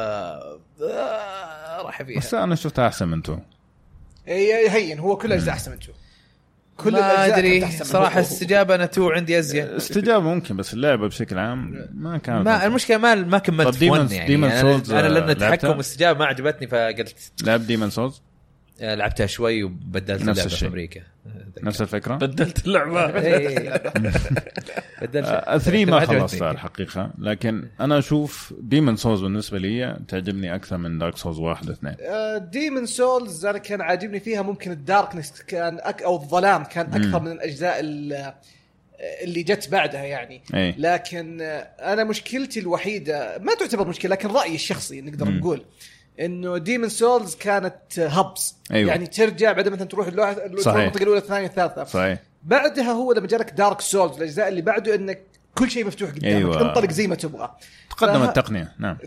راح فيها. بس انا شفتها احسن من 2. هين هو كل اجزاء احسن من 2. كل ما ادري صراحه الاستجابه انا 2 عندي ازيد. استجابه ممكن بس اللعبه بشكل عام ما كان. ما المشكله ما كملت 1 يعني. انا لان التحكم والاستجابه ما عجبتني فقلت لعب ديمون سولز. لعبتها شوي وبدلت اللعبه في امريكا. نفس الفكره بدلت اللعبه. بدلت 3 ما خلصتها الحقيقه، لكن انا اشوف ديمون سولز بالنسبه لي تعجبني اكثر من دارك سولز 1 و 2. ديمون سولز انا كان عاجبني فيها ممكن الداركنس كان او الظلام كان اكثر من الاجزاء اللي جت بعدها يعني. لكن انا مشكلتي الوحيده ما تعتبر مشكله، لكن رايي الشخصي نقدر نقول انه ديمون سولز كانت هبز. يعني ترجع بعد ما تروح المنطقه الاولى الثانيه الثالثه صحيح. بعدها هو لما جالك دارك سولز الاجزاء اللي بعده انك كل شيء مفتوح قدامك تنطلق زي ما تبغى. تقدم التقنيه. نعم.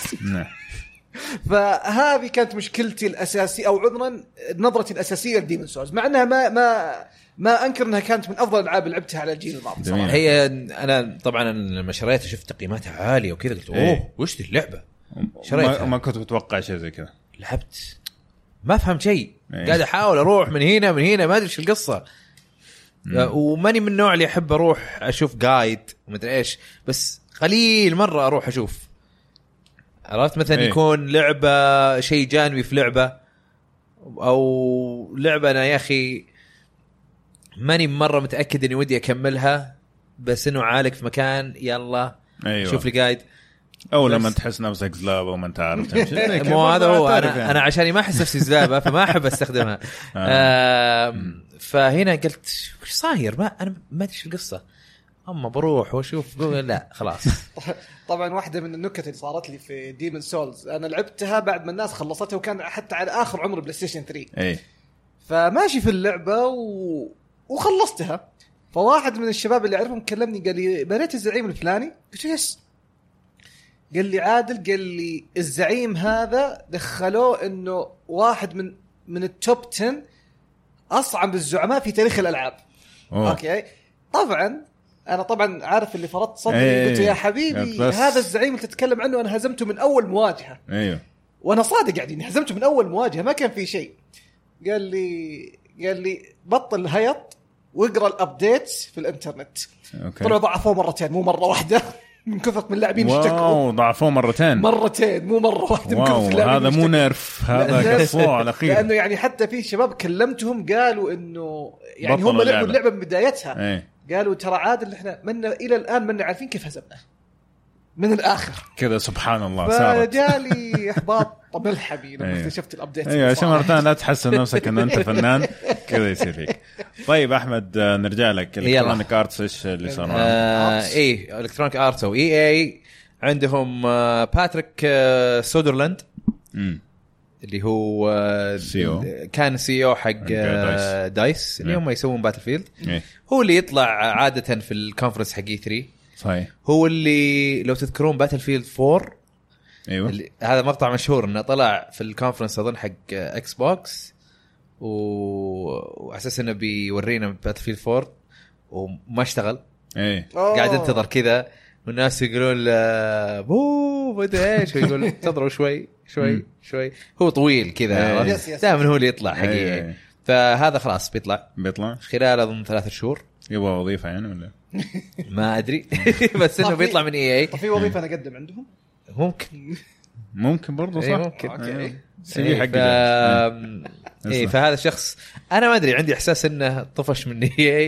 فهذه كانت مشكلتي الاساسيه او عذرا نظرتي الاساسيه لديمون سولز، مع انها ما انكر انها كانت من افضل الالعاب اللي لعبتها على الجيل الماضي. هي انا طبعا لما شريتها شفت تقييماتها عاليه وكذا قلت وش دي اللعبه. ما كنت متوقع شيء زي كذا. لعبت ما فهمت شيء. قاعد احاول اروح من هنا ما ادري ايش القصه. وماني من النوع اللي احب اروح اشوف جايد ومدري ايش، بس قليل مره اروح اشوف. عرفت مثلا يكون لعبه شيء جانبي في لعبه او لعبه انا يا اخي ماني مره متاكد اني ودي اكملها، بس انه عالق في مكان يلا أيوة. شوف لي جايد، او لما تحس نفسك زلابه وما انت عارف تمشي. مو هذا هو. انا عشان ما احس نفسي زلابه فما احب استخدمها. فهنا قلت وش صاير؟ انا ما ادري ايش القصه، اما بروح واشوف لا خلاص. طبعا واحده من النكت اللي صارت لي في ديمون سولز، انا لعبتها بعد ما الناس خلصتها وكان حتى على اخر عمر بلاي ستيشن 3. اي فماشي في اللعبه وخلصتها. فواحد من الشباب اللي اعرفهم كلمني قال لي بنيت الزعيم الفلاني؟ قلت له يس. قال لي عادل، قال لي الزعيم هذا دخلوه انه واحد من التوب 10 اصعب الزعماء في تاريخ الالعاب. اوكي طبعا انا طبعا عارف اللي فرضت صدري، قلت يا حبيبي هذا الزعيم اللي تتكلم عنه انا هزمته من اول مواجهه. ايوه وانا صادق يعني هزمته من اول مواجهه ما كان في شيء. قال لي بطل هيط واقرا الابديتس في الانترنت. طلعوا ضعفوه مرتين مو مره واحده من كثرة من اللاعبين اشتكوا. واو ضعفوه مرتين مو مرة واحدة. من كثرة اللاعبين هذا مو نيرف، هذا قصوه على خير. لأنه يعني حتى في شباب كلمتهم قالوا إنه يعني هم لعبوا اللعبة من بدايتها. قالوا ترى عادل احنا من إلى الآن من عارفين كيف هزمنا من الآخر كذا. سبحان الله فجالي إحباط ملحبي لما اكتشفت الأبديت. أيوة عشان مرتين لا تحسن نفسك إنه أنت فنان كذا يصير فيك. طيب أحمد نرجع لك إلكترونيك آرتس إيش اللي صار؟ إيه إلكترونيك آرتس أو EA عندهم باتريك سودرلاند اللي هو كان CEO حق دايس اللي هم يسوون باتلفيلد. هو اللي يطلع عادة في الكونفرنس حق E3. صحيح. هو اللي لو تذكرون باتلفيلد 4 ايوه هذا مقطع مشهور انه طلع في الكونفرنس اظن حق اكس بوكس واساس انه بيورينا باتلفيلد 4 وما اشتغل. ايه قاعد انتظر كذا والناس يقولون بو بدا ايش يقول انتظروا شوي هو طويل كذا دائما هو اللي يطلع حقيقي. فهذا خلاص بيطلع خلال اظن 3 شهور. يبغى وظيفه يعني ولا ما ادري بس انه بيطلع من EA. في وظيفه انا اقدم عندهم ممكن برضه صح. اوكي سي حق ايه فهذا الشخص انا ما ادري عندي احساس انه طفش من EA.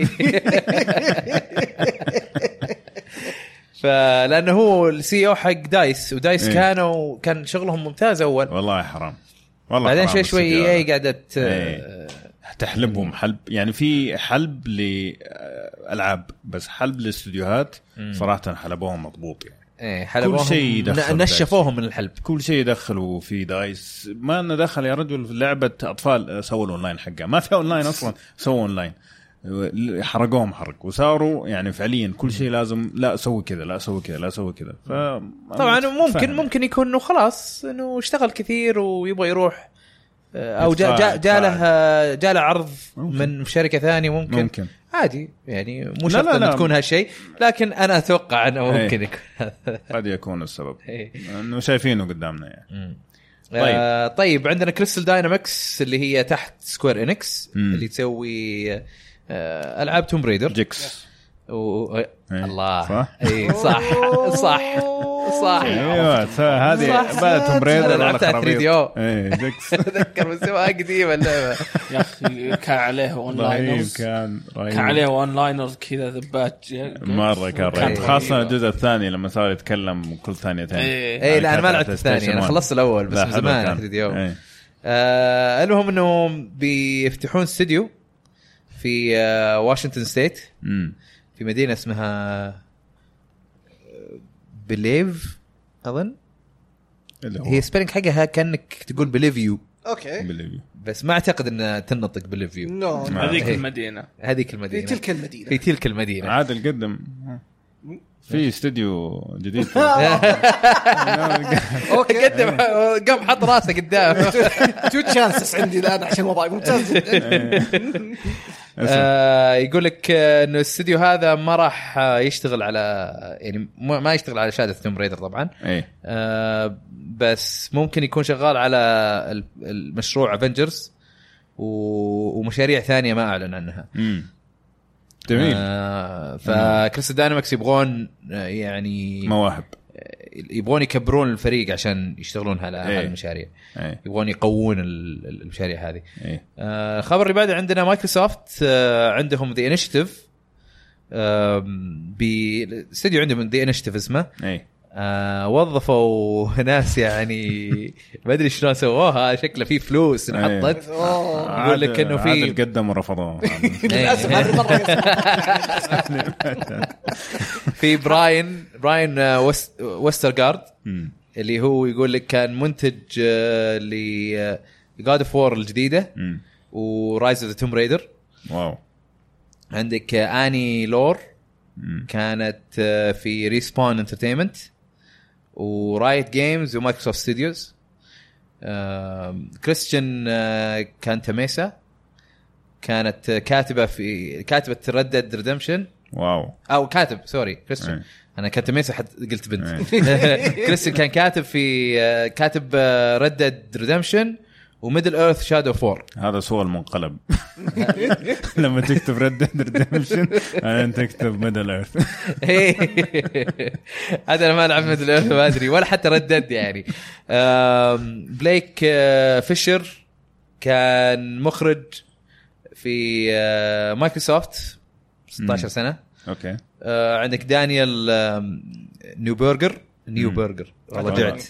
فلانه هو الCEO حق دايس ودايس كان شغلهم ممتاز اول والله حرام والله. بعدين شوي EA قعدت تحلبهم حلب يعني في حلب لألعاب بس حلب للاستوديوهات صراحة حلبوهم مضبوط يعني. حلبوهم كل شيء نشفوهم من الحلب كل شيء يدخلوا في دايس. ما أنه دخل يا رجل في لعبة أطفال سووا الأونلاين حقها ما في أونلاين أصلا سووا أونلاين حرقوهم حرق وصاروا يعني فعليا كل شيء لازم لا أسوي كذا لا أسوي كذا لا أسوي كذا. طبعا ممكن يكون إنه خلاص إنه اشتغل كثير ويبغى يروح او جاء له عرض من شركه ثانيه ممكن عادي يعني مو شرط ان تكون هالشيء لكن انا اتوقع انه ممكن يكون قد يكون السبب انه شايفينه قدامنا يعني. طيب عندنا كريستال داينامكس اللي هي تحت سكوير إنكس اللي تسوي العاب توم بريدر جيكس الله اي صح ايوه هذه بقى توم بريدر ولا خرابيط. اي جيكس اتذكر مسواه قديمه اللعبه يا اخي كان عليه اونلاين كان عليه اونلاينر كذا ذبات مره كان خاصه الجزء الثاني لما صار يتكلم كل ثانيه اي لا انا ما لعبت الثاني انا خلصت الاول بس من زمان 3 المهم انه بيفتحون استوديو في واشنطن ستيت في مدينه اسمها بليف اظن هي سبيلنج حقها كانك تقول بليفيو. اوكي بليفيو بس ما اعتقد ان تنطق بليفيو. هذيك المدينه في تلك المدينه عادل قدم في استوديو جديد. اوكي قدم قام حط راسه قدام. تو تشانسز عندي الان عشان وضعي ممتاز جدا. يقول لك انه الاستوديو هذا ما راح يشتغل على يعني ما يشتغل على شهاده توم رايدر طبعا بس ممكن يكون شغال على المشروع افنجرز ومشاريع ثانيه ما اعلن عنها. جميل. فكريستال داينامكس يبغون يعني مواهب يبغون يكبرون الفريق عشان يشتغلون على هالمشاريع. يبغون يقوون المشاريع هذه. الخبر اللي بعده عندنا مايكروسوفت عندهم The Initiative باستديو عندهم The Initiative اسمه. وظفوا ناس يعني ما ادري شلون سووها شكله فيه فلوس انحطت يقول لك انه في قدم ورفضوا للاسف هذه المره في براين ويسترغارد اللي هو يقول لك كان منتج ل God of War الجديده ورايز اوف ذا توم ريدر. واو. عندك اني لور كانت في ريسبون انترتينمنت ورايت جيمز ومايكروسوفت ستوديوز. كريستيان كانتاميسا كانت كاتبة ريد ريدمشن. واو. او كاتب سوري كريستيان انا كانتاميسا قلت بنت. كريستيان كان كاتب ريد ريدمشن وميدل ايرث شادو 4. هذا سوى المنقلب لما تكتب ريد ريدمشن انت تكتب ميدل ايرث. هذا انا ما العب ميدل ايرث ما ادري ولا حتى ردد يعني. بليك فيشر كان مخرج في مايكروسوفت 16 سنه. اوكي. عندك دانيال نيوبرجر والله جعت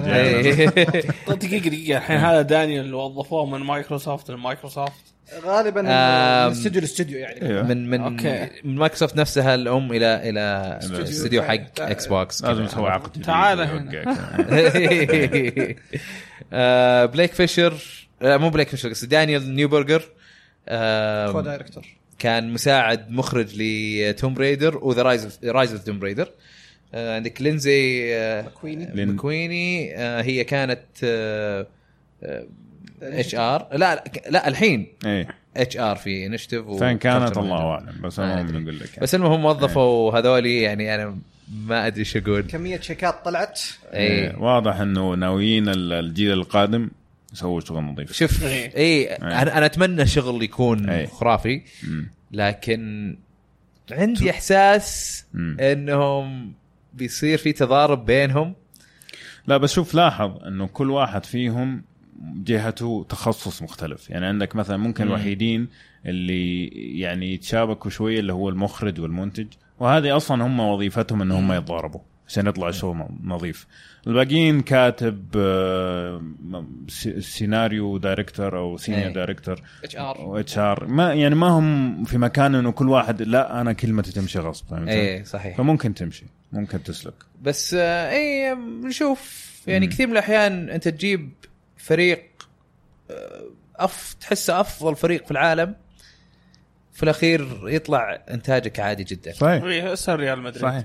دقيقة الحين هذا دانيال اللي وظفوه من مايكروسوفت لمايكروسوفت غالبا من استوديو لاستوديو يعني من مايكروسوفت نفسها الام الى استوديو حق اكس بوكس. لازم نسوي عقد تعال هنا. بليك فيشر مو بليك فيشر دانيال نيوبرجر كو دايركتور كان مساعد مخرج لتوم ريدر وذا رايز اوف توم ريدر. عندك لينزي مكويني هي كانت اتش ار لا الحين اتش ار في انشتيف فين كانت الله اعلم بس انا بنقول لك بس المهم وظفوا هذولي يعني انا ما ادري شو اقول كميه شيكات طلعت. واضح انه ناويين الجيل القادم يسووا شغل نظيف. شوف انا اتمنى شغل يكون خرافي لكن عندي احساس انهم بيصير في تضارب بينهم. لا بس شوف لاحظ انه كل واحد فيهم جهته تخصص مختلف. يعني عندك مثلا ممكن الوحيدين اللي يعني يتشابكوا شوية اللي هو المخرج والمنتج وهذه اصلا هم وظيفتهم ان هم يتضاربوا عشان يطلع شو نظيف. الباقيين كاتب سيناريو دايركتور او سينيور دايركتور اتش ار ما يعني ما هم في مكان انه كل واحد لا انا كلمتي تمشي غصب. صحيح. فممكن تمشي ممكن تسلك بس نشوف يعني كثير من الاحيان انت تجيب فريق تحسه افضل فريق في العالم في الاخير يطلع انتاجك عادي جدا. صحيح. اسهل ريال مدريد. صحيح.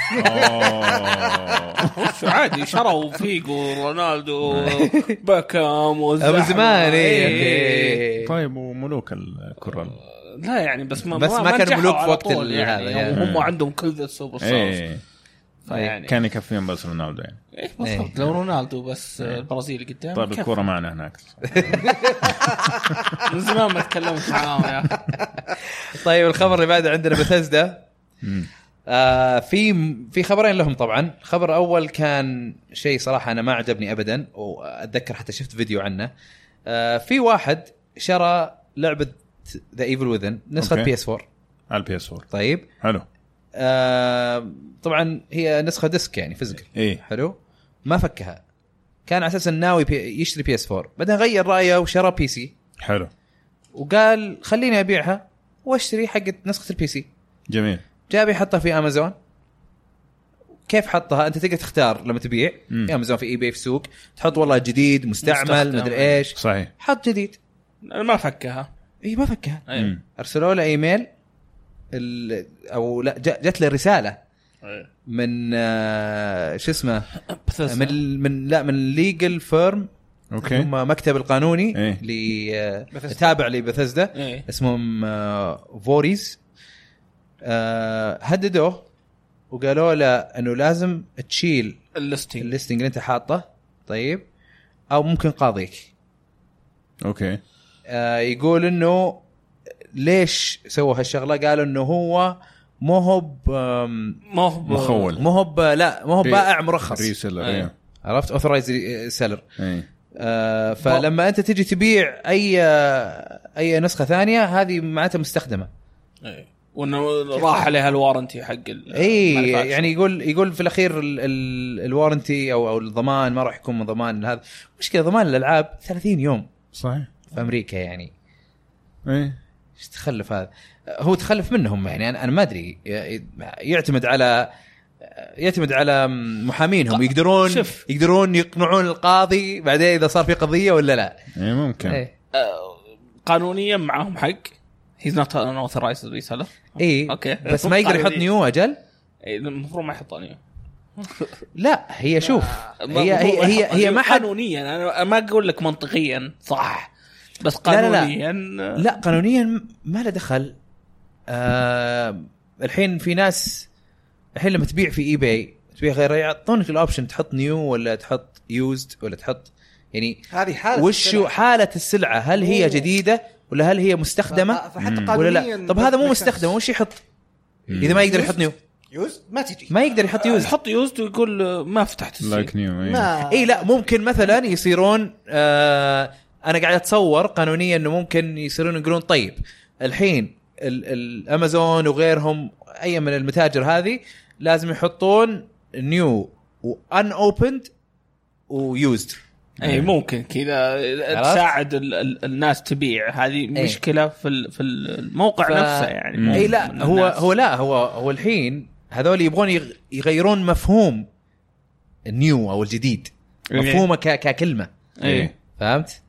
شو عادي شروا فيجو رونالدو باكام من زمان. طيب وملوك الكرة لا يعني بس ما كانوا ملوك في وقت يعني هذا هم عندهم كل ذا السوبر ستارز يعني كان يكفيهم بس رونالدو يعني بالضبط. لو رونالدو بس البرازيلي قدام. طيب الكرة معنا هناك من زمان ما تكلمت معاهم يا أخي. طيب الخبر اللي بعده عندنا بثزدا. في خبرين لهم طبعا. خبر اول كان شيء صراحه انا ما عجبني ابدا واتذكر حتى شفت فيديو عنه. في واحد شرى لعبه ذا ايفل وذن نسخه بي اس 4 على البي اس 4. طيب حلو. طبعا هي نسخه ديسك يعني فيزيكال. حلو. ما فكها كان على اساس ناوي يشتري بي اس 4 بعدين غير رايه وشرى بي سي. حلو. وقال خليني ابيعها واشتري حق نسخه البي سي. جميل. جابي حطها في امازون. كيف حطها انت تقدر تختار لما تبيع في امازون في اي باي في سوق تحط والله جديد مستعمل مدري ايش. صحيح. حط جديد ما فكها. ما فكها. ارسلوا له ايميل او لا جت له رساله من شو اسمه من ليجل فيرم. هم مكتب القانوني اللي تابع لبثزدا اسمهم فوريز. هددوه وقالوا له انه لازم تشيل الليستنج اللي انت حاطه. طيب او ممكن قاضيك. يقول انه ليش سووا هالشغله. قالوا انه هو مو هو مخول، مو هو لا مو هو بائع مرخص ريسيلر. عرفت اوثرايز سيلر. ايه فلما انت تجي تبيع اي نسخه ثانيه هذه معناتها مستخدمه. وانه راح عليها الوارنتي حق يعني يقول في الاخير الوارنتي او الضمان ما راح يكون من ضمان هذا. مشكله ضمان الالعاب 30 يوم صحيح في امريكا يعني. ايه ايش تخلف هذا؟ هو تخلف منهم يعني. انا ما ادري، يعتمد على محامينهم يقدرون يقنعون القاضي بعدين اذا صار في قضيه ولا لا. ايه ممكن. إيه. قانونيا معهم حق. he's not an authorized reseller. ايه اوكي بس ما يقدر يحط نيو اجل. المفروض ما يحط نيو. لا هي شوف هي ما قانونيا انا ما اقول لك منطقيا صح بس قانونيا لا قانونيا ما له دخل. الحين في ناس الحين لما تبيع في اي باي تبيع غير يعطونك الاوبشن تحط نيو ولا تحط يوزد ولا تحط يعني هذه حالة وشو حالة السلعة، هل هي جديدة ولا هل هي مستخدمة ولا لا. طب هذا مو مستخدم وش يحط إذا ما يقدر يحط نيو يوز ما تجي ما يقدر يحط يوز. يحط يوز ويقول ما فتحت لايك نيو. اي لا ممكن مثلا يصيرون انا قاعد اتصور قانونيا انه ممكن يصيرون يقولون طيب الحين الامازون وغيرهم اي من المتاجر هذه لازم يحطون نيو وان اوبند ويوزد. اي ممكن كذا تساعد الناس تبيع. هذه مشكله في الموقع نفسه يعني. اي لا هو الحين هذول يبغون يغيرون مفهوم النيو او الجديد مفهومه ككلمه. اي فهمت.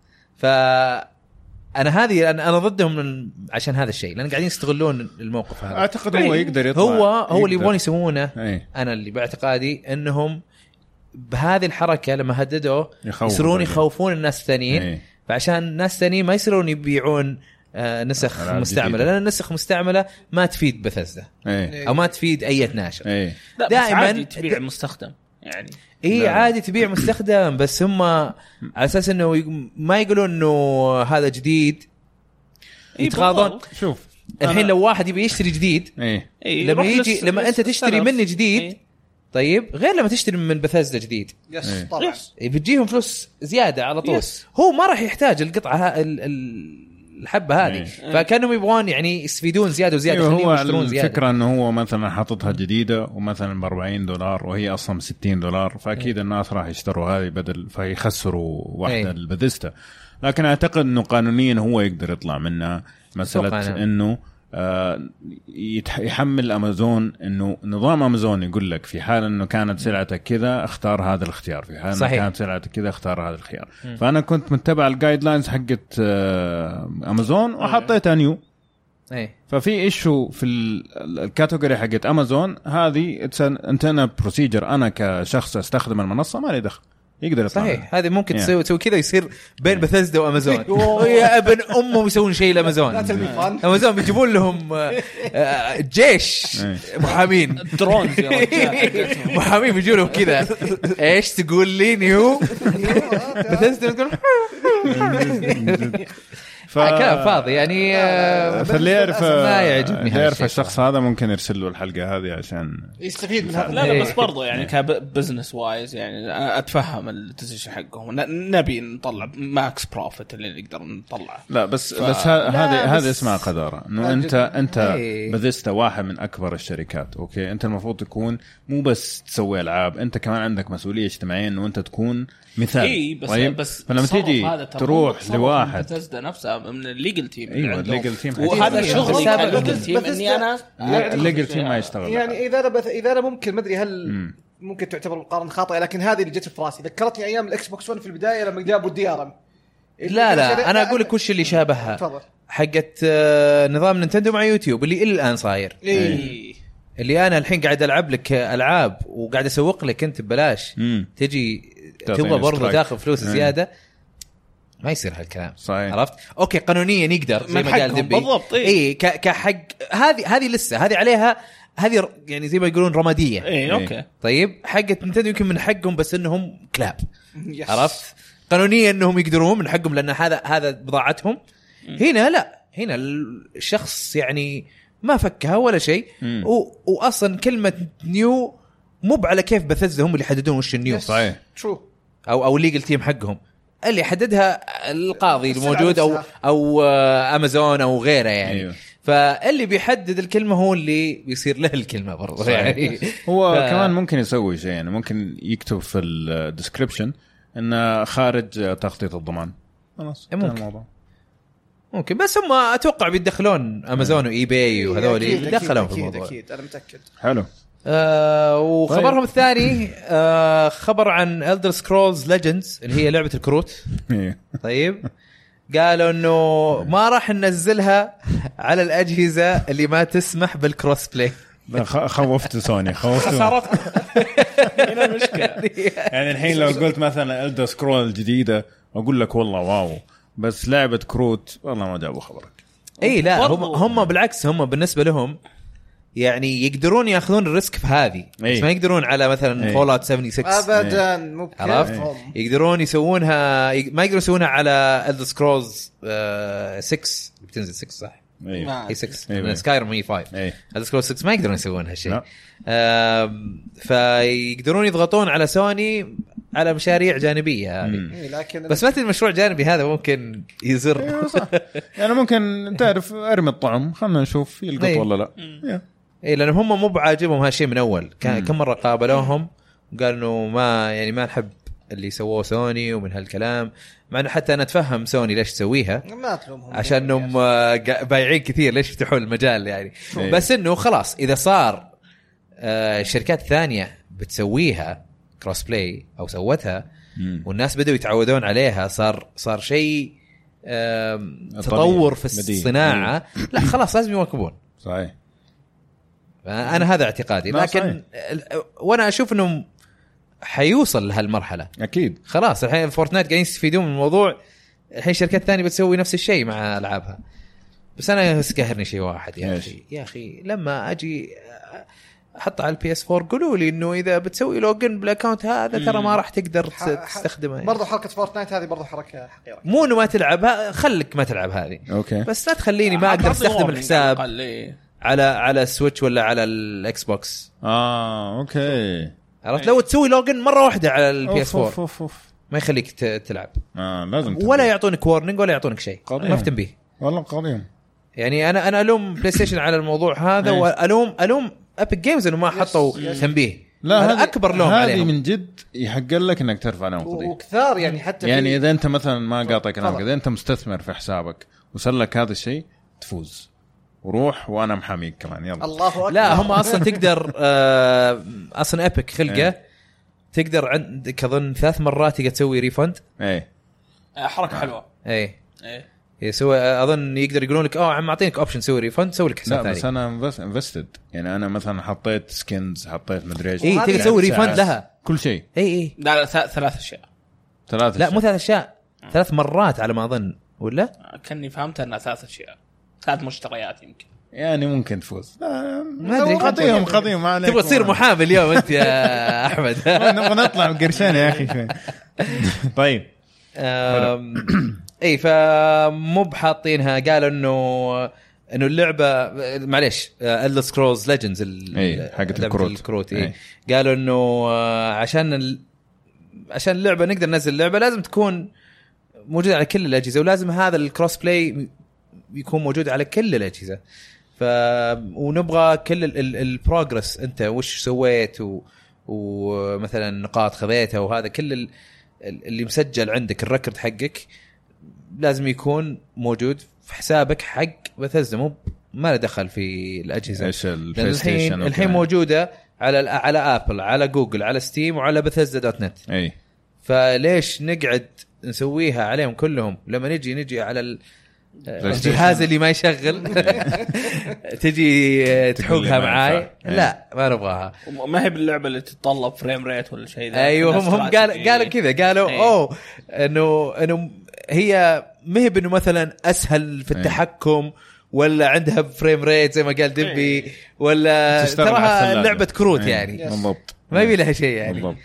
انا ضدهم عشان هذا الشيء لان قاعدين يستغلون الموقف هذا. اعتقد هو يقدر يطلع هو اللي يبغون يسوونه. انا اللي باعتقادي انهم بهذه الحركه لما هددوا يصيرون يخوفون الناس الثانيين فعشان الناس الثانيين ما يصيرون يبيعون نسخ مستعمله لان النسخ مستعمله ما تفيد بثزة او ما تفيد اي ناشر. دائما تبيع مستخدم يعني. عادي تبيع مستخدم بس هم على اساس انه ما يقولون انه هذا جديد يتغاضون. شوف الحين لو واحد يبي يشتري جديد لما انت تشتري مني جديد طيب غير لما تشتري من بثزة جديد طبعا بتجيهم فلوس زيادة على طول. هو ما راح يحتاج القطعة الحبة هذه فكانوا يبغون يعني يستفيدون زيادة وزيادة. هو الفكرة انه هو مثلا حاططها جديدة ومثلا $40 وهي اصلا $60 فاكيد الناس راح يشتروا هذه بدل فيخسروا واحدة البثزة. لكن اعتقد انه قانونيا هو يقدر يطلع منها مسألة انه يحمل أمازون إنه نظام أمازون يقول لك في حال إنه كانت سلعتك كذا اختار هذا الاختيار، في حال إنه كانت سلعتك كذا اختار هذا الخيار. فأنا كنت متبع الجايد لاينز حقت أمازون وحطيت نيو. ففي إيشو في الكاتيجوري حقت أمازون هذه انتنا بروسيجر أنا كشخص أستخدم المنصة ما لي دخل. يقدر صحيح هذه ممكن تسوي كذا يصير بين بثزدا وامازون ويا ابن امه يسوون شيء لامازون. امازون بيجيبون لهم جيش محامين درونز يا رجال محامين بيجوا لهم كذا ايش تقول لي نيو بثزدا تقول كلام فاضي يعني. فاللي يعرف ما يعجبني هذا يعرف الشخص هذا ممكن يرسل له الحلقة هذه عشان يستفيد من هذا. لا بس برضو يعني كبزنس وايز يعني أتفهم الديسيشن حقهم نبي نطلع ماكس بروفيت اللي نقدر نطلعه. لا بس هذا اسمها قدارة انه انت بذست واحد من اكبر الشركات. اوكي انت المفروض تكون مو بس تسوي العاب، انت كمان عندك مسؤولية اجتماعية انه انت تكون مثال. بس فلما تيجي تروح لواحد تزدا نفسها من الليجل تيم الليجل تيم وهذا شغلي كالليجل تيم اني انا الليجل تيم ما يشتغل يعني اذا انا ممكن ما ادري هل ممكن تعتبر مقارنه خاطئه لكن هذه اللي جت في راسي ذكرتني ايام الاكس بوكس 1 في البدايه لما جابوا الدي ار ام. لا انا اقول لك وش اللي شابهها حقت نظام نينتندو مع يوتيوب اللي الى الان صاير. اللي انا الحين قاعد العب لك العاب وقاعد اسوق لك انت ببلاش تجي تبغى برضه تاخذ فلوس زياده. ما يصير هالكلام صحيح. عرفت اوكي قانونيا يقدر زي ما قال دبي بالضبط. كحق هذه لسه هذه عليها هذه يعني زي ما يقولون رماديه. اوكي طيب حقت نينتندو يمكن من حقهم بس انهم كلاب. عرفت قانونيا انهم يقدرون من حقهم لان هذا بضاعتهم. هنا لا هنا الشخص يعني ما فكها ولا شيء. واصلا كلمه نيو مو على كيف بثزة هم اللي يحددون وش النيو. صحيح. ترو. او الليجل تيم حقهم اللي يحددها القاضي الموجود او امازون او غيره يعني. أيوه. فاللي بيحدد الكلمه هو اللي بيصير له الكلمه برضه يعني. هو كمان ممكن يسوي شيء يعني ممكن يكتب في الديسكريبشن انه خارج تغطيه الضمان خلاص ممكن بس هم اتوقع بيدخلون امازون واي باي وهذول يدخلون في الموضوع. اكيد انا متاكد. حلو. وخبرهم الثاني خبر عن Elder Scrolls Legends اللي هي لعبه الكروت. طيب قالوا انه ما راح ننزلها على الاجهزه اللي ما تسمح بالكروس بلاي. خوفت سوني صارت هنا المشكله. يعني الحين لو قلت مثلا Elder Scrolls جديده اقول لك والله واو بس لعبه كروت والله ما جابوا خبرك. اي لا هم بالعكس هم بالنسبه لهم يعني يقدرون ياخذون الريسك في هذه بس ما يقدرون على مثلا فولات 76 ابدا مو عرفت. يقدرون يسوونها ما يقدرون يسوونها على Elder Scrolls 6 بتنزل 6 صح. هي 6 سكايرم هي 5. Elder Scrolls 6 ما يقدرون يسوون هالشيء. فيقدرون يضغطون على سوني على مشاريع جانبيه هذه. بس ما تدري المشروع الجانبي هذا ممكن يزر. يعني ممكن تعرف ارمي الطعم خلنا نشوف يلقط ولا لا. اي لان هم مو بعاجبهم هالشيء من اول. كم مره قابلوهم وقالوا ما نحب اللي سووه سوني ومن هالكلام مع انه حتى انا اتفهم سوني ليش تسويها عشان انهم بايعين كثير ليش يفتحون المجال يعني. بس انه خلاص اذا صار شركات ثانيه بتسويها كروس بلاي او سوتها والناس بدأوا يتعودون عليها صار شيء تطور في الصناعه. لا خلاص لازم يواكبون. صحيح. انا هذا اعتقادي لكن وانا اشوف انه حيوصل لهالمرحله اكيد. خلاص الحين فورتنايت قاعدين يستفيدون من الموضوع. الحين شركات ثانيه بتسوي نفس الشيء مع العابها. بس انا قهرني شيء واحد يا اخي لما اجي احط على البي اس 4 قولوا لي انه اذا بتسوي لوجن بالاكونت هذا ترى ما راح تقدر تستخدمه يعني. برضو حركه فورتنايت هذه برضو حركه حقيره. مو انه ما تلعبها خليك ما تلعب هذه أوكي. بس لا تخليني ما اقدر استخدم الحساب على السويتش ولا على الاكس بوكس. اوكي عرفت لو تسوي لوجن مره واحده على البي اس 4 ما يخليك تلعب. لازم ولا يعطونك وارنينج ولا يعطونك شيء ما في تنبيه والله قضيهم. يعني انا الوم بلاي ستيشن على الموضوع هذا والوم ابيك جيمز انه ما حطوا تنبيه. لا هذا اكبر لوم عليهم. هذه من جد يحق لك انك ترفع لهم قضيه وكثار يعني حتى يعني اذا انت مثلا ما قاطع كلامك اذا انت مستثمر في حسابك وصلك هذا الشيء تفوز وروح وانا محاميك كمان يلا. الله أكبر. لا هم اصلا تقدر اصلا ابيك خلقه تقدر عندك اظن 3 مرات تقدر تسوي ريفند. حركه حلوه. يسوي اظن يقدر يقولون لك عم اعطينك اوبشن سوي ريفند سوي لك حساب ثاني. بس انا انفستد يعني انا مثلا حطيت سكنز حطيت مدري ايش تقدر تسوي ريفند لها كل شيء. لا 3 اشياء. لا مو 3 اشياء 3 مرات على ما اظن ولا كني فهمت انها 3 اشياء 3 مشتريات يمكن يعني ممكن تفوز ما ادري قضيهم ما عليك. تبغى تصير محامي اليوم انت يا احمد. نبغى نطلع بقرشين يا اخي شوي. طيب اي فمو بحاطينها. قالوا انه اللعبه معليش Elder Scrolls Legends حقت الكروت قالوا انه عشان اللعبه نقدر ننزل اللعبه لازم تكون موجوده على كل الاجهزه ولازم هذا الكروس بلاي يكون موجود على كل الاجهزه. ونبغى كل البروجرس انت وش سويت ومثلا نقاط خذيتها وهذا كل اللي مسجل عندك الريكورد حقك لازم يكون موجود في حسابك حق بثزة مو ما له دخل في الاجهزه. ايش البلاي ستيشن الحين موجوده على ابل على جوجل على ستيم وعلى بثزة.net. فليش نقعد نسويها عليهم كلهم لما نجي على الجهاز اللي ما يشغل تجي تحوقها معاي؟ لا ما نبغاها. ما هي باللعبه اللي تتطلب فريم ريت ولا شيء. ايوه هم قالوا كذا قالوا انه هي ما هي بانه مثلا اسهل في التحكم ولا عندها فريم ريت زي ما قال دبي ولا تراها لعبه كروت يعني بالضبط ما يبي لها شيء يعني بالضبط.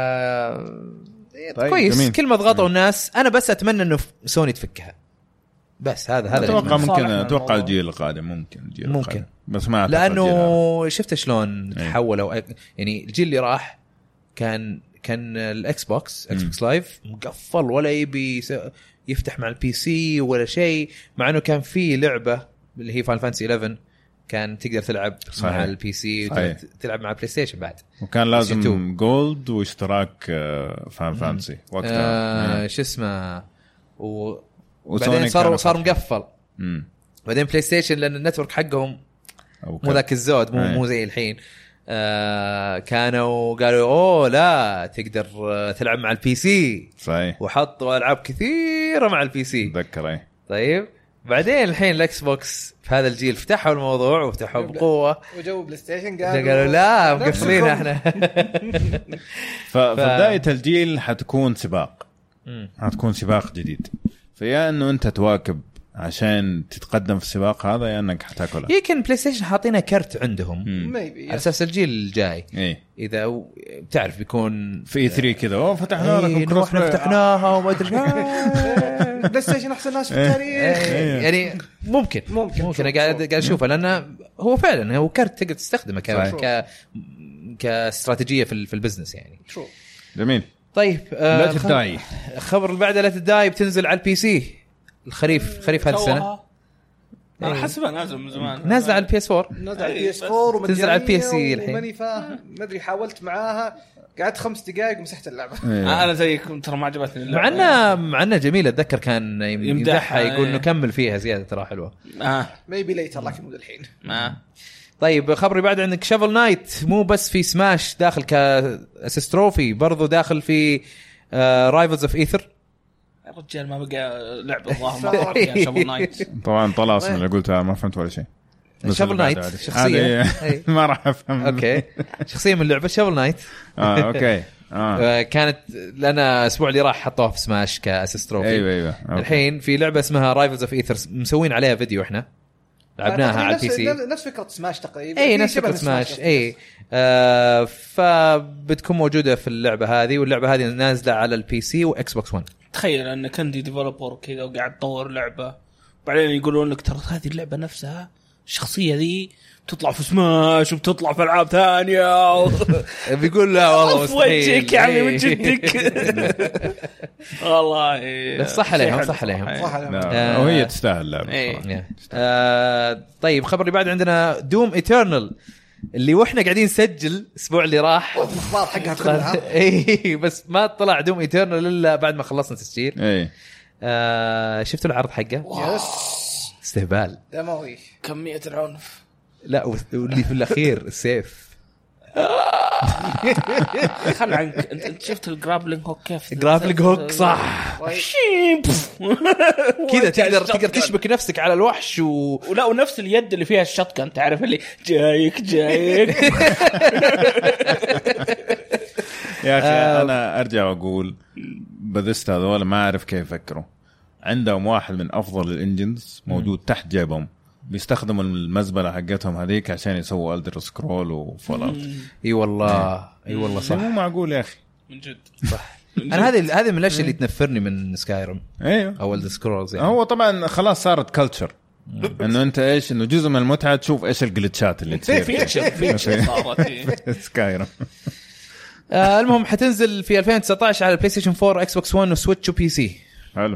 كويس جميل. كل ما ضغطوا الناس انا بس اتمنى انه سوني تفكها بس هذا اتوقع اللي ممكن صالحنا اتوقع الموضوع. الجيل القادم ممكن ممكن. بس ما أعتقد لانه شفت شلون أي. تحولوا يعني الجيل اللي راح كان الاكس بوكس لايف مقفل ولا يبي يفتح مع البي سي ولا شيء مع انه كان في لعبه اللي هي فاينل فانتسي 11 كان تقدر تلعب صحيح. مع البي سي تلعب مع بلاي ستيشن بعد وكان لازم جولد واشتراك فان فانسي وقتها شو اسمه وسوني وبعدين صار مقفل مم. بعدين بلاي ستيشن لان النتورك حقهم مو ذاك الزود مو زي الحين كانوا قالوا اوه لا تقدر تلعب مع البي سي صحيح وحطوا العاب كثيره مع البي سي اتذكر اي طيب بعدين الحين الاكس بوكس في هذا الجيل فتحوا الموضوع وفتحوا بقوه وجو بلاي ستيشن قالوا لا مقفلين احنا فبدايه الجيل حتكون سباق حتكون سباق جديد فيا انه انت تواكب عشان تتقدم في السباق هذا يا انك حتاكلها يمكن بلاي ستيشن حاطينها كرت عندهم ميبي على اساس الجيل الجاي ايه اذا بتعرف بيكون في 3 كذا اوه فتحنا لكم كروس احنا فتحناها وما ادري بلاي ستيشن احسن ناس في التاريخ يعني ممكن انا قاعد اشوفه لانه هو فعلا هو كرت تقدر تستخدمه كاستراتيجيه في البزنس يعني جميل طيب لا تدعي الخبر اللي بعده لا تدعي بتنزل على البي سي خريف هذه السنه انا حسبها نازل من زمان نازله على البي اس 4 نازل على البي اس 4 تنزل على البي اس سي الحين ماني فاهم ما ادري حاولت معاها قعدت 5 دقائق ومسحت اللعبه انا زيكم ترى ما عجبتني اللعبه مع انه جميل اتذكر كان يمدحها يقول نكمل فيها زياده ترى حلوه ميبي ليتر لكن مو الحين طيب خبري بعد عندك شافل نايت مو بس في سماش داخل كاسيست تروفي برضو داخل في رايفلز اوف ايثر الرجال ما بقى لعبه الظاهر ما شافل نايت طبعا طلع اصلا اللي قلتها ما فهمت ولا شيء شافل نايت شخصيه ما راح افهم اوكي شخصيه من لعبه شافل نايت اوكي كانت لنا الاسبوع اللي راح حطوها في سماش كاسيست تروفي ايوه الحين في لعبه اسمها رايفلز اوف ايثر مسوين عليها فيديو احنا لعبناها على البي سي نفس فكره سماش تقريبا اي نفس فكره سماش اي فبتكون موجوده في اللعبه هذه واللعبه هذه نازله على البي سي واكس بوكس 1 تخيل انك عندي ديفلوبر كذا وقاعد تطور لعبه بعدين يقولون لك ترى هذه اللعبه نفسها الشخصيه ذي تطلع في سماش وبتطلع في العاب ثانيه بيقول لا والله مستحيل وجهك يا عمي من جدك والله بس صح عليهم وهي تستاهل اللعبه طيب خبر اللي بعد عندنا دوم ايترنال اللي واحنا قاعدين نسجل الاسبوع اللي راح الاخبار حقها كلها اي بس ما طلع دوم ايترنال الا بعد ما خلصنا تسجيل شفتوا العرض حقه استهبال دموي كميه العنف لا واللي في الاخير السيف خل عنك انت شفت الجرابلينج هوك كيف جرابلينج هوك صح كذا تقدر تشبك نفسك على الوحش ولا ونفس اليد اللي فيها الشطكه انت عارف اللي جايك يا اخي انا ارجع واقول بذست هذول ما اعرف كيف يفكروا عندهم واحد من افضل الانجنز موجود تحت جيبهم بيستخدموا المزبله حقتهم هذيك عشان يسووا الدر سكرول وفول اوت اي والله صح مو معقول يا اخي من جد صح انا هذه من الاشياء اللي تنفرني من سكايرم ايوه او الدر سكرولز يعني. هو طبعا خلاص صارت كلتشر انه انت ايش انه جزء من المتعه تشوف ايش الجلتشات اللي تصير في صارت سكايرم المهم حتنزل في 2019 على بلاي ستيشن 4 اكس بوكس 1 وسويتش وبي سي حلو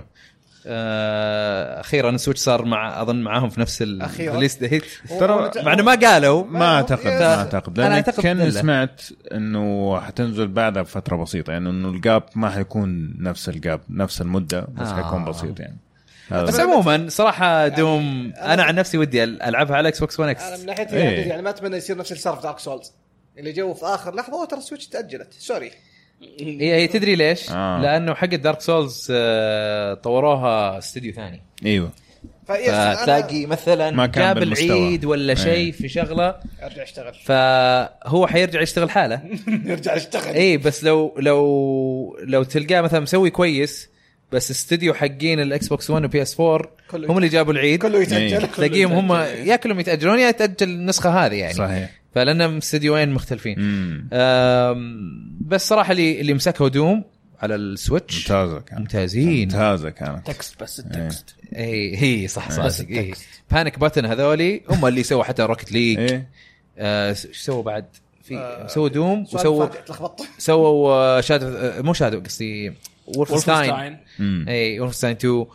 اخيرا السويتش صار اظن معاهم في نفس الريليس ديت ترى مع انه ما قالوا ما اعتقد انا كان سمعت انه حتنزل بعدها بفتره بسيطه يعني انه الجاب ما حيكون نفس الجاب نفس المده بس حيكون بسيط يعني بس عموما صراحه دوم انا عن نفسي ودي العبها على اكس بوكس 1 اكس انا من ناحيتي يعني ما اتمنى يصير نفس اللي صار في دارك سولز اللي جو في اخر لحظه وترى السويتش تاجلت سوري هي تدري ليش لانه حق دارك سولز طوروها استوديو ثاني ايوه فتلاقي مثلا جاب العيد ولا شيء في شغله ارجع اشتغل فهو حيرجع يشتغل حاله يرجع يشتغل اي بس لو تلقاه مثلا مسوي كويس بس استوديو حقين الاكس بوكس 1 وبي اس 4 هم اللي جابوا العيد كله يتاجل تلاقيهم هم يا كلهم يتاجلون يا تاجل النسخه هذه يعني صحيح فلانهم استديوين مختلفين بس صراحه اللي مسكوا دوم على السويتش ممتازين كانت تكست بس التكست هي صح صادق بانيك باتن هذولي هم اللي سووا حتى روكت ليج ايش سووا بعد في سووا دوم سووا شادو مو شادو قصدي وولفنستاين اي وولفنستاين 2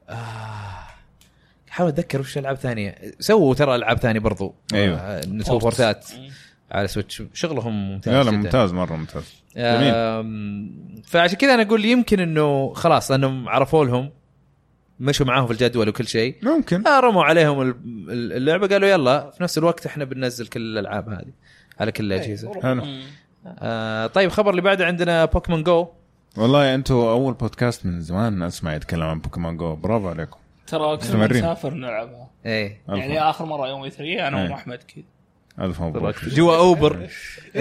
حاول اتذكر وش العاب ثانيه سووا ترى العاب ثانيه برضو نسووا بورتات على سويتش شغلهم ممتاز لا ممتاز مره ممتاز جميل فعشان كذا انا اقول يمكن انه خلاص لانهم عرفوا لهم مشوا معاهم في الجدول وكل شيء ممكن رموا عليهم اللعبه قالوا يلا في نفس الوقت احنا بننزل كل الالعاب هذه على كل الاجهزه طيب خبر اللي بعده عندنا بوكيمون جو والله انتوا اول بودكاست من زمان اسمع يتكلم عن بوكيمون جو برافو عليكم ترى كنا نسافر نلعبها ايه يعني اخر مره يوم 3 انا واحمد كذا الف مبروك جوا اوبر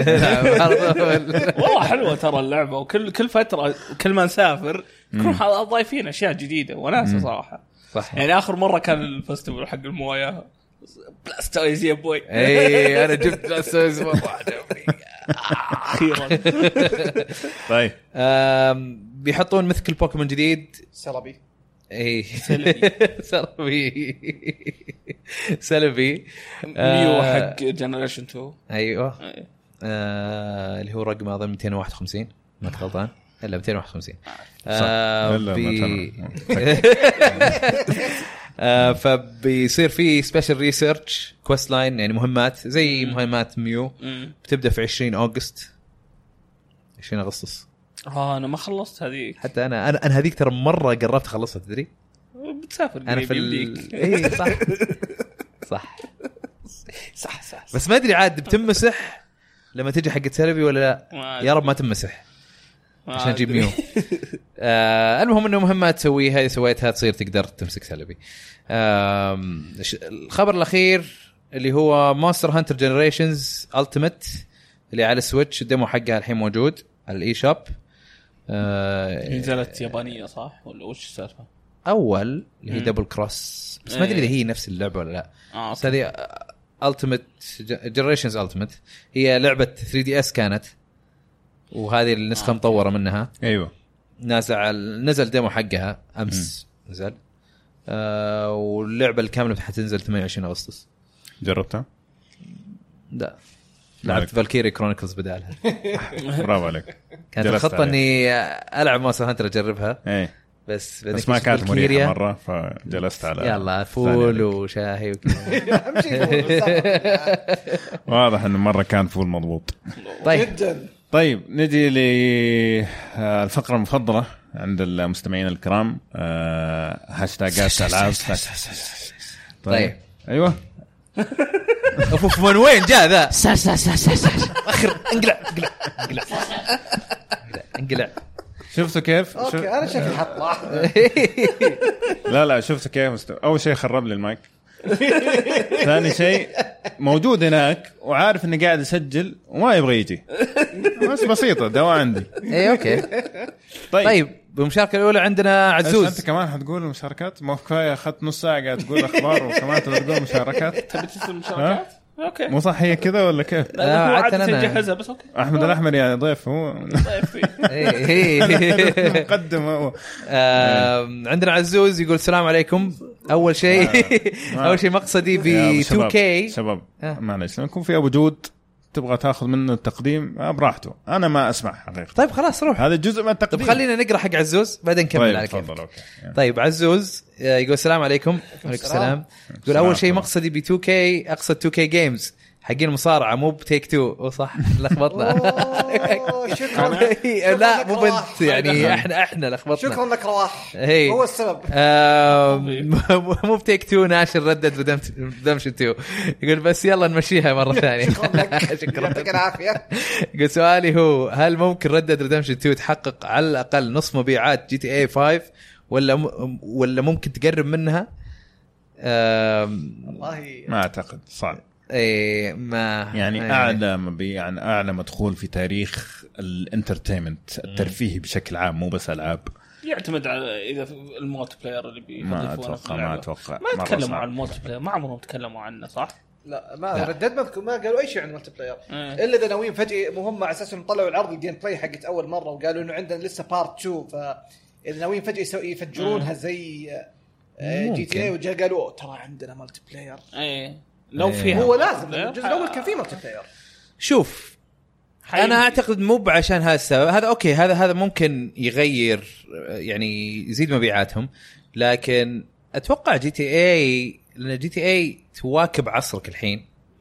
والله حلوه ترى اللعبه وكل فتره كل ما نسافر يكون ضايفين اشياء جديده وناسه صراحه صح يعني اخر مره كان الفستيفال حق المويه بلاستويز يا بوي اي انا جبت بلاستويز مره اخيرا طيب بيحطون مثل بوكيمون جديد سلبي اي سلبي ميو حق جنريشن 2 ايوه اللي هو رقم اظن 251 ما غلطان الا 251 فبيصير في سبيشال ريسيرش كويست لاين يعني مهمات زي مهمات ميو بتبدا في 20 أغسطس 20 أغسطس انا ما خلصت هذه حتى انا هذيك ترى مره قربت اخلصها تدري بتسافر انا في اي صح صح بس ما ادري عاد بتمسح لما تجي حق سلبي ولا لا يا رب ما تمسح عشان تجيب ميو المهم انه مهمات تسويها اذا سويتها تصير تقدر تمسك سلبي الخبر الاخير اللي هو مونستر هانتر جنريشنز التيميت اللي على السويتش الديمو حقها الحين موجود على الاي شوب نزلت يابانيه صح ولا وش السالفه اول اللي هي دبل كروس بس ما ادري اذا هي نفس اللعبه ولا لا بس هذه التيميت جنريشنز التيميت هي لعبه 3DS كانت وهذه النسخه مطوره منها ايوه نزل ديمو حقها امس نزل واللعبه الكامله حتنزل 28 أغسطس جربتها لا لعبت فالكيري كرونيكلز بدالها برافو عليك كانت الخطه اني العب مونستر هانتر اجربها بس ما كانت مريحه مره فجلست على يلا فول وشاهي وكذا واضح انه مره كان فول مضبوط طيب نجي للفقره المفضله عند المستمعين الكرام هاشتاجات العاب طيب ايوه اوف من وين جاء ذا اخر انقلع شفتوا كيف اوكي انا شكلي حطلع لا شفتوا كيف اول شيء خرب لي المايك ثاني شيء موجود هناك وعارف اني قاعد اسجل وما يبغى يجي بس بسيطه دواء عندي اي اوكي طيب بالمشاركه الاولى عندنا عزوز انت كمان حتقول المشاركات ما كفايه اخذت نص ساعه قاعد تقول اخبار وكمان تقول مشاركات تبي تسمع المشاركات اوكي مو صح هي كذا ولا كيف عادة نجهزها بس اوكي احمد الاحمر يعني ضيف هو مقدم عندنا عزوز يقول السلام عليكم اول شيء مقصدي ب 2K شباب معلش لما يكون في ابو جود تبغى تاخذ منه التقديم براحته انا ما اسمع حقيقه طيب خلاص روح هذا جزء من التقديم طيب خلينا نقرا حق عزوز بعدين نكمل على كيف طيب عزوز يقول السلام عليكم وعليكم السلام يقول اول شيء مقصدي ب 2K اقصد 2K جيمز حقين المصارعه مو بتيك 2 صح لخبطنا لا مو بنت يعني احنا لخبطنا شكرا لك رواح هو السبب مو بتيك 2 ناشر ردد ردمشن 2 يقول بس يلا نمشيها مره ثانيه شكرا لك العافيه يقول سؤالي هو هل ممكن ردد ردمشن 2 تحقق على الاقل نصف مبيعات GTA 5 ولا ممكن تقرب منها والله ما اعتقد صعب ايه ما يعني اعلى مدخول في تاريخ الانترتينمنت الترفيهي بشكل عام مو بس العاب يعتمد على اذا المولتي بلاير اللي بيضيفونه ما اتوقع ما تكلموا عن المولتي بلاير ما عمرهم تكلموا عنه صح لا ما ردد ما قالوا اي شيء عن ملتي بلاير الا اذا ناويين فجاه مهم على اساس انهم طلعوا العرض الجيم بلاي حقت اول مره وقالوا انه عندنا لسه بارت 2 فاذا ناويين فجاه يفجرونها زي جي تي اي وجا قالوا ترى عندنا ملتي بلاير. لو فيها هو لازم الجزء الاول كان فيه ملتي بلاير. شوف انا اعتقد مو عشان هذا السبب هذا اوكي هذا ممكن يغير يعني يزيد مبيعاتهم لكن اتوقع جي تي اي لان جي تي اي تواكب عصرك الحين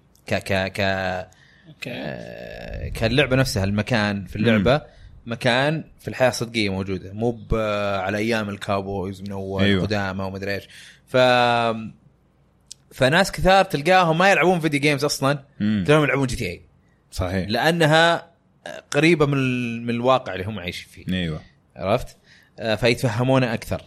كاللعبه نفسها المكان في اللعبه مكان في الحياه الصدقيه موجوده مو على ايام الكاوبويز من اول قدامى وما ادري ايش فناس كثار تلقاهم ما يلعبون فيديو جيمز اصلا تلاقيهم يلعبون جي تي اي صحيح لانها قريبه من الواقع اللي هم عايشين فيه. ايوه عرفت فيتفهمونه اكثر.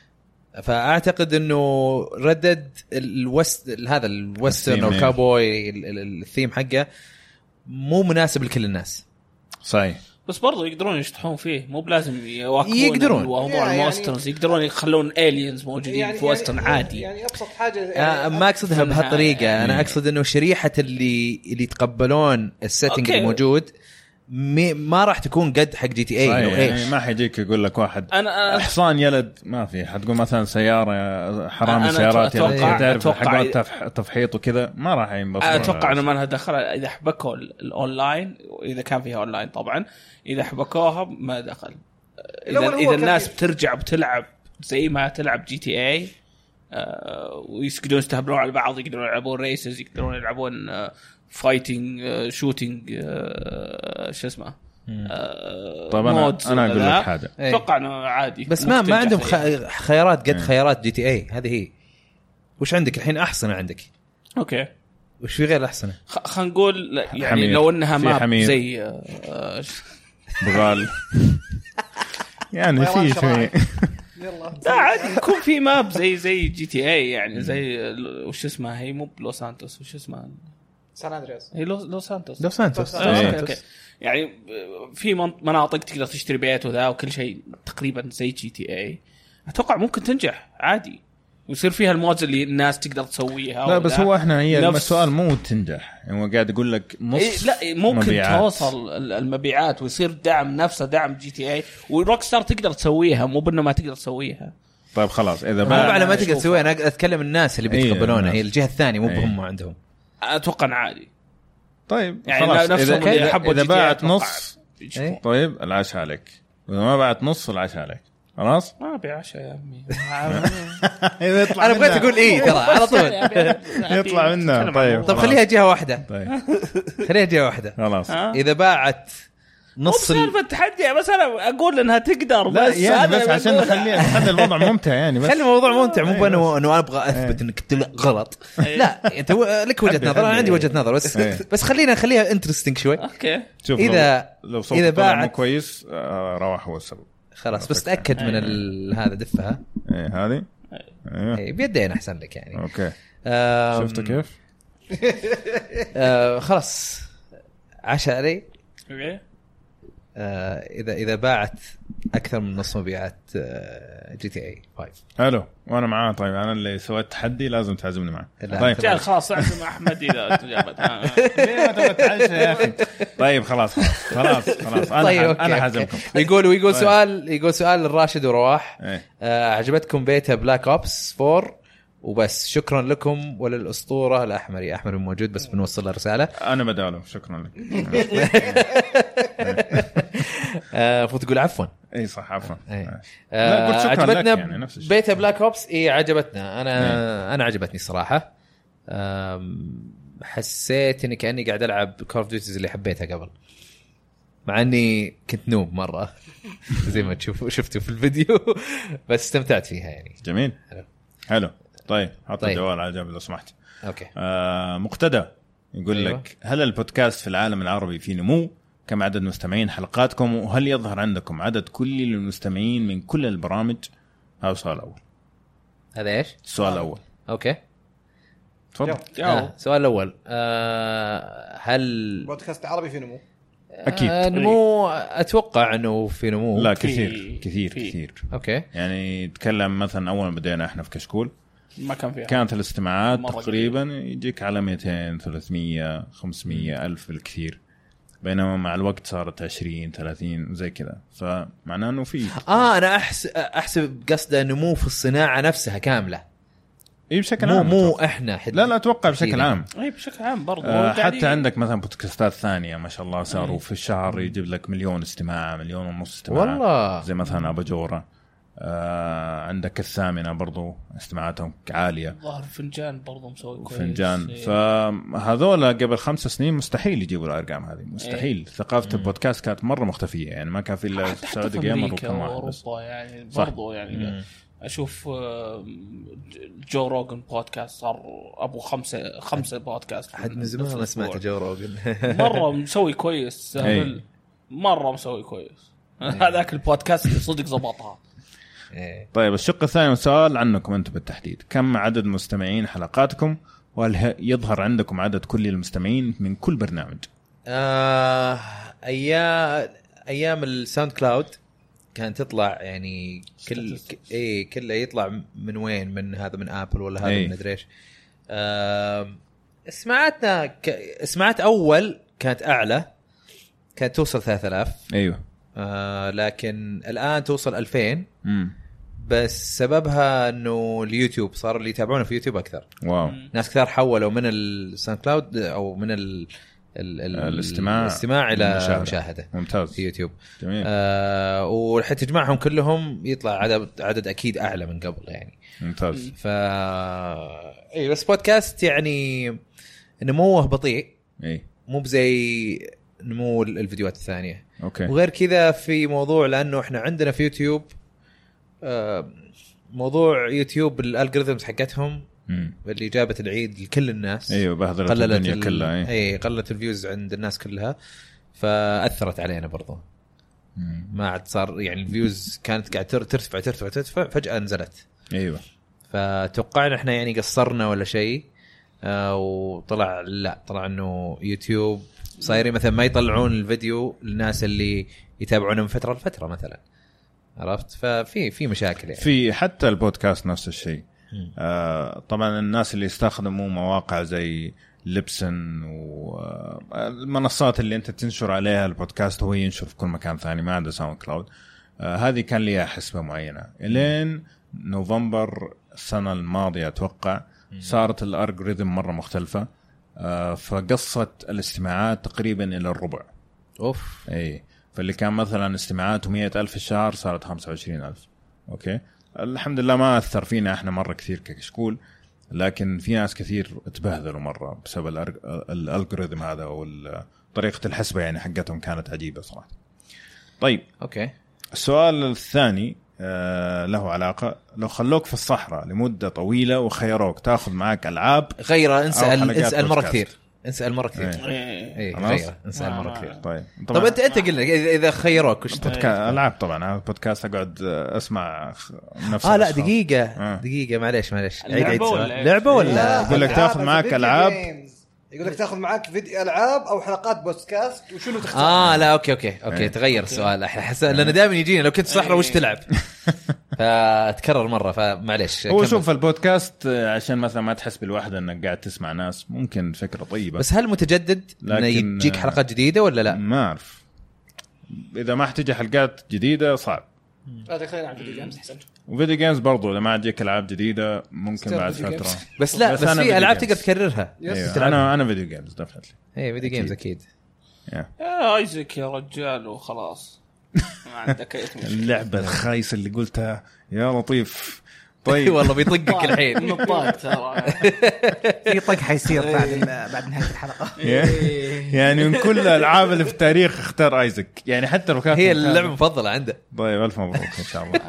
فاعتقد انه ردد هذا الوسترن او الكاوبوي الثيم حقه مو مناسب لكل الناس. صحيح بس برضو يقدرون يشطحون فيه مو بلازم يواكبون يقدرون موضوع المونسترز يقدرون يخلون الينز موجودين يعني في وسترن عادي يعني ابسط حاجه يعني ما اقصدها بهالطريقه انا اقصد انه شريحه اللي يتقبلون السيتنج الموجود ما راح تكون قد حق جي تي اي لو يعني ما حيجيك يقول لك واحد حصان يلد ما في حتقول مثلا سياره حرامي سيارات تعرف حق تفحيط وكذا ما راح ينبسط. اتوقع انه ما لها دخل اذا حبكوا الاونلاين واذا كان فيها اونلاين طبعا اذا حبكوها ما دخل اذا الناس بترجع بتلعب زي ما تلعب جي تي اي ويسكدون يستهبلون على بعض يقدرون يلعبون ريسز يقدرون يلعبون فايتنج شوتينج شو اسمه طبعا انا اقول لك حاجه اتوقع انه عادي بس ما عندهم خيارات قد خيارات جي تي اي هذه هي. وش عندك الحين احسن عندك اوكي وش في غير احسن خلينا نقول يعني لو انها ما زي بغال يعني في شوي لا عادي يكون في ماب زي جي تي اي يعني زي وش اسمها هي مو لوس سانتوس وش اسمها سان اندرياس هي لوس سانتوس أوكي. يعني في مناطق تقدر تشتري بيت وذا وكل شيء تقريبا زي جي تي اي اتوقع ممكن تنجح عادي ويصير فيها المودز اللي الناس تقدر تسويها. لا بس هو احنا هي السؤال مو تنجح يعني هو قاعد يقول لك نص لا ممكن مبيعات. توصل المبيعات ويصير دعم نفسه دعم جي تي اي وروك ستار تقدر تسويها مو بانه ما تقدر تسويها. طيب خلاص اذا مو على ما تقدر تسويها انا اتكلم الناس اللي بيتقبلونها هي الجهه الثانيه مو بهم عندهم اتوقع عادي. طيب يعني خلاص إذا باعت نص طيب العشاء عليك واذا ما باعت نص العشاء عليك خلاص ما بعشاء يا امي انا بغيت اقول ايه ترى على طول يطلع منها. طيب خليها جهه واحده طيب خليها جهه واحده خلاص اذا باعت نص سالفه التحدي بس انا اقول انها تقدر بس يعني بس عشان نخلي الموضوع ممتع يعني بس خلي الموضوع ممتع مو انه ابغى اثبت انك غلط لا انت لك وجهه نظر انا عندي وجهه نظر بس خليها انترستينج شوي. اوكي شوف اذا باعت كويس روح هو السبب خلاص بس تاكد من هذا دفها هذه ايه بيدين احسن لك يعني. اوكي شفت كيف خلاص عشاء علي. اوكي اذا باعت اكثر من نص مبيعات جي تي اي 5 حلو وانا معاه. طيب انا اللي سويت تحدي لازم تعزمني معه. طيب خلاص اعزم احمد اذا تجابت ليه ما تبغى تعزم يا اخي. طيب خلاص انا حازمكم. يقول سؤال الراشد ورواح عجبتكم بيتا بلاك اوبس 4 وبس شكرا لكم وللأسطورة الأحمري. أحمر موجود بس بنوصل له رسالة. أنا بداله شكرا لك. فوت تقول عفوا. إيه صح عفوا. عجبتنا يعني بيتا بلاك أوبس. إيه عجبتنا أنا عجبتني صراحة. حسيت إني كأني قاعد ألعب كول اوف ديوتي اللي حبيتها قبل مع إني كنت نوب مرة زي ما شفتوا في الفيديو بس استمتعت فيها يعني. جميل حلو. طيب حط الجوال على جنب لو سمحت. اوكي. مقتدى يقول لك هل البودكاست في العالم العربي في نمو؟ كم عدد مستمعين حلقاتكم؟ وهل يظهر عندكم عدد كلي للمستمعين من كل البرامج؟ هذا السؤال الأول. هذا ايش؟ السؤال الأول. اوكي تفضل. السؤال الأول هل بودكاست عربي في نمو؟ أكيد نمو. أتوقع أنه في نمو. لا كثير. اوكي يعني نتكلم مثلا أول ما بدينا إحنا في كشكول ما كان فيها. كانت الاستماعات مرة تقريبا يجيك على 200 300 500 ألف بالكثير، بينما مع الوقت صارت 20 30 زي كذا، فمعناه انه في انا احسب قصده نمو في الصناعه نفسها كامله، اي بشكل عام، مو احنا لا اتوقع بشكل عام. اي بشكل عام برضه. حتى عندك مثلا بودكاستات ثانيه ما شاء الله صاروا في الشهر يجيب لك 1,000,000 استماع 1,500,000 استماع والله. زي مثلا أباجورة. عندك الثامنة برضو استماعاتهم عالية. ظهر فنجان برضو مسوي كويس. فنجان. فهذول قبل 5 سنين مستحيل يجيبوا الأرقام هذه، مستحيل. ثقافة البودكاست كانت مرة مختفية، يعني ما كان في إلا سعودي جيمر وكم واحد بس. يعني برضو يعني أشوف جو روغن بودكاست صار أبو 5 بودكاست. حد من زمان ما سمعت جو روغن. مرة مسوي كويس، مرة مسوي كويس. هذاك البودكاست صدق زبطها. طيب الشق الثاني من السؤال عنكم أنتم بالتحديد، كم عدد مستمعين حلقاتكم؟ وهل يظهر عندكم عدد كل المستمعين من كل برنامج؟ أيام الساوند كلاود كانت تطلع يعني كله يطلع من وين، من هذا من آبل ولا هذا من أدري إيش. اسمعات أول كانت أعلى، كانت توصل 3000. أيوه. لكن الآن توصل 2000. بس سببها انه اليوتيوب صار اللي يتابعونه في يوتيوب اكثر. واو. ناس كثار حولوا من الساوند كلاود او من الاستماع الى مشاهده. ممتاز. في يوتيوب. جميل. وحتى تجمعهم كلهم يطلع عدد اكيد اعلى من قبل يعني. ممتاز. اي بس بودكاست يعني نموه بطيء. اي مو بزي نمو الفيديوهات الثانيه. أوكي. وغير كذا في موضوع، لانه احنا عندنا في يوتيوب موضوع يوتيوب الالغوريثمز حقتهم اللي جابت العيد لكل الناس. ايوه بهذلت الدنيا كلها. اي قلت الفيوز عند الناس كلها، فاثرت علينا برضو. ما عاد صار يعني الفيوز كانت قاعد ترتفع فجأة نزلت. ايوه. فتوقعنا احنا يعني قصرنا ولا شيء، وطلع لا، طلع انه يوتيوب صايرين مثلا ما يطلعون الفيديو للناس اللي يتابعونه من فترة لفترة مثلا، عرفت؟ ففي مشاكل يعني. في حتى البودكاست نفس الشيء. طبعا الناس اللي يستخدموا مواقع زي ليبسن والمنصات اللي انت تنشر عليها البودكاست هو ينشر في كل مكان ثاني ما عدا ساوند كلاود. هذه كان ليها حسبة معينة لين نوفمبر السنة الماضية أتوقع صارت الألغوريثم مرة مختلفة، فقصت الاستماعات تقريبا إلى الربع. أوف. أي فاللي كان مثلا استماعاته 100,000 الشهر صارت 25,000. أوكي الحمد لله ما أثر فينا إحنا مرة كثير كشكول، لكن في ناس كثير تبهذلوا مرة بسبب الألغوريثم هذا وطريقة الحسبة يعني حقتهم كانت عجيبة صراحة. طيب أوكي. السؤال الثاني له علاقة، لو خلوك في الصحراء لمدة طويلة وخيروك تأخذ معك ألعاب غيرة، انسأل مرة كثير. انسأل مرة كثير. ايه غيره انسأل مرة كثير. طيب انت قلنا اذا خيروك وش العاب؟ طبعا بودكاست اقعد اسمع نفس لا دقيقة معليش عيد لعبة ولا يقول لك تاخذ معك العاب، يقول لك تاخذ معك فيديو العاب او حلقات بودكاست وشنو تختار؟ لا اوكي تغير السؤال. لأن دائما يجينا لو كنت صحراء وش تلعب، فتكرر مرة فمعليش. هو شوف البودكاست عشان مثلا ما تحس بالوحدة انك قاعد تسمع ناس، ممكن فكرة طيبة، بس هل متجدد انه يجيك حلقات جديدة ولا لا؟ ما اعرف، اذا ما حتجي حلقات جديدة صعب. هذا خلينا نلعب فيديو جيمز احسن. وفيديو جيمز برضو لما تجيك العاب جديدة ممكن بعد فترة. بس في العاب تقدر تكررها. انا فيديو جيمز دفعتلي. فيديو جيمز اكيد. يا ايزك يا رجال وخلاص. ما عندك اي اللعبة الخايسة اللي قلتها يا لطيف. طيب والله بيطقك الحين. نطاق ترى. في طق حيصير بعد نهاية الحلقة. يعني من كل الألعاب اللي في التاريخ اختار ايزك، يعني حتى لو كانت هي اللعبة المفضلة عنده. طيب ألف مبروك إن شاء الله.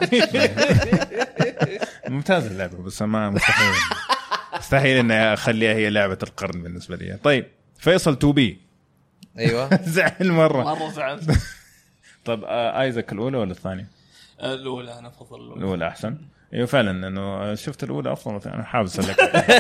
ممتاز اللعبة، بس ما مستحيل إن أخليها هي لعبة القرن بالنسبة لي. طيب فيصل 2B. أيوة. زعل مرة زعل. طب ايزك الأولى ولا الثانية؟ الأولى. أنا أفضل الأولى أحسن. ايوه فعلا انه شفت الاولى افضل، انا حاول اسلك.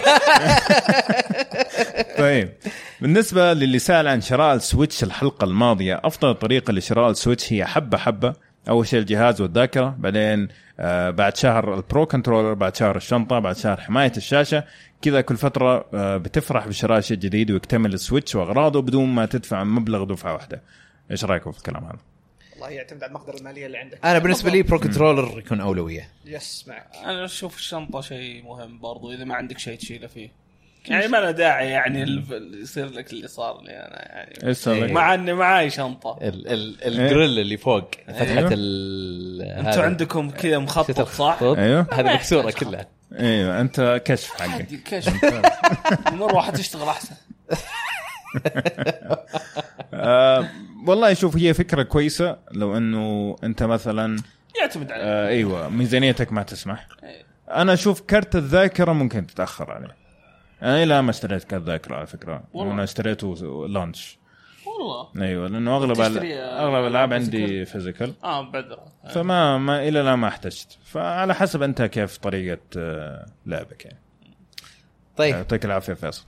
طيب بالنسبه للي سال عن شراء السويتش الحلقه الماضيه، افضل طريقه لشراء السويتش هي حبه اول شيء الجهاز والذاكره، بعدين بعد شهر البرو كنترولر، بعد شهر الشنطه، بعد شهر حمايه الشاشه. كذا كل فتره بتفرح بشراء شيء جديد ويكتمل السويتش واغراضه بدون ما تدفع مبلغ دفعه واحده. ايش رايكم في الكلام هذا؟ والله يعتمد على المقدره الماليه اللي عندك. انا بالنسبه لي برو كنترولر يكون اولويه. يس معك. انا اشوف الشنطه شيء مهم برضو، اذا ما عندك شيء تشيله فيه يعني ما له داعي يعني يصير لك اللي صار لي انا يعني مع اني معاي شنطه الجريل اللي فوق فتحه انتوا عندكم كذا مخطط صح؟ ايوه هذه مكسوره كلها. ايوه انت كشف حقك كشف المروحه تشتغل احسن. والله شوف هي فكره كويسه لو انه انت مثلا يعتمد على ايوه ميزانيتك ما تسمح. انا اشوف كرت الذاكره ممكن تتاخر عليه. انا لا ما اشتريت كرت ذاكره على فكره، انا اشتريته لانش والله. ايوه لانه اغلب الالعاب عندي فيزيكال بدرة فما الى لا ما احتجت. فعلى حسب انت كيف طريقه لعبك يعني. طيب يعطيك العافيه فيصل.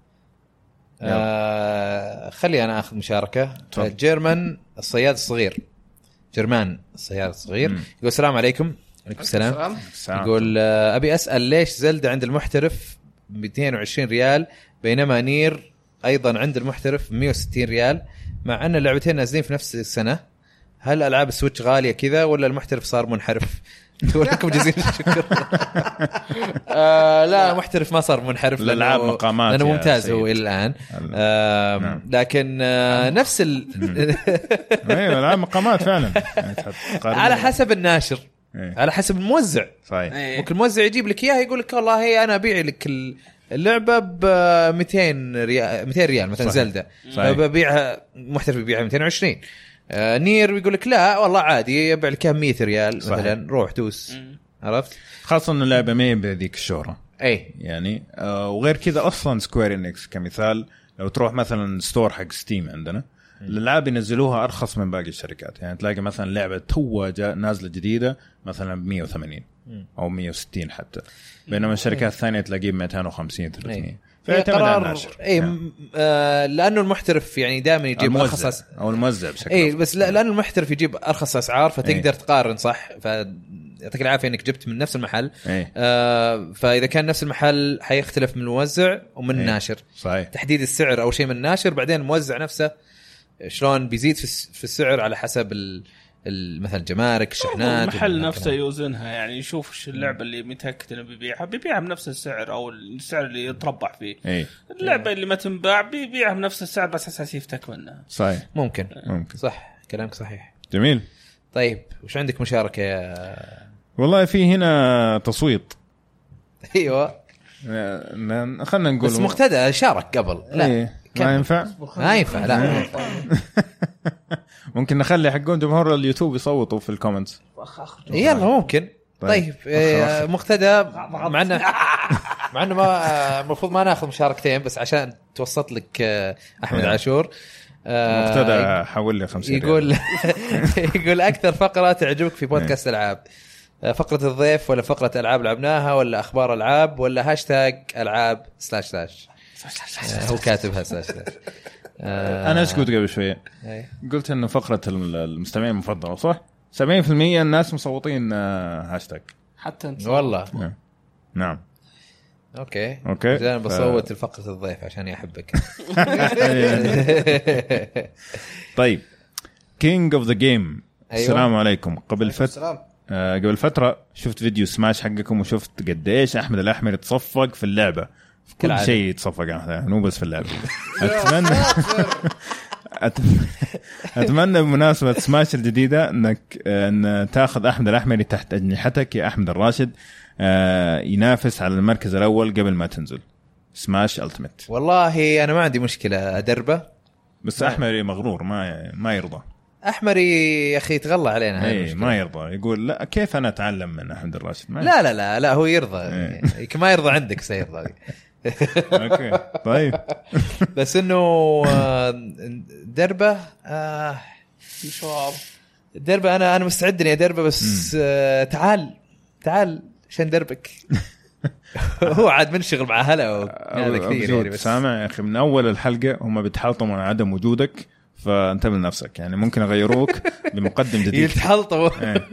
خلي انا اخذ مشاركه. جيرمان الصياد الصغير، جرمان الصياد الصغير يقول السلام عليكم. عليكم السلام. يقول ابي اسال ليش زلدة عند المحترف 220 ريال بينما نير ايضا عند المحترف 160 ريال مع ان اللعبتين نازلين في نفس السنه؟ هل العاب السويتش غاليه كذا ولا المحترف صار منحرف؟ ولكم جزيل الشكر. لا محترف ما صار منحرف الالعاب مقامات لانه ممتاز هو الى الان. لكن نفس ايوه العاب مقامات فعلا على حسب الناشر على حسب الموزع. صحيح. ممكن الموزع يجيب لك اياها يقول لك والله انا ابيع لك اللعبه ب 200 ريال مثلا زلدة فببيعها محترف يبيعها 220. نير يقول لك لا والله عادي يبيع لك 100 ريال مثلا روح دوس. عرفت؟ خاصه انه اللعبه ما بهذيك الشهره اي يعني. وغير كذا اصلا سكوير انكس كمثال لو تروح مثلا ستور حق ستيم عندنا الالعاب ينزلوها ارخص من باقي الشركات. يعني تلاقي مثلا لعبه توها نازله جديده مثلا ب 180 او 160 حتى، بينما الشركات الثانيه تلاقيه ب 250 300. فيعتمد على الناشر. لانه المحترف يعني دائما يجيب ارخص او الموزع بشكل بس لانه المحترف يجيب ارخص اسعار فتقدر تقارن صح. يعطيك العافيه انك جبت من نفس المحل. فاذا كان نفس المحل حيختلف من الموزع ومن الناشر. صحيح. تحديد السعر او شيء من الناشر، بعدين الموزع نفسه شلون بيزيد في السعر على حسب مثلا جمارك الشحنات. المحل نفسه يوزنها يعني يشوف اللعبه اللي متاكد انه بيبيعها بنفس السعر او السعر اللي يتربح فيه. اللعبه اللي ما تنباع بيبيعها بنفس السعر بس اساس يفتك منها. صحيح. ممكن صح كلامك صحيح. جميل. طيب وش عندك مشاركه يا والله في هنا تصويت. ايوه خلنا نقول بس مقتدى شارك قبل. لا ما ينفع لا ممكن نخلي حقون جمهور اليوتيوب يصوتوا في الكومنتس. يلا ممكن. طيب مقتدى مع انه ما المفروض ما ناخذ مشاركتين بس عشان توسط لك احمد عاشور. مقتدى حول لي 50 يقول اكثر فقره تعجبك في بودكاست العاب، فقره الضيف ولا فقره العاب لعبناها ولا اخبار العاب ولا هاشتاج العاب / هو كاتبها / انا ايش قلت قبل شويه؟ قلت انه فقره المستمعين المفضله صح 70% الناس مصوتين هاشتاج حتى انت والله. نعم اوكي انا بصوت الفقره الضيف عشان يحبك. طيب كينج اوف ذا جيم السلام عليكم. قبل فتره شفت فيديو سماش حقكم وشفت قديش احمد الاحمر يتصفق في اللعبه في كل شيء يتصفق مو بس في اللعبه. اتمنى بمناسبه سماش الجديده ان تاخذ احمد الاحمر تحت اجنحتك يا احمد الراشد ينافس على المركز الاول قبل ما تنزل سماش التيمت. والله انا ما عندي مشكله ادربه بس احمر مغرور ما يرضى. احمري يا اخي تغلى علينا. ما يرضى يقول لا كيف انا اتعلم من احمد الراشد. لا هو يرضى. ما يرضى عندك سيرضى. اوكي طيب. بس انه دربه مشوار دربه انا مستعد اني ادربه بس تعال عشان دربك. هو عاد منشغل مع هلا كثير يعني. بس سامع يا اخي من اول الحلقه هم بيتحاطوا مع عدم وجودك فانتبه لنفسك يعني ممكن يغيروك بمقدم جديد يتحلطوا.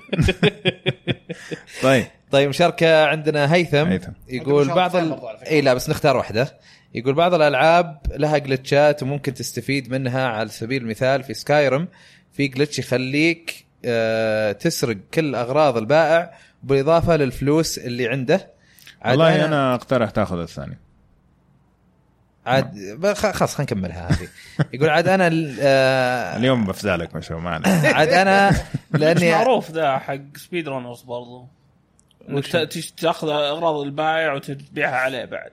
طيب مشاركة عندنا هيثم. يقول بعض اي لا بس نختار واحدة. يقول بعض الألعاب لها جلتشات وممكن تستفيد منها. على سبيل المثال في سكايرم في جلتش يخليك تسرق كل أغراض البائع بالإضافة للفلوس اللي عنده. والله أنا أقترح تأخذ الثاني عاد خلاص خلينا نكملها هذه. يقول عاد أنا اليوم بفزعلك مشو معنا. عاد أنا لأني معروف ذا حق سبيد رانرز برضو تأخذ أغراض البائع وتبيعها عليه بعد.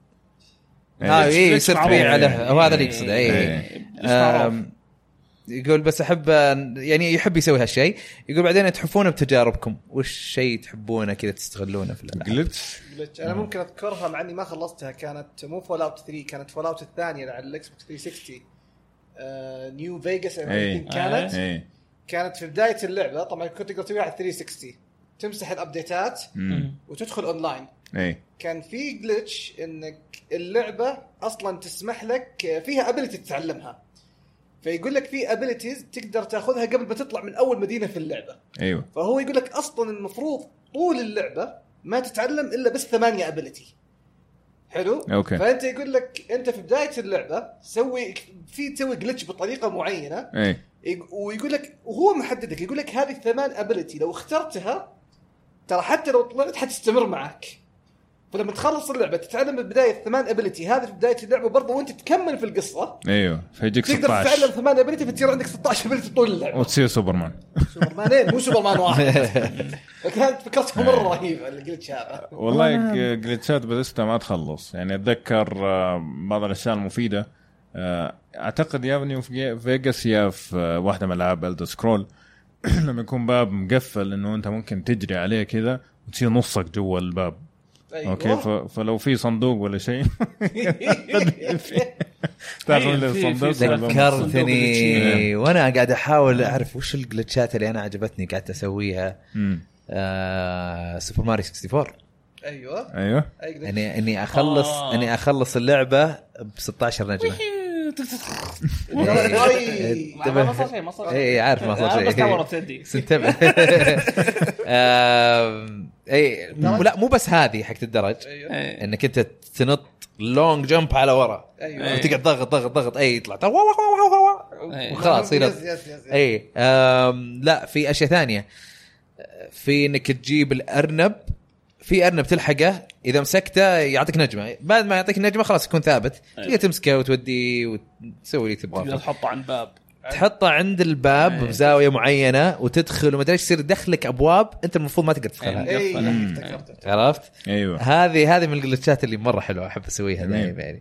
يصير تبيع عليه وهذا اللي يقصده. يقول بس أحب يعني يحب يسوي هالشيء. يقول بعدين تحفونه بتجاربكم وش شيء تحبونه كذا تستغلونه في الألعاب. جلتش أنا ممكن أذكرها مع أني ما خلصتها. كانت مو فولاوت 3 كانت فولاوت الثانية على الإكس بوكس 360 نيو فيغاس كانت في بداية اللعبة. طبعا كنت تقدر تبيعها على 360 تمسح الأبديتات وتدخل أونلاين. كان في جلتش إنك اللعبة أصلا تسمح لك فيها ابيليتي تتعلمها. فيقول لك في ابيليتيز تقدر تاخذها قبل ما تطلع من اول مدينه في اللعبه. ايوه. فهو يقول لك اصلا المفروض طول اللعبه ما تتعلم الا بس 8 ابيليتي. حلو. أوكي. فانت يقول لك انت في بدايه اللعبه تسوي جلتش بطريقه معينه. ويقول لك وهو محددك يقول لك هذه 8 ابيليتي لو اخترتها ترى حتى لو طلعت حتستمر معك. فلما تخلص اللعبة تتعلم بداية 8 ابيليتي هذه في بداية اللعبة برضه وانت تكمل في القصة. ايوه فيجيك 16 تقدر تتعلم 8 ابيليتي فتصير عندك 16 ابيليتي طول اللعبة وتصير سوبرمان. سوبرمانين مو سوبرمان واحد. فكانت فكرتها مرة رهيبة الجلتش هذا. والله جلتشات بدست ما تخلص يعني. اتذكر بعض الاشياء المفيدة اعتقد يا ابني في فيغاس يا في واحدة من العاب إلدر سكرول لما يكون باب مقفل انه انت ممكن تجري عليه كذا وتصير نصك جوا الباب. أيوة. اوكي فلو في صندوق ولا شيء تاخذ الصندوق. ذكرتني وانا قاعد احاول اعرف وش الجلتشات اللي انا عجبتني قاعد اسويها. سوبر ماريو 64. ايوه يعني اني اخلص اللعبه ب 16 نجمه. ما صار شيء اي عارف ما صار شيء بس تورط يدي سنتبه. اي لا مو بس هذه حق الدرج. انك انت تنط لونج جمب على ورا وتقعد ضغط اي يطلع وخلاص اي. لا في اشياء ثانيه. في انك تجيب الارنب. في أرنب تلحقه إذا مسكته يعطيك نجمة. بعد ما يعطيك نجمة خلاص يكون ثابت. تقدر تمسكه وتوديه وتسوي اللي تبغاه. تقدر تحطه عند باب. تحطه عند الباب بزاوية معينة وتدخل وما أدري إيش يصير دخلك أبواب أنت المفروض ما تقدر تدخلها. عرفت؟ أيوه. هذه من الجلتشات اللي مرة حلوة أحب أسويها دائما يعني.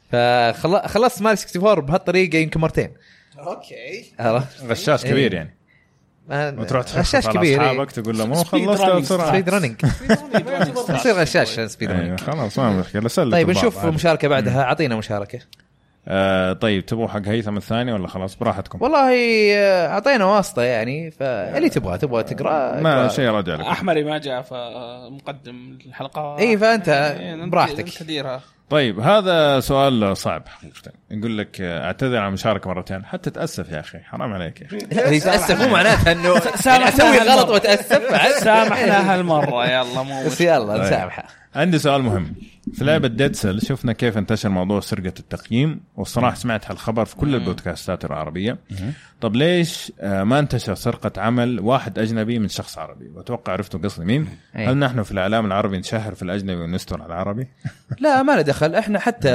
فخلصت ماريو 64 بهالطريقة يمكن مرتين. أوكي. غشاش كبير يعني. وتروح غشاش كبير اصحابك تقول له مو خلصت بسرعه. سبيد رانينج تصير غشاش سبيد رانينج. خلاص ما مشكله سلك. طيب نشوف مشاركه بعدها. اعطينا مشاركه. طيب تبغوا حق هيثم الثاني ولا خلاص براحتكم؟ والله اعطينا واسطه يعني فاللي تبغى تقرا ما شيء راجع لك. احمري ما جاء فمقدم الحلقه. اي فانت براحتك تديرها. طيب هذا سؤال صعب حقيقة. يقول لك اعتذر عن المشاركة مرتين. حتى تأسف يا أخي حرام عليك يا أخي. يتأسف مو معناتها أنه أسوي غلط وتأسف. سامحنا هالمرة يلا مو بس يلا نسامحه. عندي سؤال مهم. في لعبة ديد سيل شفنا كيف انتشر موضوع سرقة التقييم والصراحة سمعت هالخبر في كل البودكاستات العربية. طب ليش ما انتشر سرقة عمل واحد أجنبي من شخص عربي؟ وأتوقع عرفتوا قصدي مين. هل نحن في الإعلام العربي نشهر في الأجنبي ونستر على العربي؟ لا ما له دخل. احنا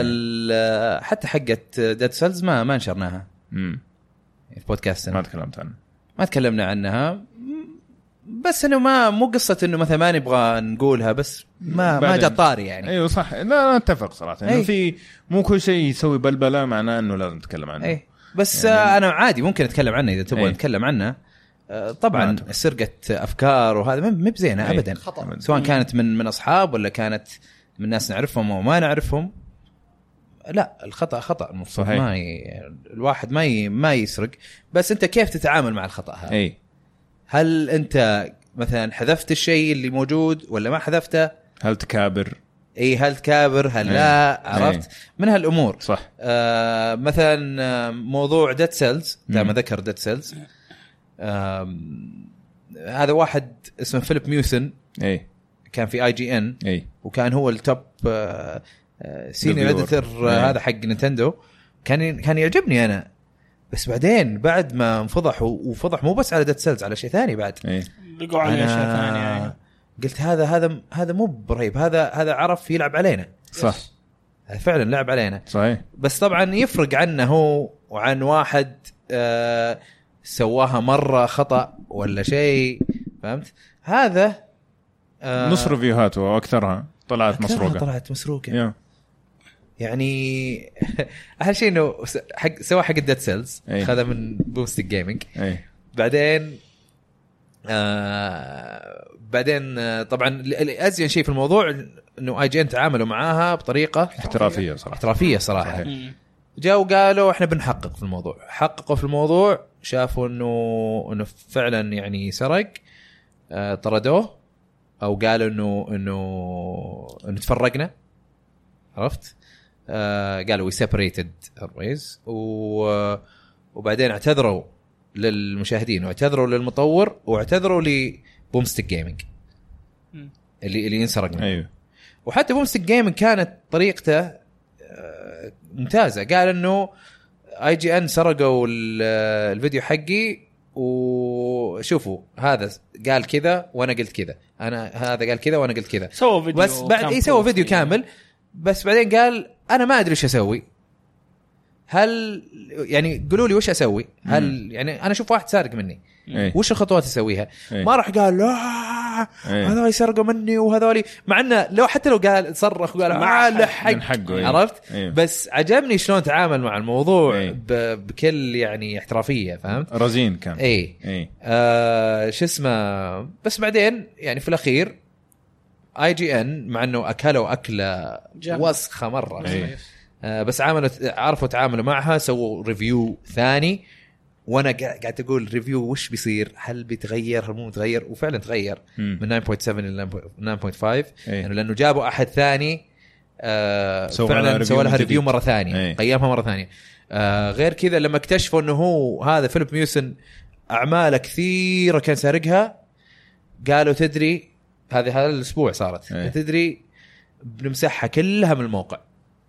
حتى حقت ديد سيلز ما نشرناها في بودكاستنا. ما تكلمنا عنها. بس انه مو قصه انه مثلا ما نبغى نقولها بس ما جاء طاري يعني. ايوه صح. لا نتفق صراحه انه في مو كل شيء يسوي بلبله معناه انه لازم نتكلم عنه. بس يعني انا عادي ممكن اتكلم عنه اذا تبغى نتكلم عنه. طبعا سرقه افكار وهذا ما بزينه ابدا. سواء كانت من اصحاب ولا كانت من ناس نعرفهم او ما نعرفهم. لا الخطا خطا. المفروض الواحد ما يسرق. بس انت كيف تتعامل مع الخطا هذا؟ هل انت مثلا حذفت الشيء اللي موجود ولا ما حذفته؟ هل تكابر؟ اي هل تكابر هل لا عرفت من هالامور صح. مثلا موضوع ديد سيلز دائما ذكر ديد سيلز. هذا واحد اسمه فيليب ميوسن اي كان في IGN اي وكان هو التوب سينيور اديتور هذا حق نينتندو. كان يعجبني انا بس بعدين بعد ما انفضحوا وفضح مو بس على ديد سيلز على شيء ثاني بعد لقوا عليه اشياء ثانيه قلت هذا مو برهيب هذا عرف يلعب علينا صح فعلا لعب علينا صحيح. بس طبعا يفرق عنه هو وعن واحد سواها مرة خطأ ولا شيء فهمت. هذا نص ريفيوهاته واكثرها طلعت مسروقه يعني احلى شيء انه سوى حق الديد سيلز خذها من بومستيك جيمنج بعدين طبعا الازين شيء في الموضوع انه IGN تعاملوا معاها بطريقه احترافيه صراحه. جاءوا قالوا احنا بنحقق في الموضوع. حققوا في الموضوع شافوا انه فعلا يعني سرق طردوه او قالوا انه تفرقنا عرفت. قالوا we separated our ways وبعدين اعتذروا للمشاهدين واعتذروا للمطور واعتذروا لبومستيك جيمنج اللي ينسرق منه. ايوه. وحتى بومستيك جيمنج كانت طريقته ممتازه. قال انه IGN سرقوا الفيديو حقي وشوفوا هذا قال كذا وانا قلت كذا هذا قال كذا وانا قلت كذا. سووا فيديو بس بعد يسوي فيديو كامل بس بعدين قال انا ما ادري ايش اسوي. هل يعني قولوا لي وش اسوي. هل يعني انا اشوف واحد سارق مني وش الخطوات اسويها. ما راح قال لا هذول يسرقوا مني وهذول مع انه لو قال صرخ وقال ما حقه عرفت. بس عجبني شلون تعامل مع الموضوع بكل يعني احترافيه فهمت. رزين كان شو اسمه. بس بعدين يعني في الاخير IGN مع انه اكلوا اكله وسخه مره بس عرفوا تعاملوا معها. سووا ريفيو ثاني وانا قاعد اقول ريفيو وش بيصير هل بيتغير هل مو متغير وفعلا تغير من 9.7 الى 9.5 يعني لانه جابوا احد ثاني فعلا سوى لها ريفيو مره ثانيه قيمها مره ثانيه. غير كذا لما اكتشفوا انه هو هذا فيليب ميوسن اعمال كثيره كان سارقها قالوا تدري هذا الاسبوع صارت تدري بنمسحها كلها من الموقع.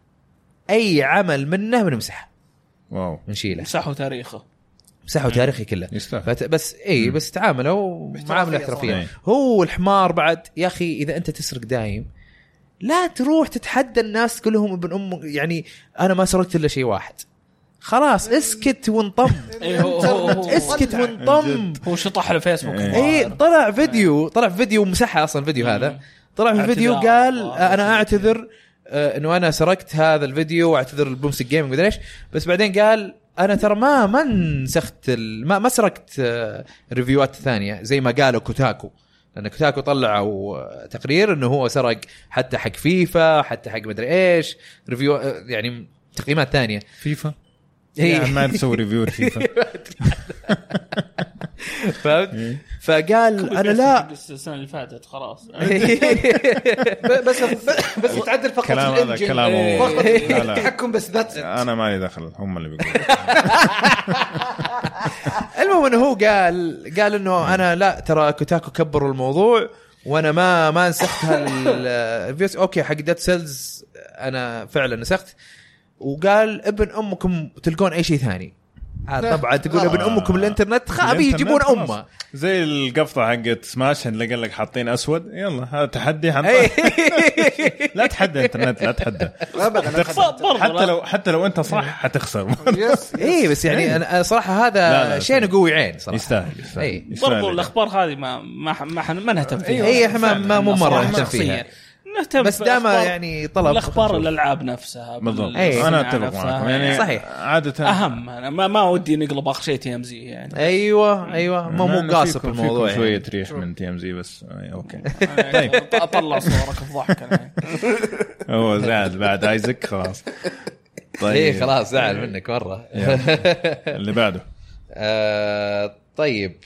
اي عمل منه بنمسحها واو نشيله. مسحوا تاريخي كله بس بس تعاملوا معامله احترافيه. هو الحمار بعد يا اخي اذا انت تسرق دايم لا تروح تتحدى الناس كلهم ابن ام يعني انا ما سرقت الا شيء واحد خلاص اسكت وانطم. اسكت وانطم. هو شطح على فيسبوك طلع فيديو مسحها اصلا الفيديو هذا طلع في الفيديو قال انا اعتذر انه انا سرقت هذا الفيديو واعتذر البومستيك جيمنج ومدري ايش. بس بعدين قال انا ترى ما نسخت ما سرقت ريفيوات ثانيه زي ما قالوا كوتاكو لان كوتاكو طلعوا تقرير انه هو سرق حتى حق فيفا حتى حق مدري ايش ريفيو يعني تقييمات ثانيه فيفا يعني ما تسوي ريفيو فيفا فهمت. فقال انا لا السنه اللي فاتت خلاص بس تعدل فقط الانجن فقط التحكم بس ذات انا مالي دخل هم اللي بيقولوا. المهم انه هو قال انه انا لا ترى كوتاكو كبروا الموضوع وانا ما نسخت هالفيديوز اوكي حق ديد سيلز انا فعلا نسخت. وقال ابن امكم تلقون اي شيء ثاني طبعا تقول ابن امكم الانترنت خابي يجيبون امه زي القفطه حقت سماش اللي قال لك حاطين اسود يلا هذا تحدي لا تحدى انترنت لا تحدى حتى لو انت صح حتخسر. بس يعني انا صراحه هذا شيء قوي عين صراحه يستاهل. برضو الاخبار هذه ما نهتم فيها. احنا مو مره نهتم فيها بس دام يعني طلب الاخبار الالعاب نفسها بالضبط. انا اتفق معكم يعني صحيح عاده اهم. انا ما ودي نقلب اخر شيء TMZ يعني. ايوه مو قاصب الموضوع شويه يعني. ريش من TMZ بس اوكي طيب اطلع صورك بضحك انا هو زعل بعد ايزك خلاص. طيب خلاص زعل منك مره. اللي بعده طيب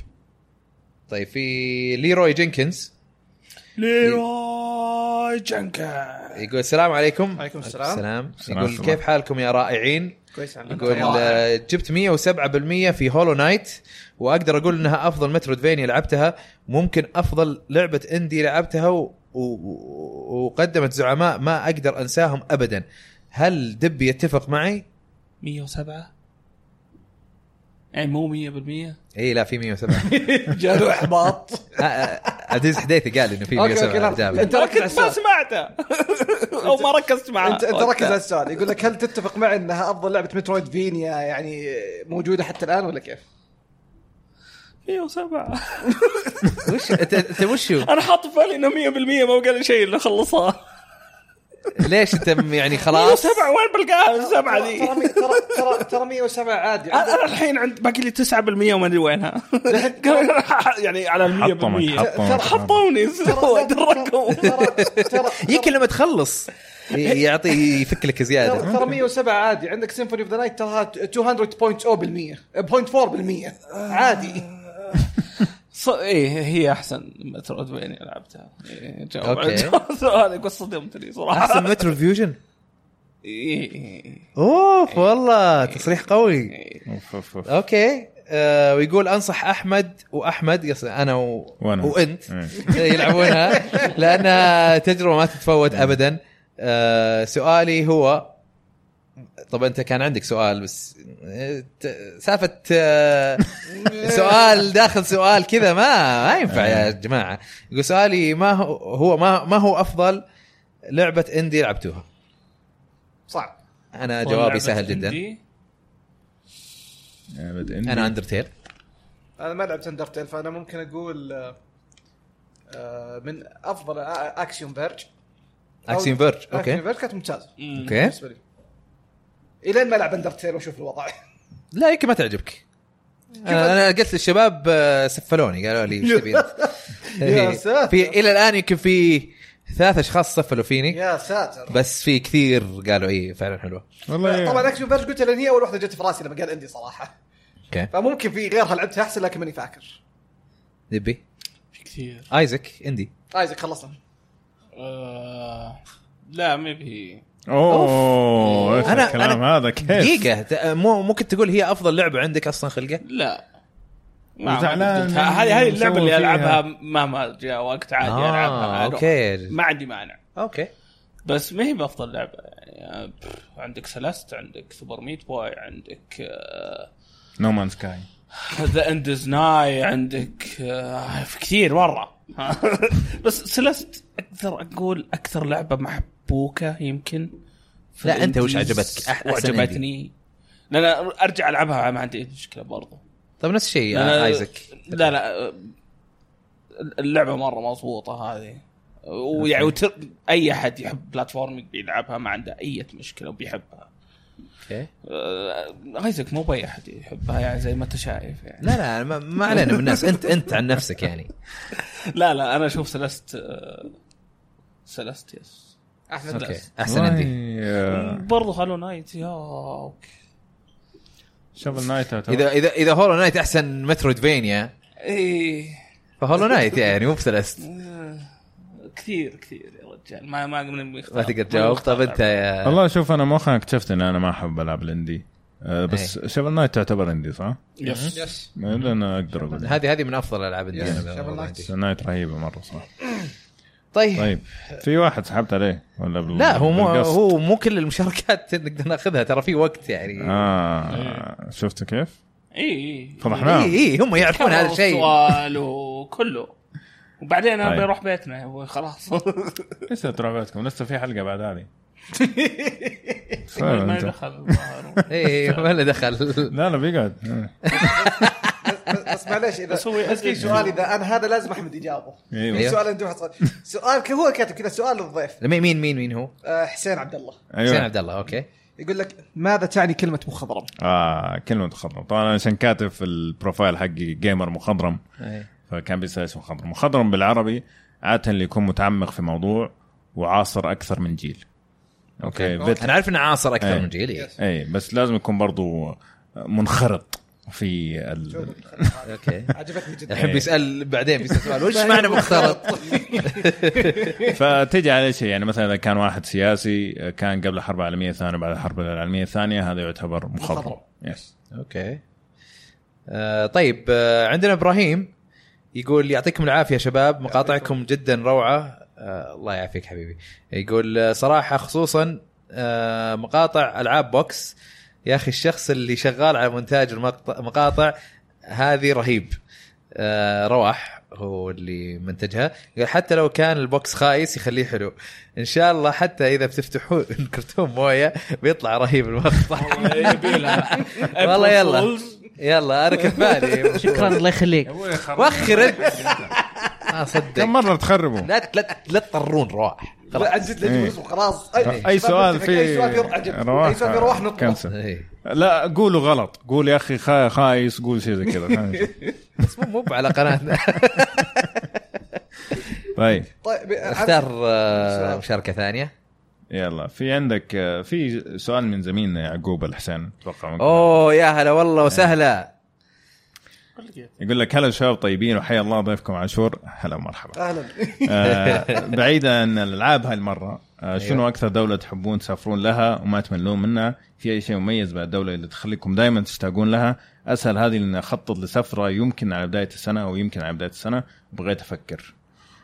في ليروي جينكنز يقول السلام عليكم. عليكم السلام. يقول كيف حالكم يا رائعين؟ كويس. يقول جبت 107% في هولو نايت واقدر اقول انها افضل مترويدفينيا لعبتها، ممكن افضل لعبه اندي لعبتها وقدمت زعماء ما اقدر انساهم ابدا. هل دب يتفق معي؟ 107 يعني مو 100%. اي لا في 107. جاله احباط. عزيز حديثي قال انه في 107. انت ركز ما سمعته او ما ركزت معه. انت ركز على السؤال. يقول لك هل تتفق معي انها افضل لعبه مترويد فينيا يعني موجوده حتى الان ولا كيف؟ 107. وش انت وشو؟ انا حاط في بالي انه 100% ما بقى لي شيء اللي خلصها. ليش انت يعني خلاص 107 وين بلقاها السبعه دي؟ ترى 107 عادي. انا الحين عند باقي لي 9% وما ادري وينها. يعني على 100% حطوني يمكن لما تخلص يعطي يفك لك زياده. ترى 107 عادي. عندك سيمفوني اوف ذا نايت ترى 200.0% عادي. ايه هي احسن مترويدفينيا لعبتها. اوكي هذه صدمتني صراحه. احسن مترو فيوجن. ايه اوف والله تصريح قوي. اوكي ويقول انصح احمد واحمد انا وانت يلعبونها لانها تجربه ما تتفوت ابدا. سؤالي هو طب انت كان عندك سؤال بس سالفه سؤال داخل سؤال كذا ما ينفع يا جماعه. يقول سؤالي ما هو افضل لعبه اندي لعبتوها؟ صعب. انا جوابي سهل جدا. انا اندرتيل. انا ما لعبت اندرتيل فانا ممكن اقول من افضل اكشن فيرج. اكشن فيرج اوكي. اكشن فيرج كانت ممتازه اوكي. الين ما لعب اندرتيل وشوف الوضع. لا يمكن ما تعجبك. انا قلت للشباب سفلوني قالوا لي ايش تبي في الى الان يمكن في 3 اشخاص سفلوا فيني يا ساتر. بس في كثير قالوا ايه فعلا حلوه والله. طبعا اكشن فيرج قلت لان هي اول واحده جت في راسي لما قال عندي صراحه. اوكي فممكن في غيرها لعبتها احسن لكن ماني فاكر. دبي في كثير. ايزك اندي. ايزك خلصنا. لا ما به. اوه انا الكلام هذا كيف دقيقه ممكن تقول هي افضل لعبه عندك اصلا خلقه؟ لا هذه اللعبه اللي العبها مهما جاء وقت عادي العبها. اوكي ما عندي مانع. اوكي بس ما هي بافضل لعبه يعني. عندك سلست، عندك سوبر ميت بوي، عندك نو مان سكاي، ذا اندز ناي، عندك في كثير مره. بس سلست اقدر اقول اكثر لعبه محبوكه يمكن. لا انت وش عجبتك؟ عجبتني لا ارجع العبها ما عندي مشكله برضه. طب نفس الشيء ايزك. لا اللعبه مره مضبوطه هذه ويعني اي احد يحب بلاتفورمينج بيلعبها ما عنده اي مشكله وبيحبها. اوكي ايزك مو باي احد يحبها يعني زي ما انت شايف يعني. لا ما علينا من الناس. انت عن نفسك يعني. لا انا اشوف سلست يس احسن عندي برضو هولو نايت. يا اوكي شوفل نايت اذا هولو نايت احسن مترويدفينيا ايه فهولو نايت يعني مو بسلست. كثير يا رجال ما تقدر تجاوب. طب انت يا والله شوف انا مؤخرا اكتشفت ان انا ما احب العب الاندي بس شوفل نايت تعتبر اندي صح؟ يس انا اقدر اقول هذه من افضل الالعاب اندي. شوفل نايت رهيبه مره صح. طيب في واحد سحبت عليه ولا لا هو مو كل المشاركات نقدر ناخذها ترى في وقت يعني. شفت كيف؟ ايه فضحناه. هم يعرفون هذا الشيء سؤال وكله وبعدين انا بروح بيتنا وخلاص. لسه تروح بيتكم لسه في حلقه بعد هذه. ما دخل ما له دخل. لا بيقعد. بس معليش اذا في سؤال اذا انا هذا لازم احمد يجاوبه. في سؤال عنده سؤال هو كاتب كذا سؤال للضيف. مين هو؟ حسين عبد الله. حسين عبد الله اوكي. يقول لك ماذا تعني كلمه مخضرم؟ كلمه مخضرم طبعا انا عشان كاتب في البروفايل حقي جيمر مخضرم فكان بيسأل اسمه مخضرم بالعربي عادة اللي يكون متعمق في موضوع وعاصر اكثر من جيل. اوكي انا عارف انه عاصر اكثر من جيل اي بس لازم يكون برضو منخرط في اوكي عجبتني جدا. الحين بيسال بعدين بيسال سؤال وش معنى مختلط. فتجي على شيء يعني مثلا اذا كان واحد سياسي كان قبل الحرب العالميه الثانيه بعد الحرب العالميه الثانيه هذا يعتبر مخضرم. يس اوكي طيب عندنا ابراهيم يقول يعطيكم العافيه شباب مقاطعكم جدا روعه. الله يعافيك حبيبي. يقول صراحه خصوصا مقاطع العاب بوكس يا اخي الشخص اللي شغال على مونتاج المقاطع هذه رهيب. رواح هو اللي منتجها قال حتى لو كان البوكس خايس يخليه حلو ان شاء الله حتى اذا بتفتحوا كرتون مويه بيطلع رهيب المقطع. والله يلا انا كنت بالي. شكرا الله يخليك. وخر صدق كم مره تخربوا. لا تضرون رواح خلاص. اي سؤال في اي سؤال يروح نطلع. لا قولوا غلط قول يا اخي خايس قول شيء زي كذا بس مو على قناتنا. طيب اختار مشاركه ثانيه. يلا في عندك في سؤال من زميلنا يعقوب الحسين اتوقع. اوه يا هلا والله وسهلا. يقول لك هلا شباب طيبين وحيا الله ضيفكم عاشور. هلا مرحبا. اهلا. بعيدا عن الالعاب هالمره شنو اكثر دوله تحبون تسافرون لها وما تملون منها؟ في اي شيء مميز بالدوله اللي تخليكم دائما تشتاقون لها؟ اسهل هذه لان اخطط لسفره يمكن على بدايه السنه او يمكن على بدايه السنه وبغيت افكر.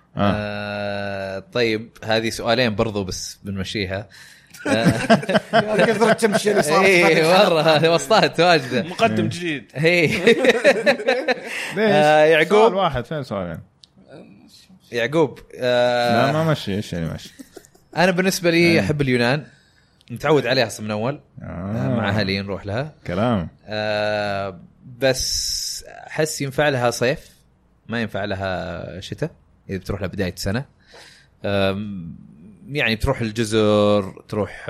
طيب هذه سؤالين برضو بس بنمشيها. كثرة تمشي اللي صار. ايه مره وسطات واجده مقدم جديد. يعقوب سؤال واحد فين سؤالين يعقوب. لا ما مشي ايش يعني ماشي. انا بالنسبه لي احب اليونان متعود عليها اصلا من اول. مع اهلي نروح لها كلام. بس احس ينفع لها صيف ما ينفع لها شتاء اذا بتروح لها بدايه سنه. يعني بتروح الجزر تروح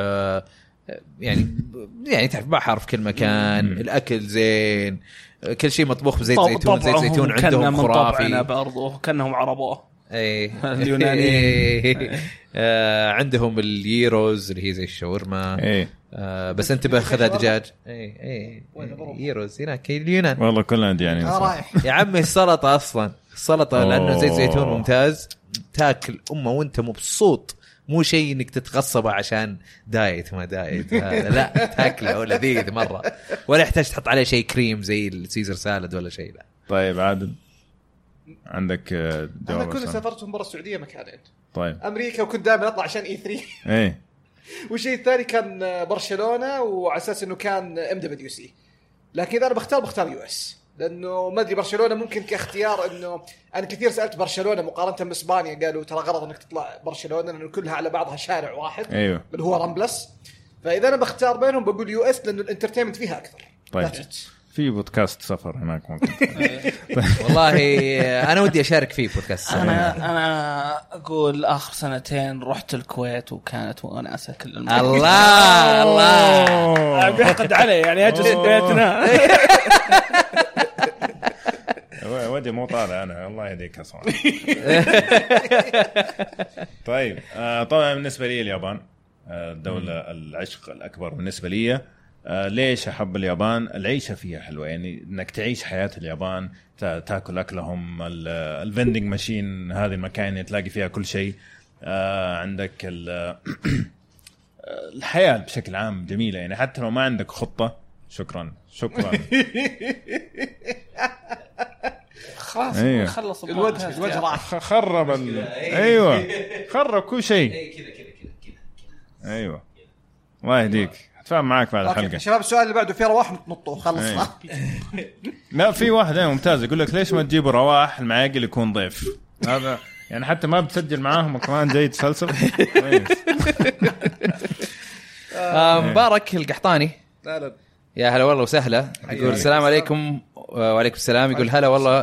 يعني تعرف بحر في كل مكان. الأكل زين كل شيء مطبوخ بزيت زيتون. زيت زيتون عندهم خرافي برضو كأنهم عربوه. اي اليونانيين. عندهم اليوروز اللي هي زي الشاورما. بس انتبه خذها دجاج. اي يوروز هناك اليونان والله كلنا يعني رايح يا عمي. السلطه اصلا السلطه لانه زيت زيتون ممتاز تاكل وانت مبسوط. مو شيء انك تتغصب عشان دايت ما دايت. لا تاكله لذيذ مره ولا يحتاج تحط عليه شيء كريم زي السيزر سالاد ولا شيء. لا طيب عادل عندك انا كنت سافرت برا السعوديه مكانين. طيب امريكا وكنت دائما اطلع عشان E3. ايه والشيء الثاني كان برشلونه وعلى اساس انه كان MWC. لكن اذا انا بختار US لانه ما ادري برشلونه ممكن كاختيار انه انا كثير سالت برشلونه مقارنه باسبانيا قالوا ترى غلط انك تطلع برشلونه لانه كلها على بعضها شارع واحد. ايوه اللي هو رامبلس. فاذا انا بختار بينهم بقول US لانه الانترتينمنت فيها اكثر. طيب في بودكاست سفر هناك ممكن. والله انا ودي اشارك فيه بودكاست. انا اقول اخر سنتين رحت الكويت وكانت وناسه كل الله بيحقد علي يعني اجلس بيتنا. ودي مو طالع انا الله يهديك اصلا. طيب طبعا بالنسبه لي اليابان الدوله العشق الاكبر بالنسبه لي. ليش احب اليابان؟ العيشه فيها حلوه يعني انك تعيش حياه اليابان تاكل اكلهم الفندنج ماشين هذه المكان اللي تلاقي فيها كل شيء. عندك الحياه بشكل عام جميله يعني حتى لو ما عندك خطه. شكرا خلاص أيوه. خلص الوجه راح خرب ايوه خرب كل شيء. ايوه الله يهديك اتفاهم معك بعد الحلقه. شباب السؤال اللي بعده في رواح نطه خلص. لا في واحد ممتاز يقول لك ليش ما تجيبوا رواح المعاقل يكون ضيف. هذا يعني حتى ما بتسجل معاهم وكمان جاي تفلسف. مبارك القحطاني يا هلا والله وسهلا. يقول السلام عليكم. وعليكم السلام. يقول هلا والله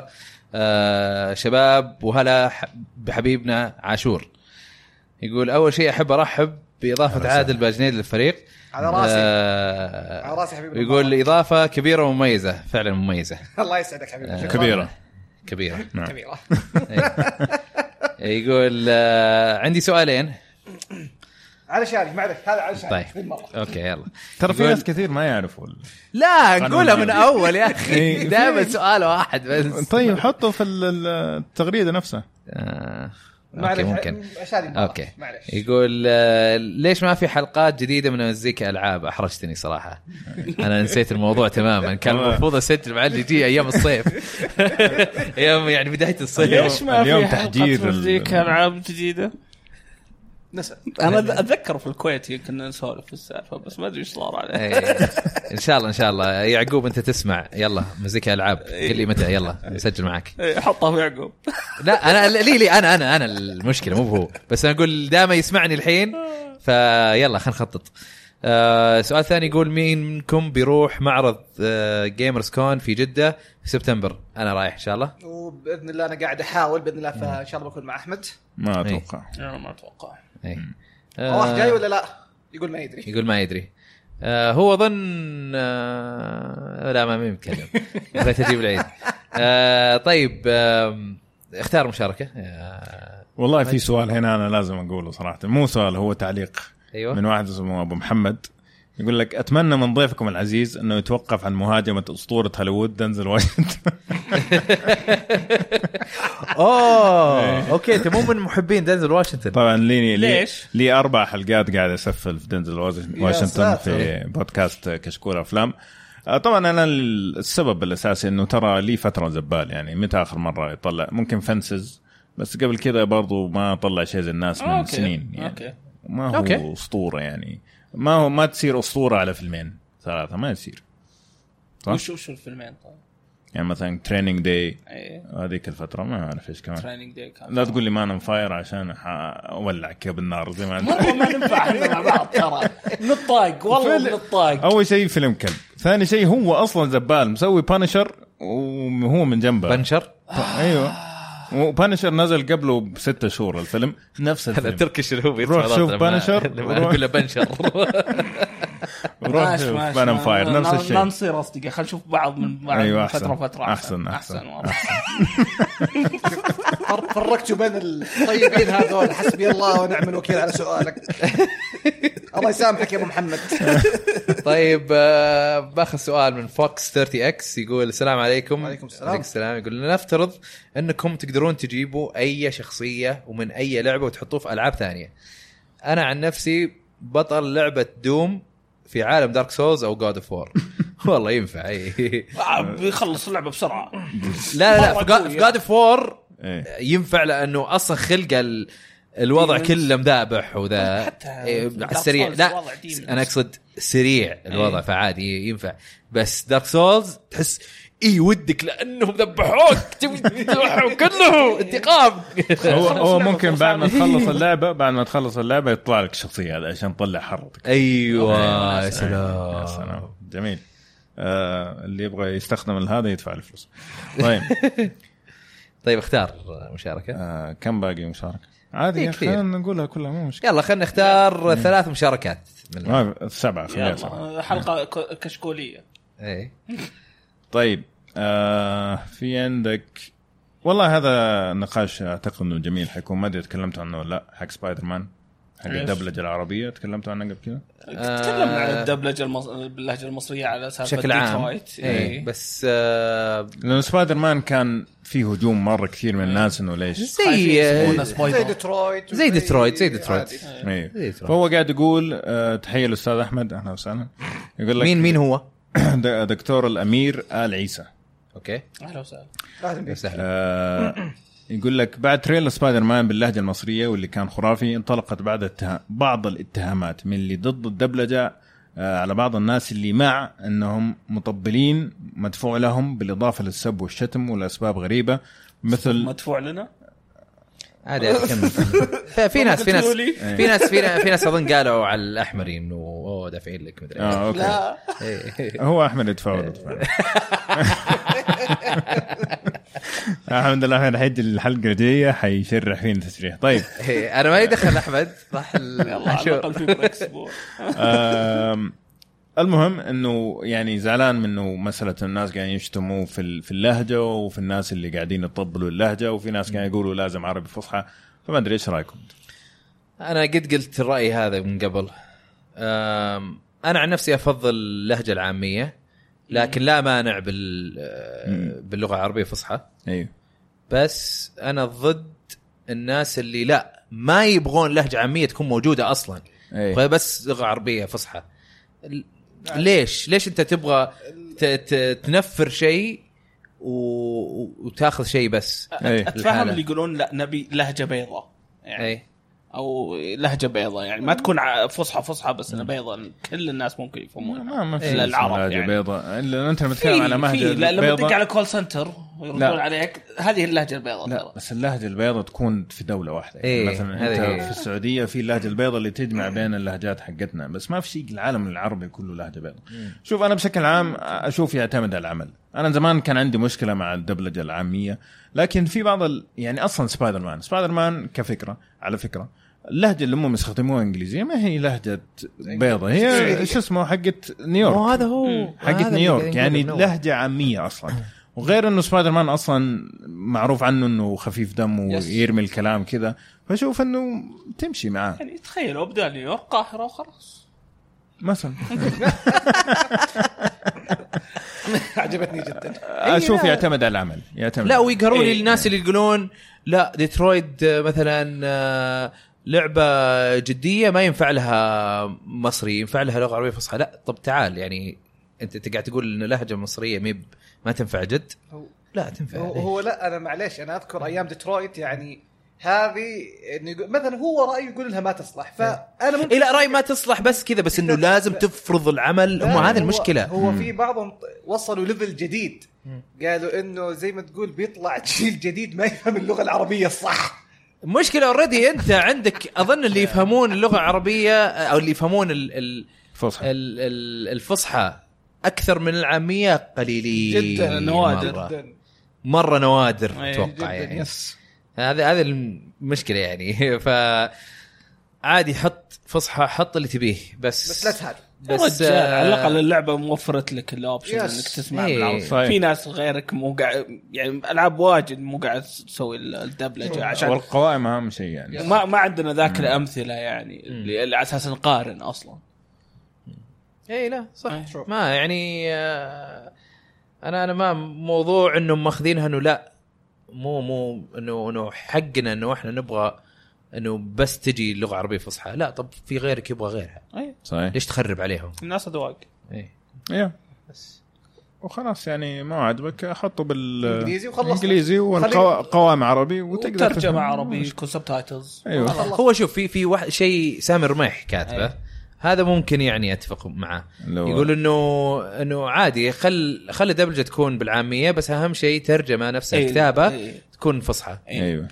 شباب وهلا بحبيبنا عاشور. يقول أول شيء أحب أرحب بإضافة عادل باجنيد للفريق على راسي. على راسي حبيبي. يقول إضافة كبيرة ومميزة فعلا مميزة. الله يسعدك حبيبي. كبيرة نعم. كبيرة. يقول عندي سؤالين. على شاري معلش هذا على شاري. طيب اوكي يلا. ترى في ناس كثير ما يعرفوا لا نقولها من اول يا اخي دائما سؤال واحد بس. طيب حطه في التغريده نفسها. أوكي ممكن. اوكي معلش. يقول ليش ما في حلقات جديده من مزيكا العاب؟ احرجتني صراحه انا نسيت الموضوع تماما. كان المفروض اسجل مع اللي يجي ايام الصيف ايام يعني بدايه الصيف. ليش ما اليوم في تحجير مزيكا العاب جديده؟ نسأل. انا اتذكر في الكويت كنا نسولف في السالفه بس ما ادري ايش صار عليه. ان شاء الله يعقوب انت تسمع يلا مزيكا العاب قل لي متى يلا نسجل معك. حطها في يعقوب. لا انا لي انا المشكله مو هو بس انا اقول دائما يسمعني الحين فيلا خلينا نخطط. سؤال ثاني يقول مين منكم بيروح معرض جيمرز كون في جده في سبتمبر؟ انا رايح ان شاء الله وباذن الله انا قاعد احاول باذن الله فان شاء الله بكون مع احمد. ما اتوقع. انا ما اتوقع. واحد جاي ولا لا؟ يقول ما يدري. هو ظن لا ما يتكلم بغيت اجيب العيد. طيب اختار مشاركه. والله في سؤال هنا انا لازم اقوله صراحه مو سؤال هو تعليق. أيوة. من واحد اسمه ابو محمد يقول لك اتمنى من ضيفكم العزيز انه يتوقف عن مهاجمه اسطوره هوليوود دنزل واشنطن. اوكي انت مو من محبين دنزل واشنطن. طبعا ليش؟ لي 4 حلقات قاعد اسفل في دنزل واشنطن في بودكاست كشكول افلام. طبعا انا السبب الاساسي انه ترى لي فتره زبال يعني متى اخر مره يطلع ممكن فنسز بس قبل كذا برضو ما طلع شيء زي الناس من سنين يعني. أوكي. ما هو اسطوره يعني ما تصير اسطوره على فيلمين ثلاثه ما يصير. وش الفيلمين طيب؟ يعني مثلا تريننج داي ايه هذيك الفتره ما اعرف ايش كمان. تريننج داي لا تقول لي ما انا فاير عشان اولع كيب النار زي ما انت. ما ننفع احنا مع بعض ترى نطاق والله نطاق. اول شيء فيلم كلب ثاني شيء هو اصلا زبال مسوي بانشر وهو من جنبه بانشر. ايوه وبانشر نزل قبله ب6 شهور الفيلم نفس الفيلم. هذا تركي اللي هو روح شوف بانشر يقول له بانشر. روح شوف بانم فاير نفس الشيء. ما نصير اصدقاء خل نشوف بعض من بعد أيوة فتره احسن فرقتوا بين الطيبين هذول. حسبي الله ونعم الوكيل على سؤالك. الله يسامحك يا ابو محمد. طيب باخذ سؤال من فوكس 30 اكس يقول السلام عليكم. وعليكم السلام. السلام. يقول لنا نفترض انكم تقدرون تجيبوا اي شخصيه ومن اي لعبه وتحطوه في العاب ثانيه. انا عن نفسي بطل لعبه دوم في عالم دارك سولز او جود اوف وور. والله ينفع بيخلص اللعبه بسرعه. لا في جود اوف وور ينفع لانه اصلا خلق الوضع كله مذابح وذا على السريع. لا انا اقصد سريع الوضع فعادي ينفع. بس دارك سولز تحس ودك لانهم ذبحوك تبي تذبحهم كله انتقام. هو ممكن بعد ما تخلص اللعبه يطلع لك الشخصيه هذا عشان تطلع حرتك. ايوه يا سلام جميل. اللي يبغى يستخدم هذا يدفع الفلوس. طيب اختار مشاركه. كم باقي مشاركه عادي خلينا نقولها كلها مو مشكله. يلا خلينا نختار 3 مشاركات من 7 خلينا حلقه كشكوليه. ايه طيب في عندك والله هذا نقاش اعتقد انه جميل حيكون. ما ادري تكلمت عنه ولا لا. حق سبايدر مان حق الدبلجه العربيه تكلمت عنه قبل كذا. تكلمنا عن الدبلجه باللهجه المصريه على اساس بشكل عام. بس لأن سبايدر مان كان فيه هجوم مره كثير من الناس انه ليش زي ديترويت. فهو قاعد يقول تحيه الاستاذ احمد اهلا وسهلا. يقول لك مين هو؟ دكتور الامير آل عيسى. اوكي اهلا وسهلا. يقول لك بعد تريلر سبايدر مان باللهجه المصريه واللي كان خرافي انطلقت بعض الاتهامات من اللي ضد الدبلجه على بعض الناس اللي مع انهم مطبلين مدفوع لهم بالاضافه للسب والشتم والاسباب غريبه مثل مدفوع لنا عادي اكمل. في ناس اظن قالوا على الاحمري انه دافعين لك مدري. اوكي هو احمد يدفع الحمد لله احنا حيجي الحلقه الجايه حيشرح فينا تشريح. طيب انا ما يدخل احمد راح المهم انه يعني زعلان منه مساله الناس قاعدين يشتموا في اللهجه وفي الناس اللي قاعدين يطبلوا اللهجه وفي ناس قاعدين يقولوا لازم عربي فصحى. فما ادري ايش رايكم؟ انا قد قلت الراي هذا من قبل. انا عن نفسي افضل اللهجه العاميه، لكن لا مانع باللغه العربيه فصحى. ايوه بس انا ضد الناس اللي لا ما يبغون لهجه عاميه تكون موجوده اصلا، أيوه. بس لغه عربيه فصحى. ليش انت تبغى تنفر شيء وتاخذ شيء بس؟ اتفهم اللي يقولون لا نبي لهجه بيضاء يعني او لهجه بيضاء، يعني ما تكون فصحى بس انها بيضاء كل الناس ممكن يفهمونها. ما في العرب لهجه يعني بيضاء الا انت بتتكلم على لهجه بيضاء. لما تدق بيضاء على كول سنتر ويردون عليك هذه اللهجه البيضاء. لا بس اللهجه البيضاء تكون في دوله واحده يعني مثلا انت في السعوديه في اللهجه البيضاء اللي تجمع بين اللهجات حقتنا، بس ما في شيء العالم العربي كله لهجه بيضاء. شوف انا بشكل عام اشوف يعتمد على العمل. انا زمان كان عندي مشكله مع الدبلجه العاميه، لكن في بعض يعني اصلا سبايدر مان كفكره على فكره اللهجه اللي هم يستخدموها انجليزيه ما هي لهجه بيضة، هي شو اسمه حقت نيويورك. هذا هو حقت نيويورك يعني لهجه عاميه اصلا. وغير انه سبايدر مان اصلا معروف عنه انه خفيف دم ويرمي الكلام كذا، فشوف انه تمشي معاه. يعني تخيلوا بدل نيويورك قاهره وخلاص مثلا. عجبتني جدا. اشوف يعتمد على العمل، يعتمد. لا ويقهرون الناس اللي يقولون لا ديترويت مثلا لعبة جدية ما ينفع لها مصري، ينفع لها لغة عربية فصحى. لا طب تعال، يعني انت قاعد تقول ان لهجة مصرية ما تنفع جد؟ لا تنفع. هو لا انا معليش انا اذكر ايام ديترويت يعني هذه مثلا هو رأيه يقول لها ما تصلح، فانا ممكن لا رأي ما تصلح بس كذا، بس انه لازم تفرض العمل. هم هذه المشكلة. هو في بعضهم وصلوا ليفل جديد، قالوا انه زي ما تقول بيطلع جيل جديد ما يفهم اللغة العربية الصح. مشكلة اوريدي انت عندك اظن اللي يفهمون اللغة العربية او اللي يفهمون الفصحى اكثر من العامية قليلين جدا، نوادر مرة نوادر اتوقع يعني. هذا المشكلة يعني. فعادي حط فصحى، حط اللي تبيه بس لا تهاجم. بس على الأقل اللعبة موفرت لك الأوبشن إنك تسمع بالعربي. في ناس غيرك مو قاعد يعني ألعاب واجد مو قاعد تسوي الدبلجة عشان والقوائم أهم شيء يعني. ما عندنا ذاك الأمثلة يعني اللي على أساس نقارن أصلا. لا صح. ما يعني أنا ما موضوع إنه ماخذينها إنه لا مو إنه حقنا إنه إحنا نبغى انه بس تجي اللغه العربيه فصحى. لا طب في غيرك يبغى غيرها. صحيح. ليش تخرب عليهم؟ الناس ادواق. بس وخلاص يعني ما عجبك حطه بالانجليزي وخلص، انجليزي والقوام عربي وتقدر ترجمه عربي يكون سبتايتلز. ايوه هو شوف في واحد شيء سامر رميح كاتبه هذا ممكن يعني اتفق معه. يقول انه عادي خلي دبلجه تكون بالعاميه، بس اهم شيء ترجمه نفس الكتابه تكون فصحى. ايوه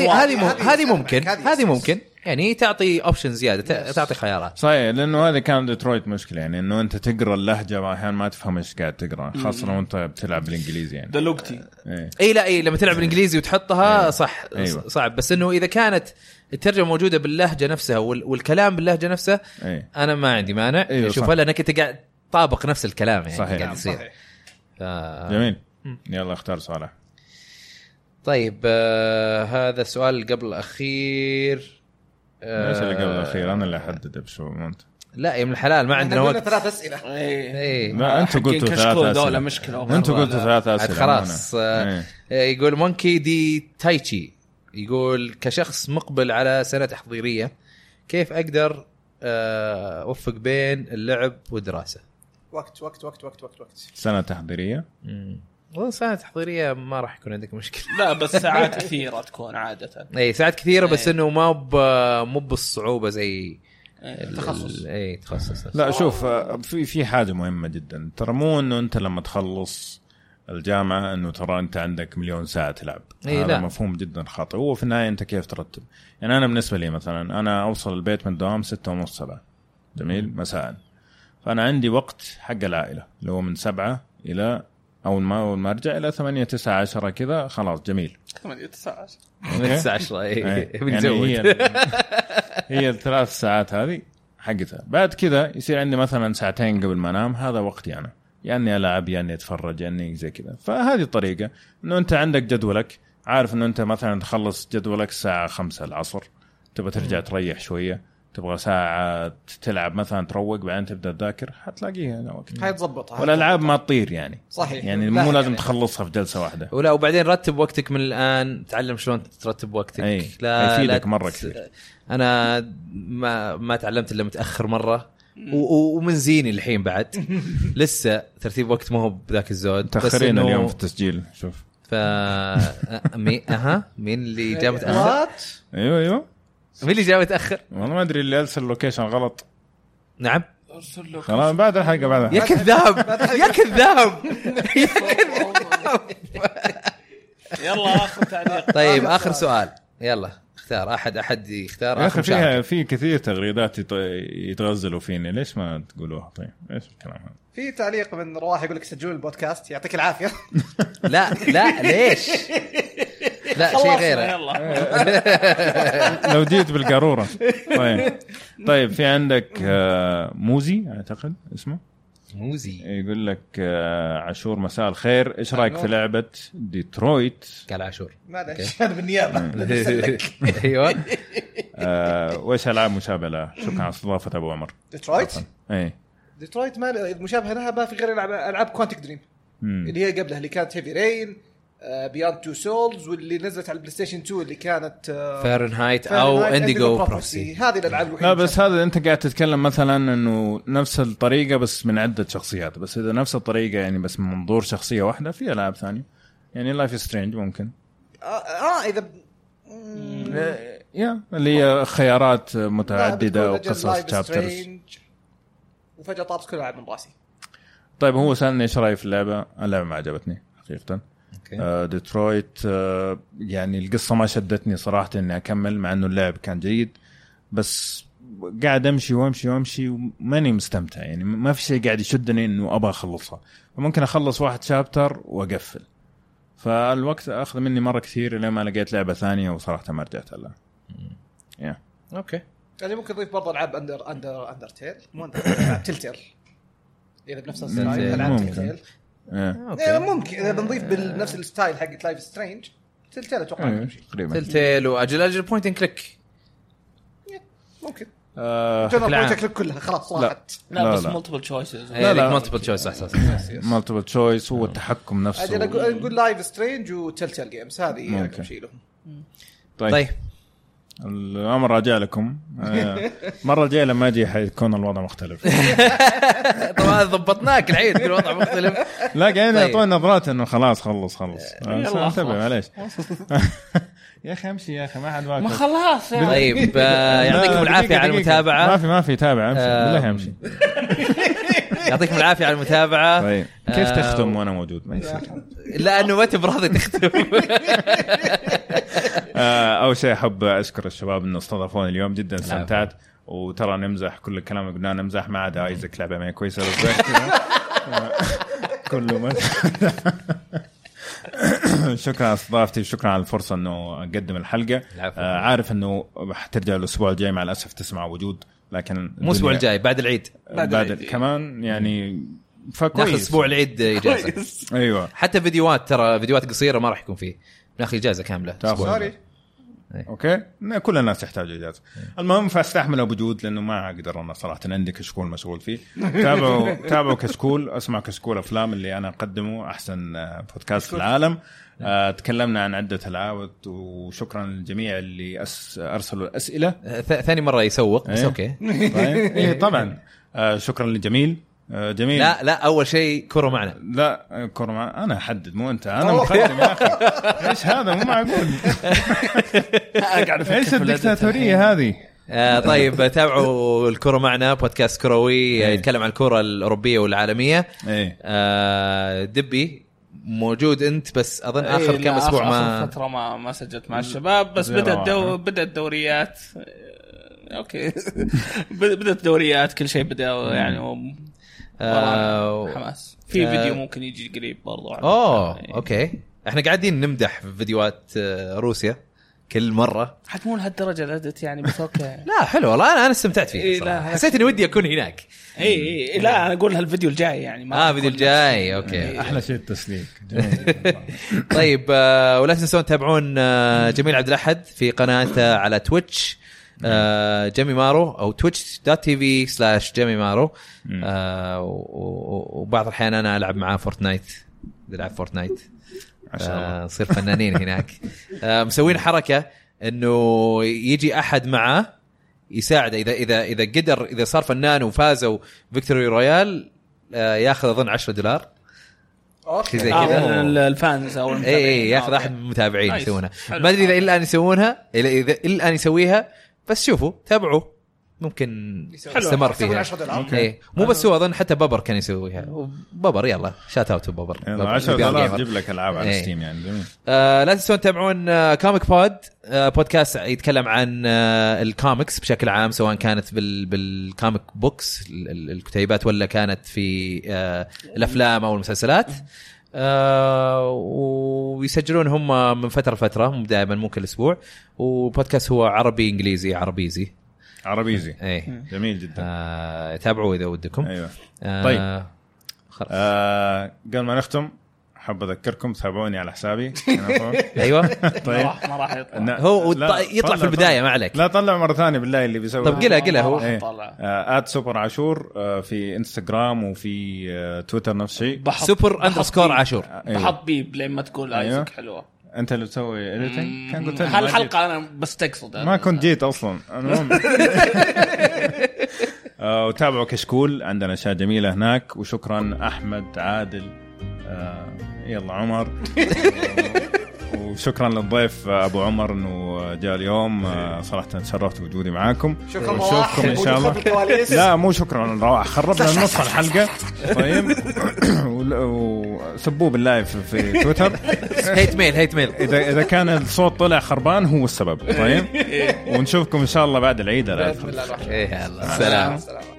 هذه ممكن يعني تعطي اوبشن زياده، تعطي خيارات. صحيح، لانه هذا كان ديترويت مشكله يعني انه انت تقرا اللهجه احيانا ما تفهم ايش قاعد تقرا، خاصه لو انت بتلعب بالانجليزي يعني دلوقتي لما تلعب بالانجليزي وتحطها صح. صعب، بس انه اذا كانت الترجمة موجودة باللهجة نفسها والكلام باللهجة نفسها أنا ما عندي مانع. شوف هلا أنك أنت قاعد طابق نفس الكلام يعني صحيح. قاعد يصير. جميل. يلا اختار صالح. طيب هذا السؤال قبل الأخير. ليش اللي قبل الأخير؟ أنا اللي أحدد بشو أنت. لا يا من الحلال ما عندنا وقت. 3 أسئلة. لا أنتوا قلتوا 3 أسئلة. مشكلة. أنتوا قلتوا 3 أسئلة. خلاص. يقول مونكي دي تايتشي يقول كشخص مقبل على سنة تحضيرية كيف أقدر أوفق بين اللعب والدراسة؟ وقت سنة تحضيرية. والله سنة تحضيرية ما راح يكون عندك مشكلة. لا بس ساعات كثيرة تكون عادة. ساعات كثيرة بس إنه مو بالصعوبة زي تخصص. تخصص. لا شوف في حاجة مهمة جدا، ترى مو إنه أنت لما تخلص الجامعة إنه ترى أنت عندك 1,000,000 ساعة تلعب. هذا لا. مفهوم جدا خاطئ. هو في النهاية أنت كيف ترتب. يعني أنا بالنسبة لي مثلا أنا أوصل البيت من الدوام 6:30 7 جميل مساء، فأنا عندي وقت حق العائلة اللي هو من 7 إلى أول ما أرجع إلى 8 9 10 كذا خلاص جميل. 8 9 10 يعني هي ال3 ساعات هذه حقتها. بعد كذا يصير عندي مثلا ساعتين قبل ما أنام، هذا وقتي أنا يعني ألعب يعني أتفرج يعني زي كذا. فهذه الطريقة إنه أنت عندك جدولك، عارف إنه أنت مثلا تخلص جدولك الساعة 5 العصر، تبغى ترجع تريح شويه، تبغى ساعه تلعب مثلا تروق بعدين تبدا تذاكر، حتلاقيها وقت. حيتظبطها. والالعاب ما تطير يعني صحيح، يعني مو لازم تخلصها في جلسه واحده. ولا وبعدين رتب وقتك من الان، تعلم شلون ترتب وقتك. أي. لا يفيدك مره كثير. انا ما تعلمت الا متاخر مره، ومن زيني الحين بعد لسه ترتيب وقت ما هو بذاك الزود. تاخرين اليوم في التسجيل. شوف مين اللي جاء متاخر؟ ايوه مين اللي جاء متاخر؟ والله ما ادري، اللي ارسل اللوكيشن غلط. نعم ارسل له خلاص بعد الحلقه بعدها. يا كذاب يا كذاب. يلا اخر تعليق. طيب اخر سؤال، يلا اختار احد يختار. يا اخي فيها في كثير تغريدات يتغزلوا فيني، ليش ما تقولوها؟ طيب ايش الكلام هذا؟ في تعليق من رواح يقول لك سجلوا البودكاست يعطيك العافيه. لا ليش؟ لا شيء غيره. يلا لو جيت بالقاروره. طيب في عندك موزي اعتقد اسمه موزي، يقول لك عاشور مساء الخير، ايش رايك في لعبه ديترويت؟ قال عاشور ما هذا بالنيابه. ايوه. وايش العاب مشابهه لها؟ شكرا على استضافه ابو عمر. ديترويت اي ديترويت ما مشابهه لها، ما في غير العاب كوانتك دريم اللي هي قبلها، اللي كانت هيفي رين، بياند تو سولز، واللي نزلت على البلاي ستيشن 2 اللي كانت فahrenheit او انديجو بروفيسي. هذه الالعاب الوحيده. لا بس هذا انت قاعد تتكلم مثلا انه نفس الطريقه بس من عده شخصيات، بس اذا نفس الطريقه يعني بس من منظور شخصيه واحده، في العاب ثانيه يعني لايف سترينج ممكن اذا يا اللي هي خيارات متعدده وقصص تشابترز، وفجاه طارت كل العاب من راسي. طيب هو سالني ايش رايي في اللعبه ما عجبتني حقيقه. ديترويت يعني القصة ما شدتني صراحة إني أكمل، مع إنه اللعب كان جيد، بس قاعد أمشي وماني مستمتع، يعني ما في شيء قاعد يشدني إنه أبغى أخلصها. ممكن أخلص واحد شابتر وأقفل، فالوقت أخذ مني مرة كثير لما لقيت لعبة ثانية وصراحة ما رجعت لها. أوكي. يعني ممكن نضيف برضه ألعاب أندرتيل، مو تلتيل، إذا بنفس الستايل ألعاب تلتيل. ممكن اذا بنضيف بنفس الستايل حق لايف سترينج تلتيل اتوقع تلتيل واجل بوينت اند كليك ممكن بوينت كليك كلها خلاص راحت. لا بس مالتيبل تشويسز. لا مالتيبل تشويس اساسا مالتيبل تشويس هو التحكم نفسه. اجل نقول لايف سترينج وتلتيل جيمز هذه شيء لهم. طيب الأمر راجع لكم. مرة الجاية لما أجي حيكون الوضع مختلف. طبعا ضبطناك العيد الوضع مختلف. لا قاعدين يعطون نظرات إنه خلاص معليش. يا أخي أمشي يا أخي ما حد واقف. ما خلاص. طيب يعطيكم العافية على المتابعة. ما في تابع أمشي بالله أمشي. يعطيكم العافية على المتابعة. طيب كيف تختم وأنا موجود؟ ما يصير. لأنه ما تبراضي تختم. أول شيء أحب أشكر الشباب إنه استضافوني اليوم، جدا استمتعت. وترى نمزح كل الكلام اللي قلناه نمزح، ما عدا ايزك لعبة ما كويسة كله ما شكرا على استضافتي وشكرا على الفرصة انه اقدم الحلقة. عارف انه حترجع الاسبوع الجاي مع الاسف تسمع وجود، لكن مو الاسبوع الجاي بعد العيد كمان يعني ناخذ اسبوع العيد اجازة. ايوه حتى فيديوهات قصيرة ما راح يكون فيه، ناخذ اجازة كاملة. اوكي كل الناس تحتاج اجازه. المهم فاستحملوا بوجود لانه ما اقدر انا صراحه عندي كشكول مشغول فيه. تابعوا كشكول، اسمع كشكول افلام اللي انا اقدمه احسن بودكاست في العالم. تكلمنا عن عده العاب، وشكرا للجميع اللي ارسلوا الاسئله. ثاني مره يسوق بس اوكي. طيب طبعا شكرا لجميل. جميل. لا اول شيء كرة معنا. لا كرة معنا انا احدد مو انت، انا مقدم يا اخي. ايش هذا مو معقول. ايش الدكتاتوريه هذه؟ طيب تابعوا الكرة معنا، بودكاست كروي يتكلم عن الكرة الأوروبية والعالمية. دبي موجود انت، بس اظن اخر كم اسبوع ما فترة ما سجلت مع الشباب، بس بدأت دوريات. اوكي بدأت دوريات، كل شيء بدأ يعني حماس. في فيديو ممكن يجي قريب برضو. اوكي احنا قاعدين نمدح في فيديوهات روسيا كل مرة. حتى مو لهالدرجة الأدت يعني، بس اوكي. لا حلو والله، انا استمتعت فيه. حسيت اني ودي اكون هناك. اي لا انا اقول هالفيديو الجاي يعني فيديو الجاي. اوكي احلى شيء التسليك. طيب ولا تنسون تتابعون جميل عبد الأحد في قناته على تويتش. جيمي مارو او twitch.tv/جيمي وبعض الأحيان أنا ألعب معاه فورتنايت، ألعب فورتنايت نصير فنانين هناك. مسوين حركة إنه يجي أحد معه يساعده إذا قدر، إذا صار فنان وفازوا فيكتوري رويال ياخذ أظن $10 اوكي زي كذا. الفانز او اي ياخذ احد من المتابعين يسوونها. ما ادري اذا الان يسوونها، اذا الان يسويها، بس شوفوا تابعوه ممكن استمر فيها. اي مو بس هو، اظن حتى بابر كان يسويها. بابر يلا شات اوت بابر. $10 جيب لك العاب على ستيم يعني. لا تنسون تتابعون كوميك بود، بودكاست يتكلم عن الكوميكس بشكل عام، سواء كانت بالكوميك بوكس الكتيبات ولا كانت في الافلام او المسلسلات. ويسجلون هم من فتره لفتره، دائما مو كل اسبوع. وبودكاست هو عربي انجليزي عربيزي. ايه جميل جدا. تابعوه اذا ودكم. ايوه طيب قبل ما نختم حاب اذكركم تتابعوني على حسابي. ايوه طيب ما راح يطلع هو يطلع في البدايه ما عليك. لا طلع مره ثانيه بالله اللي بيسوي. طب قلها هو @سوبر عاشور في انستغرام وفي تويتر نفس الشيء @super_عاشور. بحط بيب لين ما تقول ايزك حلوه. انت اللي تسوي إديتنج كان قلت لي هالحلقه انا بس تقصد ما كنت جيت اصلا. المهم وتابعوا كشكول، عندنا اشياء جميله هناك. وشكرا احمد، عادل، يلا عمر وشكرا للضيف ابو عمر انه جاء اليوم. صراحه تشرفت بوجودي معاكم. نشوفكم ان شاء الله. لا مو شكرا، رواح خربنا نص الحلقه. طيب وسبوه بالله في تويتر. هيت ميل اذا كان الصوت طلع خربان هو السبب. طيب ونشوفكم ان شاء الله بعد العيد. السلام.